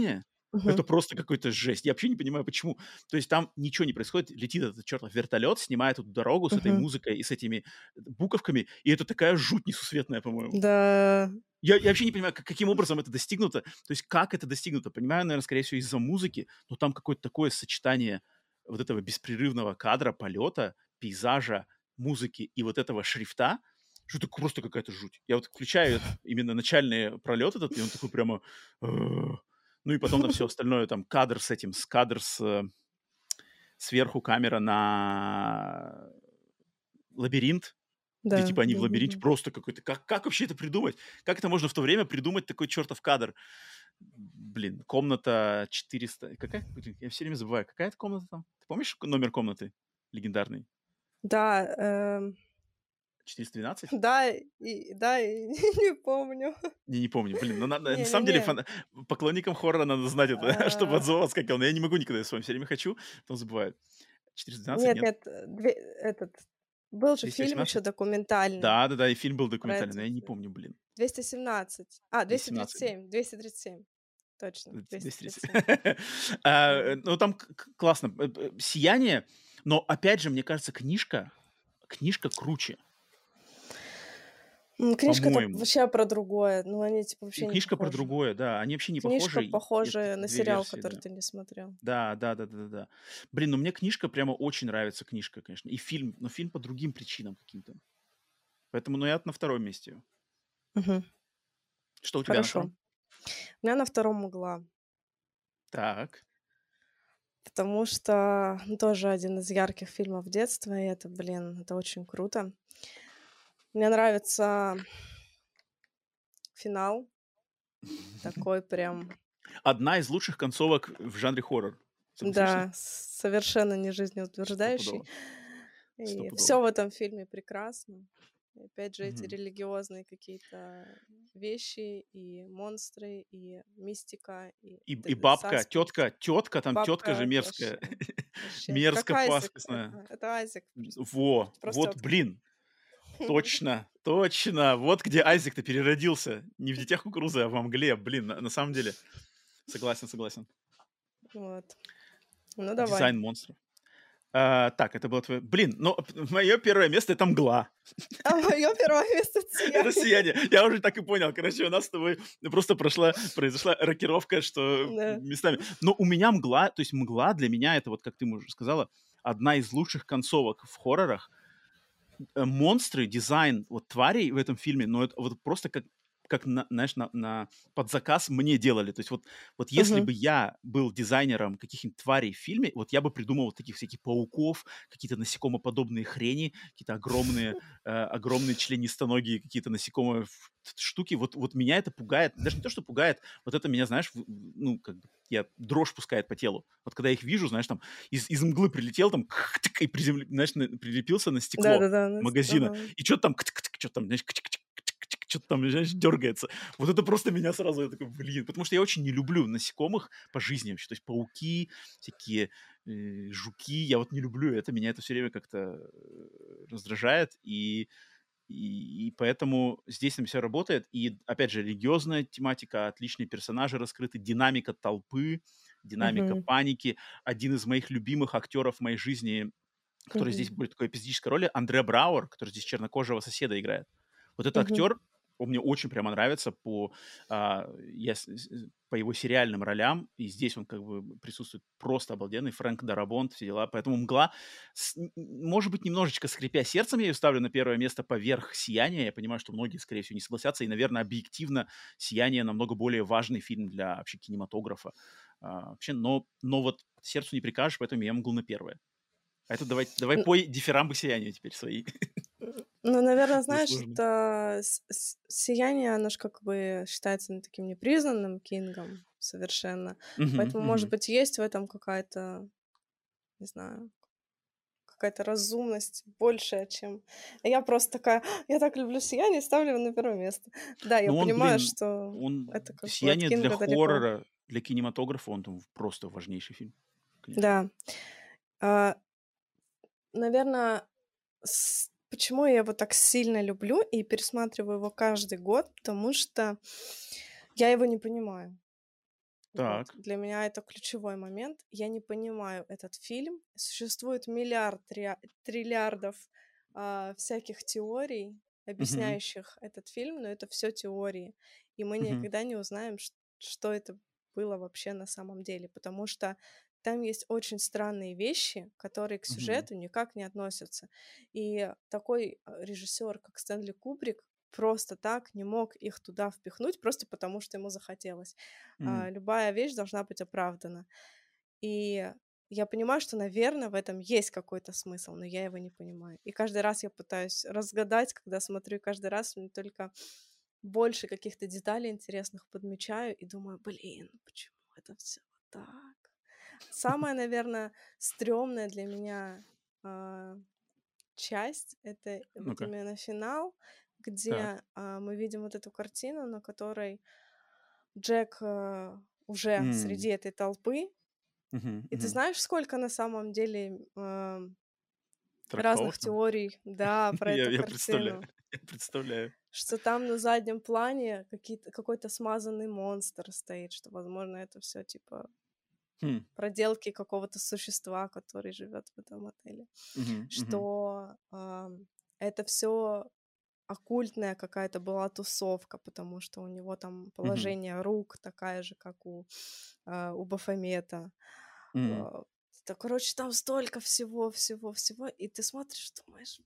Это Мгм. просто какой-то жесть. Я вообще не понимаю, почему. То есть там ничего не происходит, летит этот чертов вертолет, снимает эту дорогу с этой Мгм. музыкой и с этими буковками, и это такая жуть несусветная, по-моему. Да. Я, я вообще не понимаю, как- каким образом это достигнуто. То есть как это достигнуто. Понимаю, наверное, скорее всего, из-за музыки, но там какое-то такое сочетание вот этого беспрерывного кадра, полета, пейзажа, музыки и вот этого шрифта, что это просто какая-то жуть. Я вот включаю именно начальный пролет этот, и он такой прямо... э, Ну и потом там все остальное, там кадр с этим, с кадр с... э, Сверху камера на лабиринт, где Да, типа они в лабиринте, да-да-да. просто какой-то... Как, как вообще это придумать? Как это можно в то время придумать такой чертов кадр? Блин, комната четыреста... Какая? Блин, я все время забываю. Какая это комната там? Ты помнишь номер комнаты легендарный? Да, эм, четыреста двенадцать? да, и да, и не помню. Не, не помню. Блин, ну на, на- на самом деле Не-не-не. фана- поклонникам хоррора надо знать это, чтобы А, отзываться, как он. Я не могу никогда вспомнить. Все время хочу, потом забываю. четыреста двенадцать, нет, нет? нет, э, две этот был же фильм еще двести восемнадцать? документальный Да-да-да, и фильм был про документальный, но этот, я не э, помню, блин. двести семнадцать. А, двести семнадцать, да. двести тридцать семь, двести тридцать семь. Точно, двести тридцать. двести тридцать семь. А, Да. э, ну, там к к классно. Э, п "Сияние", но опять же, мне кажется, книжка книжка круче, М, книжка-то по-моему. вообще про другое. Ну, они типа И вообще не книжка про похожи. другое, да. Они вообще не Книжка похожи, и это похожа какие-то на две сериал, версии, который да. ты не смотрел. Да, да-да-да-да-да. Блин, ну мне книжка прямо очень нравится, книжка, конечно. И фильм, но фильм по другим причинам каким-то. Поэтому, ну, я на втором месте. Мгм. Что у тебя на Хорошо. втором? У меня на втором "Мгла", Так. потому что, ну, тоже один из ярких фильмов детства, и это, блин, это очень круто. Мне нравится финал, такой прям, Одна из лучших концовок в жанре хоррор. Согласишься? да, совершенно не жизнеутверждающий. Стопудово. И Стопудово. все в этом фильме прекрасно. И опять же, эти Мгм. религиозные какие-то вещи, и монстры, и мистика, и И т и э, бабка, саспенс. тетка тетка, там тетка же Бабка мерзкая, вообще вообще как мерзко Айзек. паскостная. Это это Айзек, М, просто во, просто вот, вот. блин, точно, точно, вот где Айзек-то переродился. Не в "Детях кукурузы", а во "Мгле". Блин, на на самом деле, согласен, согласен. Вот. Ну, давай. Дизайн монстров. А, так, это было твое блин, ну, мое первое место — это "Мгла". А моё первое место — это Это "Сияние". "Сияние". Я уже так и понял. Короче, у нас с тобой просто прошла произошла рокировка, что Да. местами. Но у меня "Мгла", то есть "Мгла" для меня — это вот, как ты уже сказала, одна из лучших концовок в хоррорах. Э, монстры, дизайн вот тварей в этом фильме, ну, это вот просто как как на знаешь, на на под заказ мне делали. То есть вот вот если Мгм. бы я был дизайнером каких-нибудь тварей в фильме, вот я бы придумал вот таких всяких пауков, какие-то насекомоподобные хрени, какие-то огромные, э, огромные членистоногие какие-то насекомые ф штуки. Вот вот меня это пугает. Даже не то, что пугает, вот это меня, знаешь, в в ну, как бы я дрожь пускает по телу. Вот когда я их вижу, знаешь, там из из мглы прилетел, там и приземли знаешь, на прилепился на стекло Да-да-да, ну с магазина, ага. и чё-то там чё-то там, знаешь, что-то там, знаешь, дергается. Вот это просто меня сразу, я такой, блин, потому что я очень не люблю насекомых по жизни вообще. То есть пауки, всякие э, жуки, я вот не люблю это, меня это все время как-то э, раздражает, и, и, и поэтому здесь на все работает. И, опять же, религиозная тематика, отличные персонажи раскрыты, динамика толпы, динамика Мгм. паники. Один из моих любимых актеров в моей жизни, который здесь Мгм. будет такой эпизодической роли, Андре Брауэр, который здесь чернокожего соседа играет. Вот этот Мгм. актер, он мне очень прямо нравится по, а, я с- с- по его сериальным ролям, и здесь он как бы присутствует просто обалденный, Фрэнк Дарабонт, все дела, поэтому «Мгла», с- н- н- может быть, немножечко скрипя сердцем, я ее ставлю на первое место поверх «Сияния», я понимаю, что многие, скорее всего, не согласятся, и, наверное, объективно «Сияние» намного более важный фильм для вообще кинематографа, а, вообще, но, но вот сердцу не прикажешь, поэтому я «Мглу» на первое. А это давай, давай Н пой дифирамбы "Сияния" теперь свои н ну, наверно, знаешь, заслуженные. это с с "Сияние", оно ж как бы считается, ну, таким непризнанным Кингом совершенно. Мгм, Поэтому, может мгм. быть, есть в этом какая-то, не знаю, какая-то разумность большая, чем я просто такая: «А, я так люблю "Сияние", ставлю его на первое место». Да, я Ну, он, понимаю, блин, что он это как бы от "Сияние" для Кинга далеко. хоррора, для кинематографа он там просто важнейший фильм, конечно. Да. А, наверно, с почему я его так сильно люблю и пересматриваю его каждый год, потому что я его не понимаю. Вот. Так. Для меня это ключевой момент. Я не понимаю этот фильм. Существует миллиард триа- триллиардов а, всяких теорий, Мгм. объясняющих этот фильм, но это все теории. И мы Мгм. никогда не узнаем, ш- что это было вообще на самом деле, потому что там есть очень странные вещи, которые к Мгм. сюжету никак не относятся. И такой а, режиссер, как Стэнли Кубрик, просто так не мог их туда впихнуть, просто потому что ему захотелось. М. А, любая вещь должна быть оправдана. И я понимаю, что, наверное, в этом есть какой-то смысл, но я его не понимаю. И каждый раз я пытаюсь разгадать, когда смотрю, и каждый раз мне только больше каких-то деталей интересных подмечаю и думаю, блин, почему это все вот так? Самая, наверное, стрёмная для меня а, часть — это вот Ну-ка. именно финал, Так. где а, мы видим вот эту картину, на которой Джек э, уже М. среди этой толпы. Мгм. И ты Мгм. знаешь, сколько на самом деле ам, разных Трактовок там? теорий, да, про Я эту я представляю. картину? Я представляю. Что там на заднем плане какие-то, какой-то смазанный монстр стоит, что, возможно, это все типа Хм. проделки какого-то существа, который живет в этом отеле. Мгм. Мгм. Что ам, это все оккультная какая-то была тусовка, потому что у него там Мгм. положение рук такая же, как у, а, у Бафомета. М. А, да, короче, там столько всего, всего, всего, и ты смотришь, думаешь,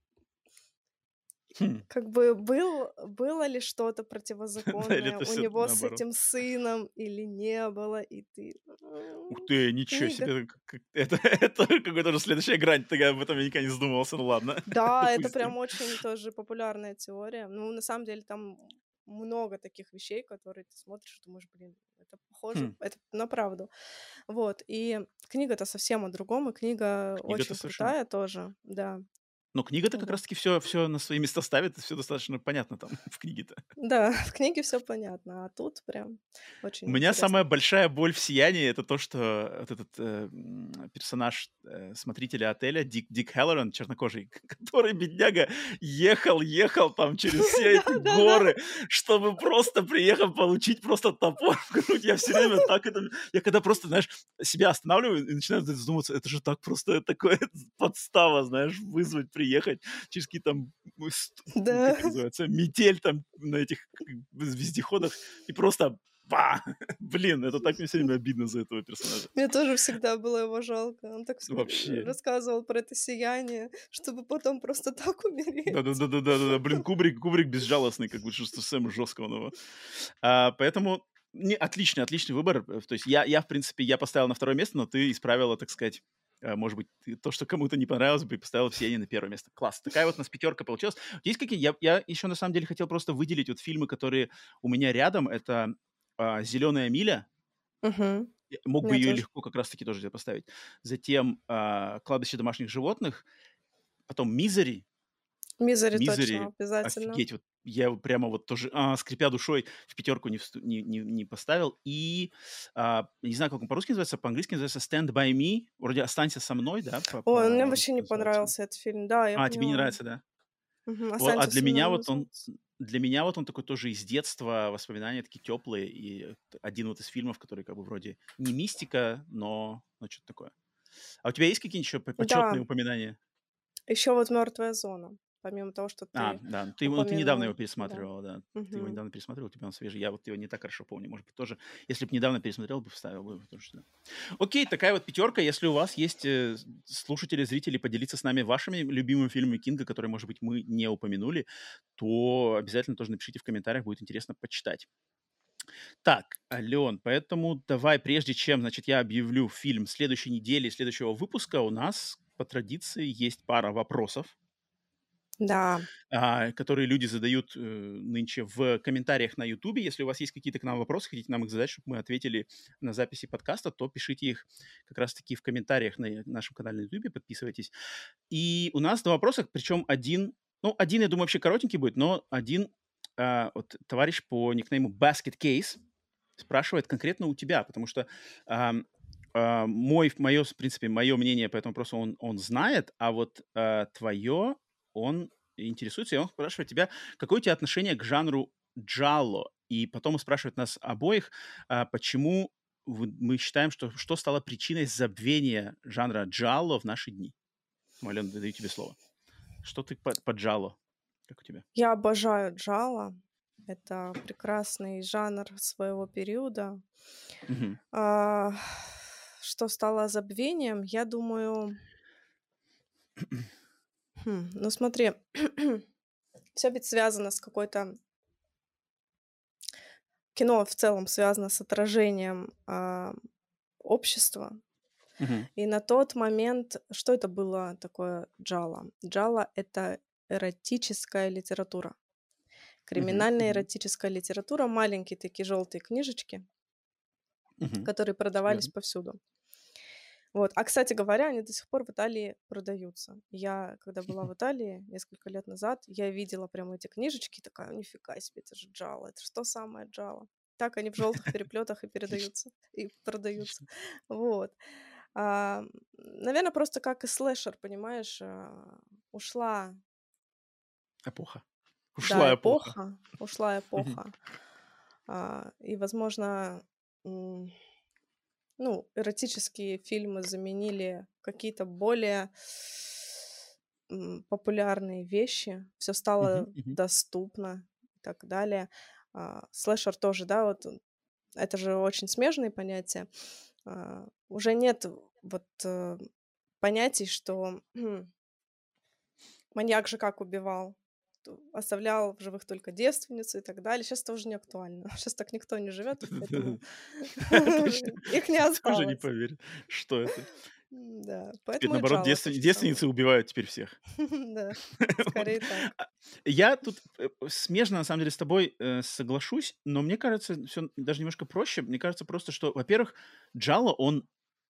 Хм. как бы был, было ли что-то Да, или противозаконное это у всё него с наоборот? этим сыном или не было, и ты... Ух м, ты, ничего Книга. себе! Как как это это какая-то уже следующая грань. Так об этом я никогда не задумывался. Ну ладно, Да, это допустим. прям очень тоже популярная теория. Ну, на самом деле, там много таких вещей, которые ты смотришь и думаешь, блин, это похоже, Хм. это на правду. Вот, и книга-то совсем о другом, и книга Книга-то очень совершенно. крутая тоже, да, Но книга-то как вот. раз таки всё всё на свои места ставит, и всё достаточно понятно там в книге-то. Да, в книге все понятно, а тут прям У очень меня самая интересно. большая боль в "Сиянии" — это то, что вот этот, э, м, персонаж, э, смотрителя отеля Дик Дик Хеллоран, чернокожий, который, бедняга, ехал ехал там через все эти Да-да-да. горы, чтобы просто, приехав, получить просто топор в грудь. Я все время так это я когда просто, знаешь, себя останавливаю и начинаю задумываться, это же так просто такое подстава, знаешь, вызвать, приехать через какие-то там, м, ст Да, как это называется, метель там на этих как бы вездеходах и просто ба! Блин, это так мне всё время обидно за этого персонажа. мне тоже всегда было его жалко. Он так вс э, Вообще. рассказывал про это сияние, чтобы потом просто так умереть. Да-да-да-да-да-да. Блин, Кубрик Кубрик безжалостный, как бы, что что самое жёсткое у него. А, поэтому не отличный отличный выбор. Э, то есть я я, в принципе, я поставил на второе место, но ты исправила, так сказать, э, может быть, ты то, что кому-то не понравилось бы, и поставила "Сияние" на первое место. Класс. Такая вот у нас пятерка получилась. Есть какие я я еще на самом деле хотел просто выделить вот фильмы, которые у меня рядом. Это, а, "Зелёная миля". Мгм. Я мог У бы меня ее тоже. легко как раз таки тоже где поставить. Затем, а, "Кладбище домашних животных", потом "Мизери". "Мизери" точно, "Мизери", обязательно. офигеть, вот я вот прямо вот тоже, а, скрипя душой, в пятерку не вст не не не поставил. И, а, не знаю, как он по-русски называется, по-английски называется "Stand by Me". Вроде "Останься со мной", да, по Ой, мне вообще по-русски не называется он. понравился этот фильм. Да, я А, тебе не поняла. нравится, да? Мгм. Во а "Останься для со мной" меня он вот он называется. для меня вот он такой тоже из детства, воспоминания такие теплые, и т один вот из фильмов, который как бы вроде не мистика, но но чё-то такое. А у тебя есть какие-нибудь еще п почетные Да, упоминания? еще вот "Мертвая зона", помимо того, что А, ты да, ты его ну, ты недавно его упомянул. Да. пересматривала, да. Ты его Мгм. недавно пересматривал, у тебя он свежий. Я вот его не так хорошо помню. Может быть, тоже, если б недавно пересмотрел бы, вставил бы его тоже сюда. Окей, такая вот пятерка. Если у вас есть, э, с слушатели, зрители, поделиться с нами вашими любимыми фильмами Кинга, которые, может быть, мы не упомянули, то обязательно тоже напишите в комментариях, будет интересно почитать. Так, Ален, поэтому давай, прежде чем, значит, я объявлю фильм следующей недели, следующего выпуска, у нас по традиции есть пара вопросов, Да. а, которые люди задают э, нынче в комментариях на Ютубе. Если у вас есть какие-то к нам вопросы, хотите нам их задать, чтобы мы ответили на записи подкаста, то пишите их как раз-таки в комментариях на нашем канале на Ютубе, подписывайтесь. И у нас два вопроса, причем один, ну, один, я думаю, вообще коротенький будет, но один а, вот товарищ по никнейму Basket Case спрашивает конкретно у тебя, потому что ам, а, мой, мое, в принципе, мое мнение по этому вопросу он, он знает, а вот а, твое он интересуется, и он спрашивает тебя, какое у тебя отношение к жанру джалло? И потом он спрашивает нас обоих, а, почему вы- мы считаем, что что стало причиной забвения жанра джалло в наши дни? Ален, даю тебе слово. Что ты по, по джалло? Как у тебя? Я обожаю джала. Это прекрасный жанр своего периода. Мгм. А, Что стало забвением? Я думаю, хм, ну смотри, все ведь связано с какой-то кино в целом связано с отражением, а, общества. Мгм. И на тот момент что это было такое джалло? Джалло — это эротическая литература. Мгм. Криминальная Мгм. эротическая литература, маленькие такие желтые книжечки, Мгм. которые Всё продавались верно. повсюду. Вот. А, кстати говоря, они до сих пор в Италии продаются. Я, когда была в Италии несколько лет назад, я видела прямо эти книжечки, такая: "Нифига себе, это же джалло, это что самое джалло?" Так они в желтых переплетах и Отлично. передаются, и продаются. Отлично. Вот. Наверное, просто как и слэшер, понимаешь, а, ушла, Эпоха. да, Ушла эпоха. эпоха, ушла Мгм. эпоха. А, и, возможно, м, ну, эротические фильмы заменили какие-то более, м, популярные вещи. Все Мгм. стало Мгм. доступно и так далее. А, слэшер тоже, да, вот, он это же очень смежные понятия. А, уже нет вот, э, понятий, что маньяк же как убивал? Ту Оставлял в живых только девственницу и так далее. Сейчас это уже не актуально. Сейчас так никто не живет, и поэтому Точно. их не Никто уже не осталось. поверит, что это. Да, Теперь, поэтому и наоборот, джалло то девствен же самое. девственницы убивают теперь всех. Да, Вот. скорее так. А, я тут, э, смежно, на самом деле, с тобой, э, соглашусь, но мне кажется, все даже немножко проще. Мне кажется просто, что, во-первых, джалло, он,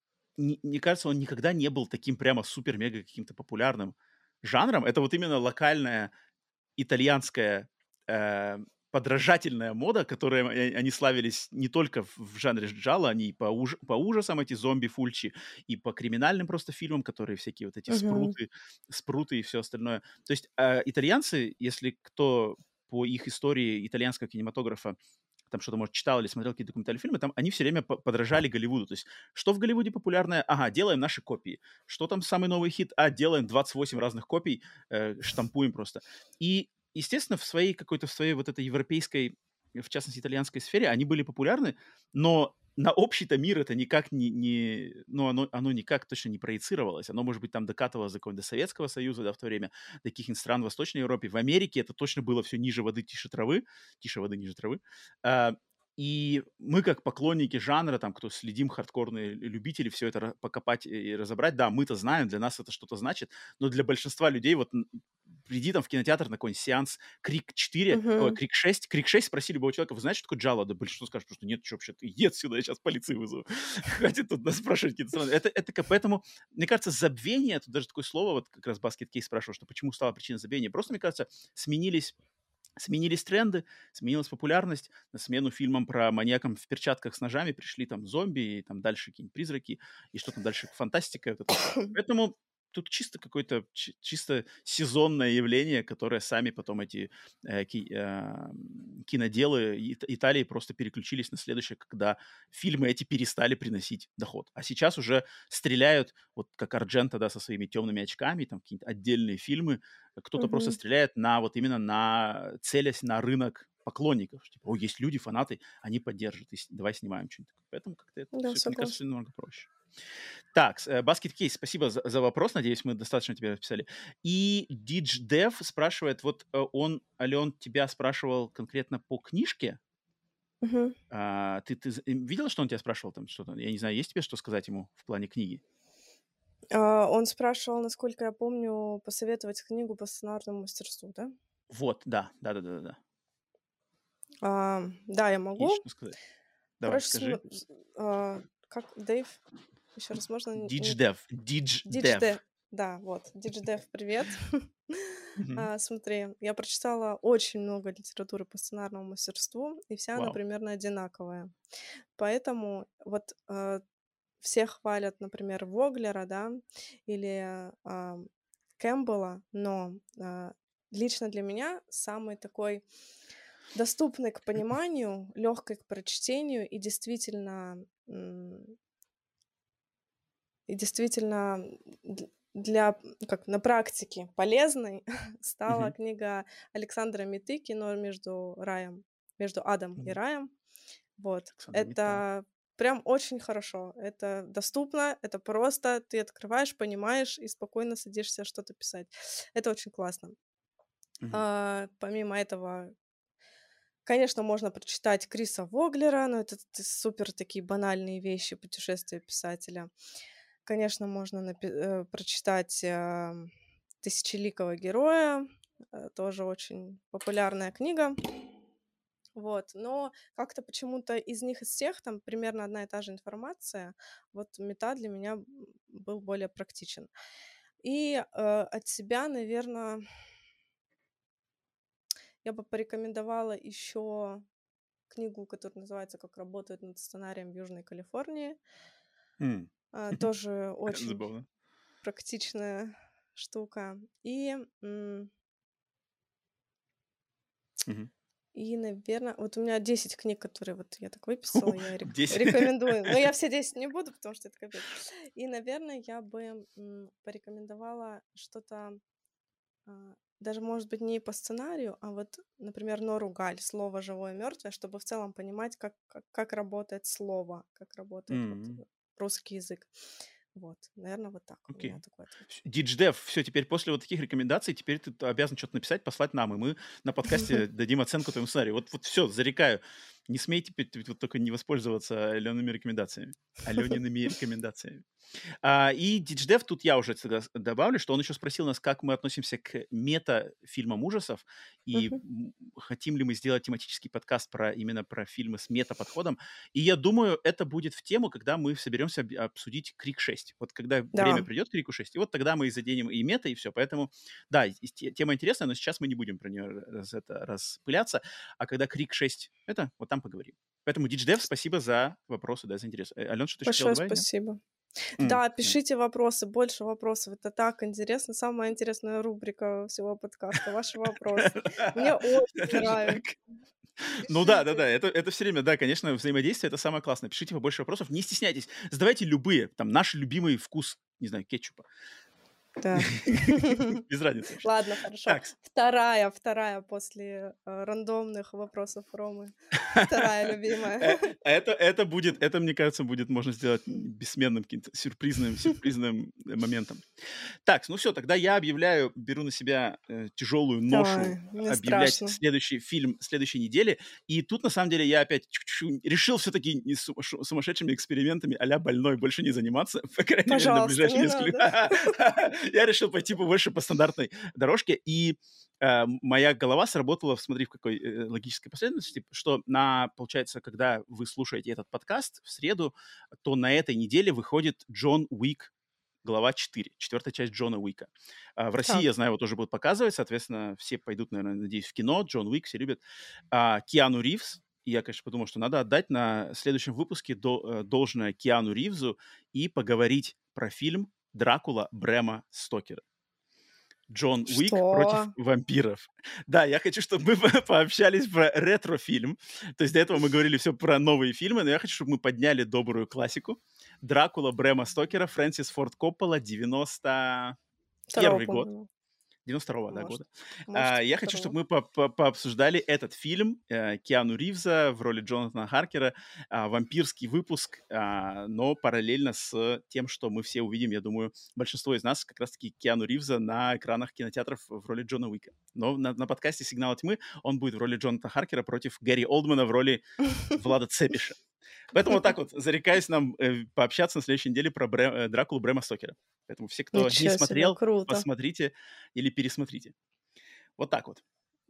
не мне кажется, он никогда не был таким прямо супер-мега каким-то популярным жанром. Это вот именно локальная итальянская, э, подражательная мода, которой о они славились не только в в жанре джалло, они и по уж по ужасам, эти зомби-фульчи, и по криминальным просто фильмам, которые всякие вот эти Мгм. спруты спруты и все остальное. То есть, э, итальянцы, если кто по их истории итальянского кинематографа там что-то, может, читал или смотрел какие-то документальные фильмы, там они все время по подражали Голливуду. То есть что в Голливуде популярное? Ага, делаем наши копии. Что там самый новый хит? А, делаем двадцать восемь разных копий, э, штампуем просто. И, естественно, в своей какой-то, в своей вот этой европейской, в частности, итальянской сфере они были популярны, но на общий-то мир это никак не, не ну, оно, оно никак точно не проецировалось. Оно, может быть, там докатывалось до какого-то Советского Союза, да, в то время, до каких-нибудь стран в Восточной Европе. В Америке это точно было все ниже воды, тише травы, тише воды, ниже травы. А, и мы, как поклонники жанра, там, кто следим, хардкорные любители, все это ра- покопать и разобрать, да, мы-то знаем, для нас это что-то значит, но для большинства людей, вот н- приди там в кинотеатр на какой-нибудь сеанс Крик четыре, ой, Мгм. Крик шесть, Крик шесть спросили бы у человека, вы знаете, что такое джалло? Да большинство скажет, что нет, что вообще, ты иди отсюда, я сейчас полицию вызову. Хватит тут нас спрашивать какие-то страны. Это, это как- поэтому, мне кажется, забвение, тут даже такое слово, вот как раз Баскет Кейс спрашивал, что почему стала причина забвения. Просто, мне кажется, сменились Сменились тренды, сменилась популярность. На смену фильмам про маньяков в перчатках с ножами пришли там зомби, и там дальше какие-нибудь призраки, и что там дальше, фантастика, вот это все. Поэтому тут чисто какое-то чи- чисто сезонное явление, которое сами потом эти э, ки- э, м, киноделы Ит- Италии просто переключились на следующее, когда фильмы эти перестали приносить доход. А сейчас уже стреляют, вот как Арджента, да, со своими темными очками, там какие-то отдельные фильмы, кто-то просто Мгм. стреляет на вот именно на целясь на рынок поклонников. Типа, о, есть люди, фанаты, они поддержат, и с- давай снимаем что-нибудь. Поэтому как-то это Да, все, мне кажется, всё согласна. намного проще. Так, Баскет Кейс, спасибо за, за вопрос, надеюсь, мы достаточно тебе расписали. И Дидж Дев спрашивает, вот э, он, Ален, тебя спрашивал конкретно по книжке. Мгм. А, ты, ты з- им видела, что он тебя спрашивал там что-то? Я не знаю, есть тебе что сказать ему в плане книги? А, он спрашивал, насколько я помню, посоветовать книгу по сценарному мастерству, да? Вот, да, да-да-да-да. А, да, я Есть могу. что сказать? Давай, Короче, см скажи. с а, как Дэйв? Еще раз можно? Н не Дидждев. Дидждев. Дидждев. Да, вот. Дидждев, привет. Мгм. А, смотри, я прочитала очень много литературы по сценарному мастерству, и вся она Вау. примерно одинаковая. Поэтому вот, э, все хвалят, например, Воглера, да, или, а, Кэмпбелла, но, а, лично для меня самый такой доступный к пониманию, легкой к прочтению и действительно И действительно для, как на практике полезной стала Мгм. книга Александра Миты «Кино между раем, между адом и Мгм. раем». Вот. Александр Мита. Это прям очень хорошо. Это доступно, это просто. Ты открываешь, понимаешь и спокойно садишься что-то писать. Это очень классно. Мгм. А, помимо этого, конечно, можно прочитать Криса Воглера, но это т супер такие банальные вещи, путешествия писателя. Конечно, можно напи э, прочитать, ам, «Тысячеликого героя», э, тоже очень популярная книга. Вот, но как-то почему-то из них из всех там примерно одна и та же информация. Вот «Мета» для меня, м, был более практичен. И, э, от себя, наверно я бы порекомендовала ещё книгу, которая называется «Как работают над сценарием в Южной Калифорнии». М. А, тоже очень Забавно. практичная штука. И, м Мгм. и, наверно, вот у меня десять книг, которые вот я так выписала, я рек десять. рекомендую. Но я все десять не буду, потому что это капец. И, наверно, я бы, м, порекомендовала что-то, а, даже, может быть, не по сценарию, а вот, например, Нору Галь «Слово живое и мёртвое», чтобы в целом понимать, как как как работает слово, как работает вот М. русский язык. Вот, наверно, вот так у меня Окей. такой ответ. Вс Дидж-Дев, всё, теперь после вот таких рекомендаций теперь ты т обязан чё-то написать, послать нам, и мы на подкасте дадим оценку твоему сценарию. Вот вот всё, зарекаю. Не смей теперь т вот только не воспользоваться Алеными рекомендациями Алёниными рекомендациями. А, и Дидж-Дев, тут я уже тогда с добавлю, что он ещё спросил нас, как мы относимся к мета-фильмам ужасов и, Мгм. м, хотим ли мы сделать тематический подкаст про именно про фильмы с мета-подходом. И я думаю, это будет в тему, когда мы соберемся об обсудить «Крик шесть». Вот когда время Да. придёт к «Крику шесть», и вот тогда мы и заденем и мета, и всё. Поэтому, да, и те тема интересная, но сейчас мы не будем про неё раз это распыляться. А когда «Крик шесть» это, вот там поговорим. Поэтому, Дидж-Дев, спасибо за вопросы, да, за интерес. Э, Алён, что-то ещё хотела Большое добавить, нет? спасибо. М, Да, да. пишите вопросы, больше вопросов. Это так интересно. Самая интересная рубрика всего подкаста- ваши вопросы. Мне очень Даже так. нравится. Ну да, Пишите. да-да, это это всё время, да, конечно, взаимодействие- это самое классное. Пишите побольше вопросов, не стесняйтесь, задавайте любые, там, наш любимый вкус, не знаю, кетчупа. Да. Без разницы вообще. Ладно, хорошо. Такс. Вторая вторая после, э, рандомных вопросов Ромы. Вторая любимая. Э это это будет, это, мне кажется, будет можно сделать бессменным каким-то сюрпризным сюрпризным моментом. Такс, ну всё, тогда я объявляю, беру на себя, э, тяжелую ношу Давай, мне объявлять страшно. следующий фильм следующей недели. И тут, на самом деле, я опять чу-чу решил всё-таки не су шу сумасшедшими экспериментами а-ля больной больше не заниматься, по крайней мере, на Пожалуйста, ближайшие не несколько надо. Я решил пойти побольше по стандартной дорожке. И, э, моя голова сработала, смотри, в какой, э, логической последовательности, что на получается, когда вы слушаете этот подкаст в среду, то на этой неделе выходит «Джон Уик. Глава четыре», четвёртая часть Джона Уика. А, в России, я Так. знаю, его тоже будут показывать, соответственно, все пойдут, наверно, надеюсь, в кино. Джон Уик все любят. А, Киану Ривз. И я, конечно, подумал, что надо отдать на следующем выпуске до э, должное Киану Ривзу и поговорить про фильм «Дракула» Брэма Стокера. Джон Уик против Что? вампиров. Да, я хочу, чтобы мы по пообщались про ретро-фильм. То есть до этого мы говорили всё про новые фильмы, но я хочу, чтобы мы подняли добрую классику. «Дракула» Брэма Стокера, Фрэнсис Форд Коппола, девяносто второго, первый год. по-моему. девяносто второго, да, Может года. может, А, я хочу, чтобы второго. мы по по пообсуждали этот фильм, э, Киану Ривза в роли Джонатана Харкера. А, вампирский выпуск, а, но параллельно с тем, что мы все увидим, я думаю, большинство из нас, как раз таки Киану Ривза на экранах кинотеатров в роли Джона Уика. Но на на подкасте «Сигнала тьмы» он будет в роли Джонатана Харкера против Гэри Олдмана в роли Влада Цепиша. Поэтому вот так вот зарекаюсь нам, э, пообщаться на следующей неделе про Брэ э, «Дракулу» Брэма Стокера. Поэтому все, кто не Ничего себе, смотрел, круто. посмотрите или пересмотрите. Вот так вот.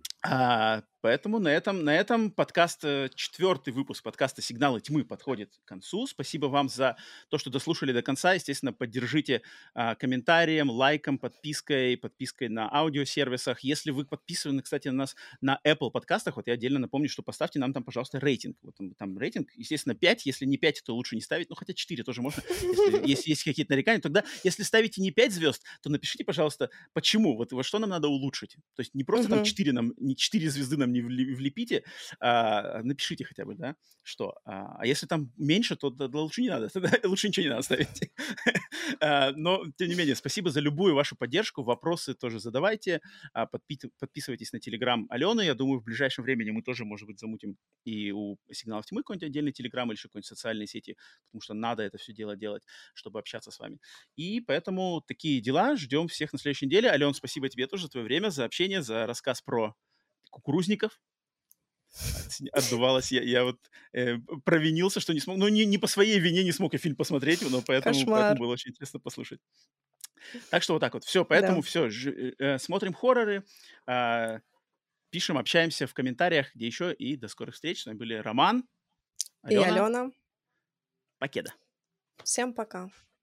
А, поэтому на этом на этом подкаст, э, четвёртый выпуск подкаста «Сигналы тьмы» подходит к концу. Спасибо вам за то, что дослушали до конца. Естественно, поддержите, а, комментарием, лайком, подпиской, подпиской на аудиосервисах. Если вы подписаны, кстати, на нас на Apple подкастах, вот я отдельно напомню, что поставьте нам там, пожалуйста, рейтинг. Вот там там рейтинг, естественно, пять. Если не пять, то лучше не ставить. Ну, хотя четыре тоже можно, если есть есть какие-то нарекания. Тогда, если ставите не пять звезд, то напишите, пожалуйста, почему. Вот вот что нам надо улучшить. То есть не просто там Мгм. четыре нам, не четыре звезды нам не вли- влепите, а, напишите хотя бы, да, что. А а если там меньше, то да- да лучше не надо, тогда лучше ничего не надо ставить. А, Но, тем не менее, спасибо за любую вашу поддержку, вопросы тоже задавайте, а, подпи- подписывайтесь на Телеграм Алены, я думаю, в ближайшем времени мы тоже, может быть, замутим и у Сигналов Тьмы какой-нибудь отдельный Телеграм или еще какой-нибудь социальные сети, потому что надо это все дело делать, чтобы общаться с вами. И поэтому такие дела. Ждем всех на следующей неделе. Ален, спасибо тебе тоже за твое время, за общение, за рассказ про кукурузников. От- Отдувалась. Я, я вот э, провинился, что не смог. Ну, не, не по своей вине не смог я фильм посмотреть, но поэтому, поэтому Кошмар. было очень интересно послушать. Так что вот так вот. Все, Да. поэтому все. Смотрим хорроры, а, пишем, общаемся в комментариях, где еще. И до скорых встреч. С вами были Роман, И Алена. Алена. Покеда. Всем пока.